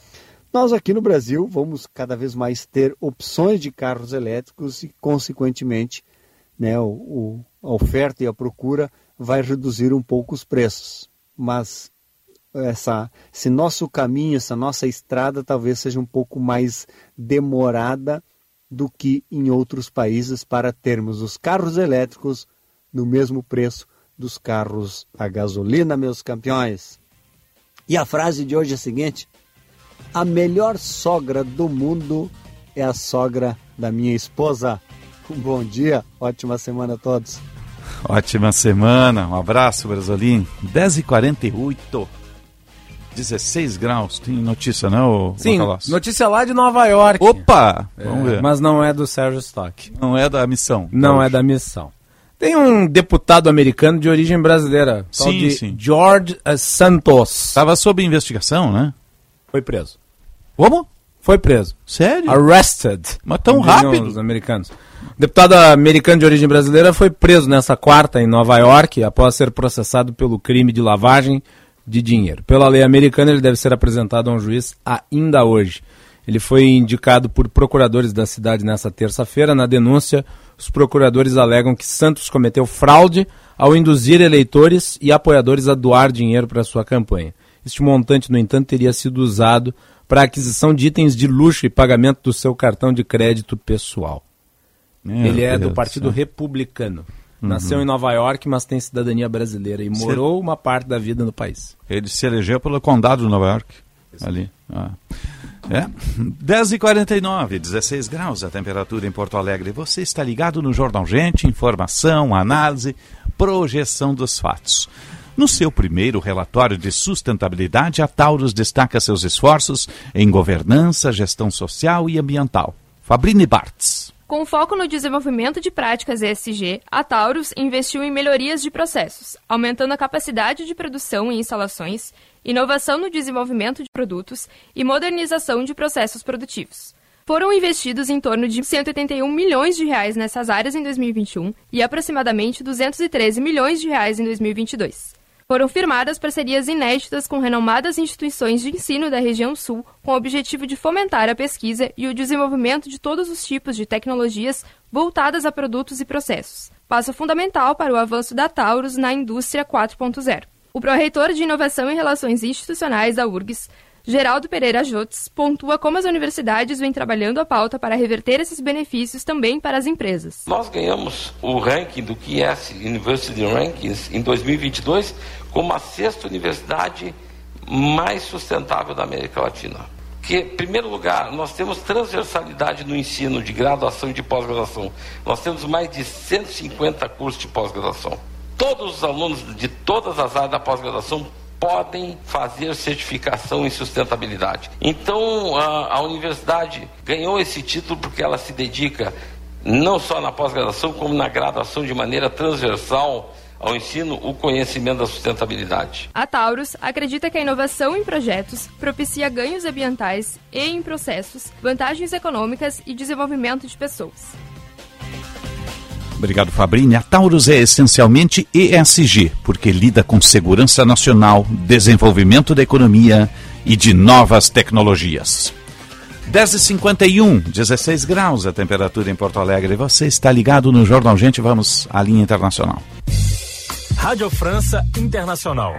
S16: Nós aqui no Brasil vamos cada vez mais ter opções de carros elétricos e, consequentemente, né, o, o, a oferta e a procura vai reduzir um pouco os preços. Mas essa, esse nosso caminho, essa nossa estrada talvez seja um pouco mais demorada do que em outros países para termos os carros elétricos no mesmo preço dos carros a gasolina, meus campeões. E a frase de hoje é a seguinte: a melhor sogra do mundo é a sogra da minha esposa. Um bom dia, ótima semana a todos.
S3: Ótima semana, um abraço, Brasolim. dez e quarenta e oito, dezesseis graus, tem notícia, não,
S6: Sim, notícia lá de Nova York.
S3: Opa,
S6: é,
S3: vamos ver.
S6: Mas não é do Sérgio Stock.
S3: Não é da missão.
S6: Não hoje. é da missão. Tem um deputado americano de origem brasileira,
S3: sim,
S6: tal de
S3: sim.
S6: George Santos.
S3: Estava sob investigação, né?
S6: Foi preso.
S3: Como?
S6: Foi preso.
S3: Sério?
S6: Arrested.
S3: Mas tão rápido?
S6: Os americanos. O deputado americano de origem brasileira foi preso nessa quarta em Nova York após ser processado pelo crime de lavagem de dinheiro. Pela lei americana, ele deve ser apresentado a um juiz ainda hoje. Ele foi indicado por procuradores da cidade nessa terça-feira. Na denúncia, os procuradores alegam que Santos cometeu fraude ao induzir eleitores e apoiadores a doar dinheiro para sua campanha. Este montante, no entanto, teria sido usado para a aquisição de itens de luxo e pagamento do seu cartão de crédito pessoal. Meu Ele é Deus do Partido Deus. Republicano. Uhum. Nasceu em Nova York, mas tem cidadania brasileira e morou se... uma parte da vida no país.
S3: Ele se elegeu pelo condado de Nova York. Isso. Ali. Ah. É. dez e quarenta e nove, dezesseis graus a temperatura em Porto Alegre. Você está ligado no Jornal Gente, informação, análise, projeção dos fatos. No seu primeiro relatório de sustentabilidade, a Taurus destaca seus esforços em governança, gestão social e ambiental. Fabrini Bartz.
S13: Com foco no desenvolvimento de práticas E S G, a Taurus investiu em melhorias de processos, aumentando a capacidade de produção em instalações, inovação no desenvolvimento de produtos e modernização de processos produtivos. Foram investidos em torno de cento e oitenta e um milhões de reais nessas áreas em dois mil e vinte e um e aproximadamente duzentos e treze milhões de reais em dois mil e vinte e dois. Foram firmadas parcerias inéditas com renomadas instituições de ensino da região sul, com o objetivo de fomentar a pesquisa e o desenvolvimento de todos os tipos de tecnologias voltadas a produtos e processos, passo fundamental para o avanço da Taurus na indústria quatro ponto zero. O pró-reitor de Inovação e Relações Institucionais da U R G S, Geraldo Pereira Jotes, pontua como as universidades vêm trabalhando a pauta para reverter esses benefícios também para as empresas.
S17: Nós ganhamos o ranking do Q S University Rankings em dois mil e vinte e dois como a sexta universidade mais sustentável da América Latina. Que, em primeiro lugar, nós temos transversalidade no ensino de graduação e de pós-graduação. Nós temos mais de cento e cinquenta cursos de pós-graduação. Todos os alunos de todas as áreas da pós-graduação podem fazer certificação em sustentabilidade. Então, a, a universidade ganhou esse título porque ela se dedica não só na pós-graduação, como na graduação de maneira transversal ao ensino, o conhecimento da sustentabilidade.
S13: A Taurus acredita que a inovação em projetos propicia ganhos ambientais e em processos, vantagens econômicas e desenvolvimento de pessoas.
S3: Obrigado, Fabrini. A Taurus é essencialmente E S G, porque lida com segurança nacional, desenvolvimento da economia e de novas tecnologias. dez e cinquenta e um, dezesseis graus a temperatura em Porto Alegre. Você está ligado no Jornal Gente, vamos à linha internacional.
S18: Rádio França Internacional.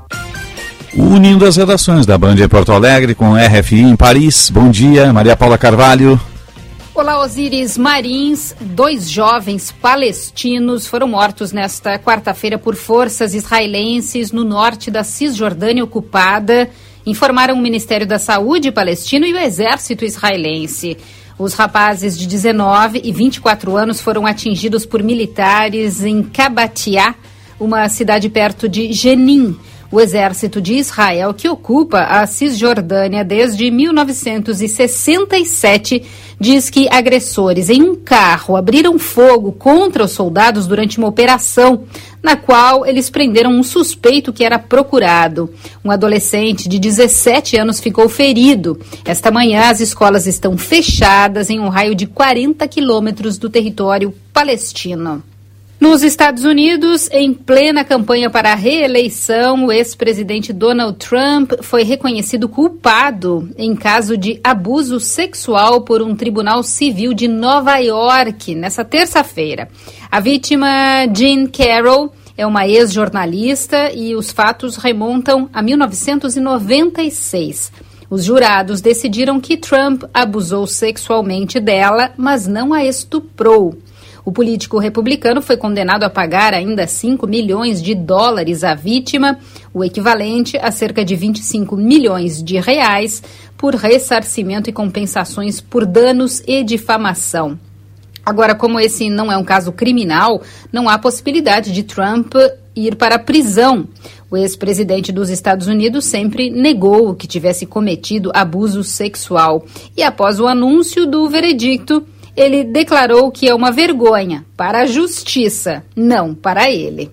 S3: Unindo as redações da Band em Porto Alegre com R F I em Paris. Bom dia, Maria Paula Carvalho.
S1: Olá, Osíris Marins. Dois jovens palestinos foram mortos nesta quarta-feira por forças israelenses no norte da Cisjordânia ocupada, informaram o Ministério da Saúde palestino e o Exército israelense. Os rapazes de dezenove e vinte e quatro anos foram atingidos por militares em Kabatiá, uma cidade perto de Jenin. O exército de Israel, que ocupa a Cisjordânia desde mil novecentos e sessenta e sete, diz que agressores em um carro abriram fogo contra os soldados durante uma operação, na qual eles prenderam um suspeito que era procurado. Um adolescente de dezessete anos ficou ferido. Esta manhã, as escolas estão fechadas em um raio de quarenta quilômetros do território palestino. Nos Estados Unidos, em plena campanha para a reeleição, o ex-presidente Donald Trump foi reconhecido culpado em caso de abuso sexual por um tribunal civil de Nova York, nessa terça-feira. A vítima, Jean Carroll, é uma ex-jornalista e os fatos remontam a mil novecentos e noventa e seis. Os jurados decidiram que Trump abusou sexualmente dela, mas não a estuprou. O político republicano foi condenado a pagar ainda cinco milhões de dólares à vítima, o equivalente a cerca de vinte e cinco milhões de reais, por ressarcimento e compensações por danos e difamação. Agora, como esse não é um caso criminal, não há possibilidade de Trump ir para a prisão. O ex-presidente dos Estados Unidos sempre negou que tivesse cometido abuso sexual. E após o anúncio do veredicto, ele declarou que é uma vergonha para a justiça, não para ele.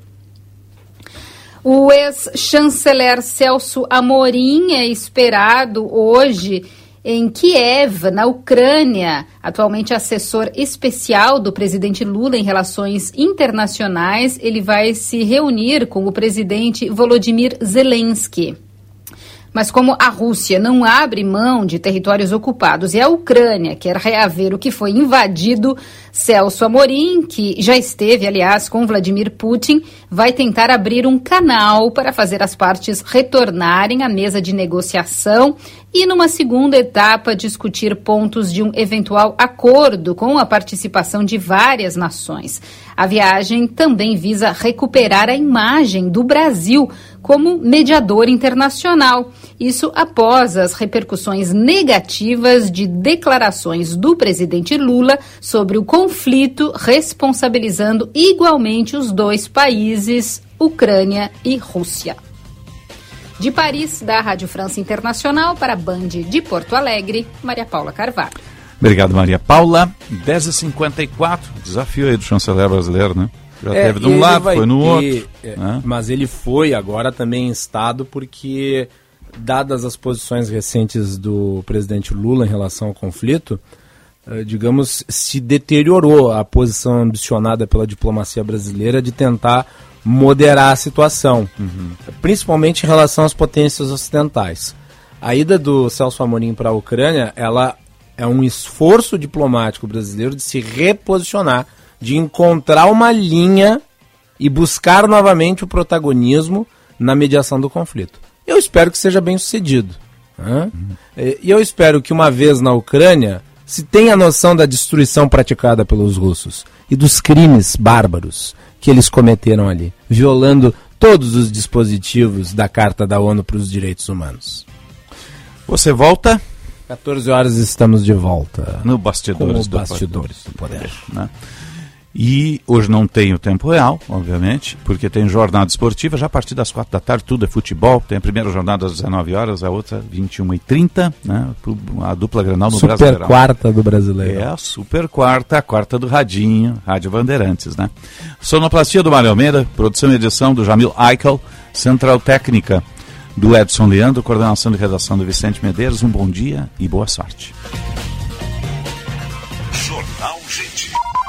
S1: O ex-chanceler Celso Amorim é esperado hoje em Kiev, na Ucrânia, atualmente assessor especial do presidente Lula em relações internacionais. Ele vai se reunir com o presidente Volodymyr Zelensky. Mas como a Rússia não abre mão de territórios ocupados e a Ucrânia quer reaver o que foi invadido, Celso Amorim, que já esteve, aliás, com Vladimir Putin, vai tentar abrir um canal para fazer as partes retornarem à mesa de negociação e, numa segunda etapa, discutir pontos de um eventual acordo com a participação de várias nações. A viagem também visa recuperar a imagem do Brasil como mediador internacional. Isso após as repercussões negativas de declarações do presidente Lula sobre o conflito, responsabilizando igualmente os dois países, Ucrânia e Rússia. De Paris, da Rádio França Internacional, para a Band de Porto Alegre, Maria Paula Carvalho.
S3: Obrigado, Maria Paula. dez e cinquenta e quatro, desafio aí do chanceler brasileiro, né? Já
S6: é,
S3: teve de um lado, foi no
S6: ter,
S3: outro.
S6: É,
S3: né?
S6: Mas ele foi agora também em estado porque, dadas as posições recentes do presidente Lula em relação ao conflito, eh, digamos, se deteriorou a posição ambicionada pela diplomacia brasileira de tentar moderar a situação, uhum. principalmente em relação às potências ocidentais. A ida do Celso Amorim para a Ucrânia, ela é um esforço diplomático brasileiro de se reposicionar, de encontrar uma linha e buscar novamente o protagonismo na mediação do conflito. Eu espero que seja bem sucedido. Né? Uhum. E eu espero que, uma vez na Ucrânia, se tenha noção da destruição praticada pelos russos e dos crimes bárbaros que eles cometeram ali, violando todos os dispositivos da Carta da ONU para os Direitos Humanos.
S3: Você volta?
S6: quatorze horas estamos de volta.
S3: No Bastidores,
S6: do, bastidores do Poder.
S3: poder né? E hoje não tem o tempo real, obviamente, porque tem jornada esportiva, já a partir das quatro da tarde, tudo é futebol. Tem a primeira jornada às dezenove horas, a outra vinte e uma e trinta, né? A dupla Grenal no
S6: Super
S3: Brasileirão.
S6: Super quarta do Brasileiro.
S3: É a super quarta, a quarta do Radinho, Rádio Bandeirantes, né? Sonoplastia do Mário Almeida, produção e edição do Jamil Eichel, central técnica do Edson Leandro, coordenação de redação do Vicente Medeiros. Um bom dia e boa sorte.
S2: Jornal Gente.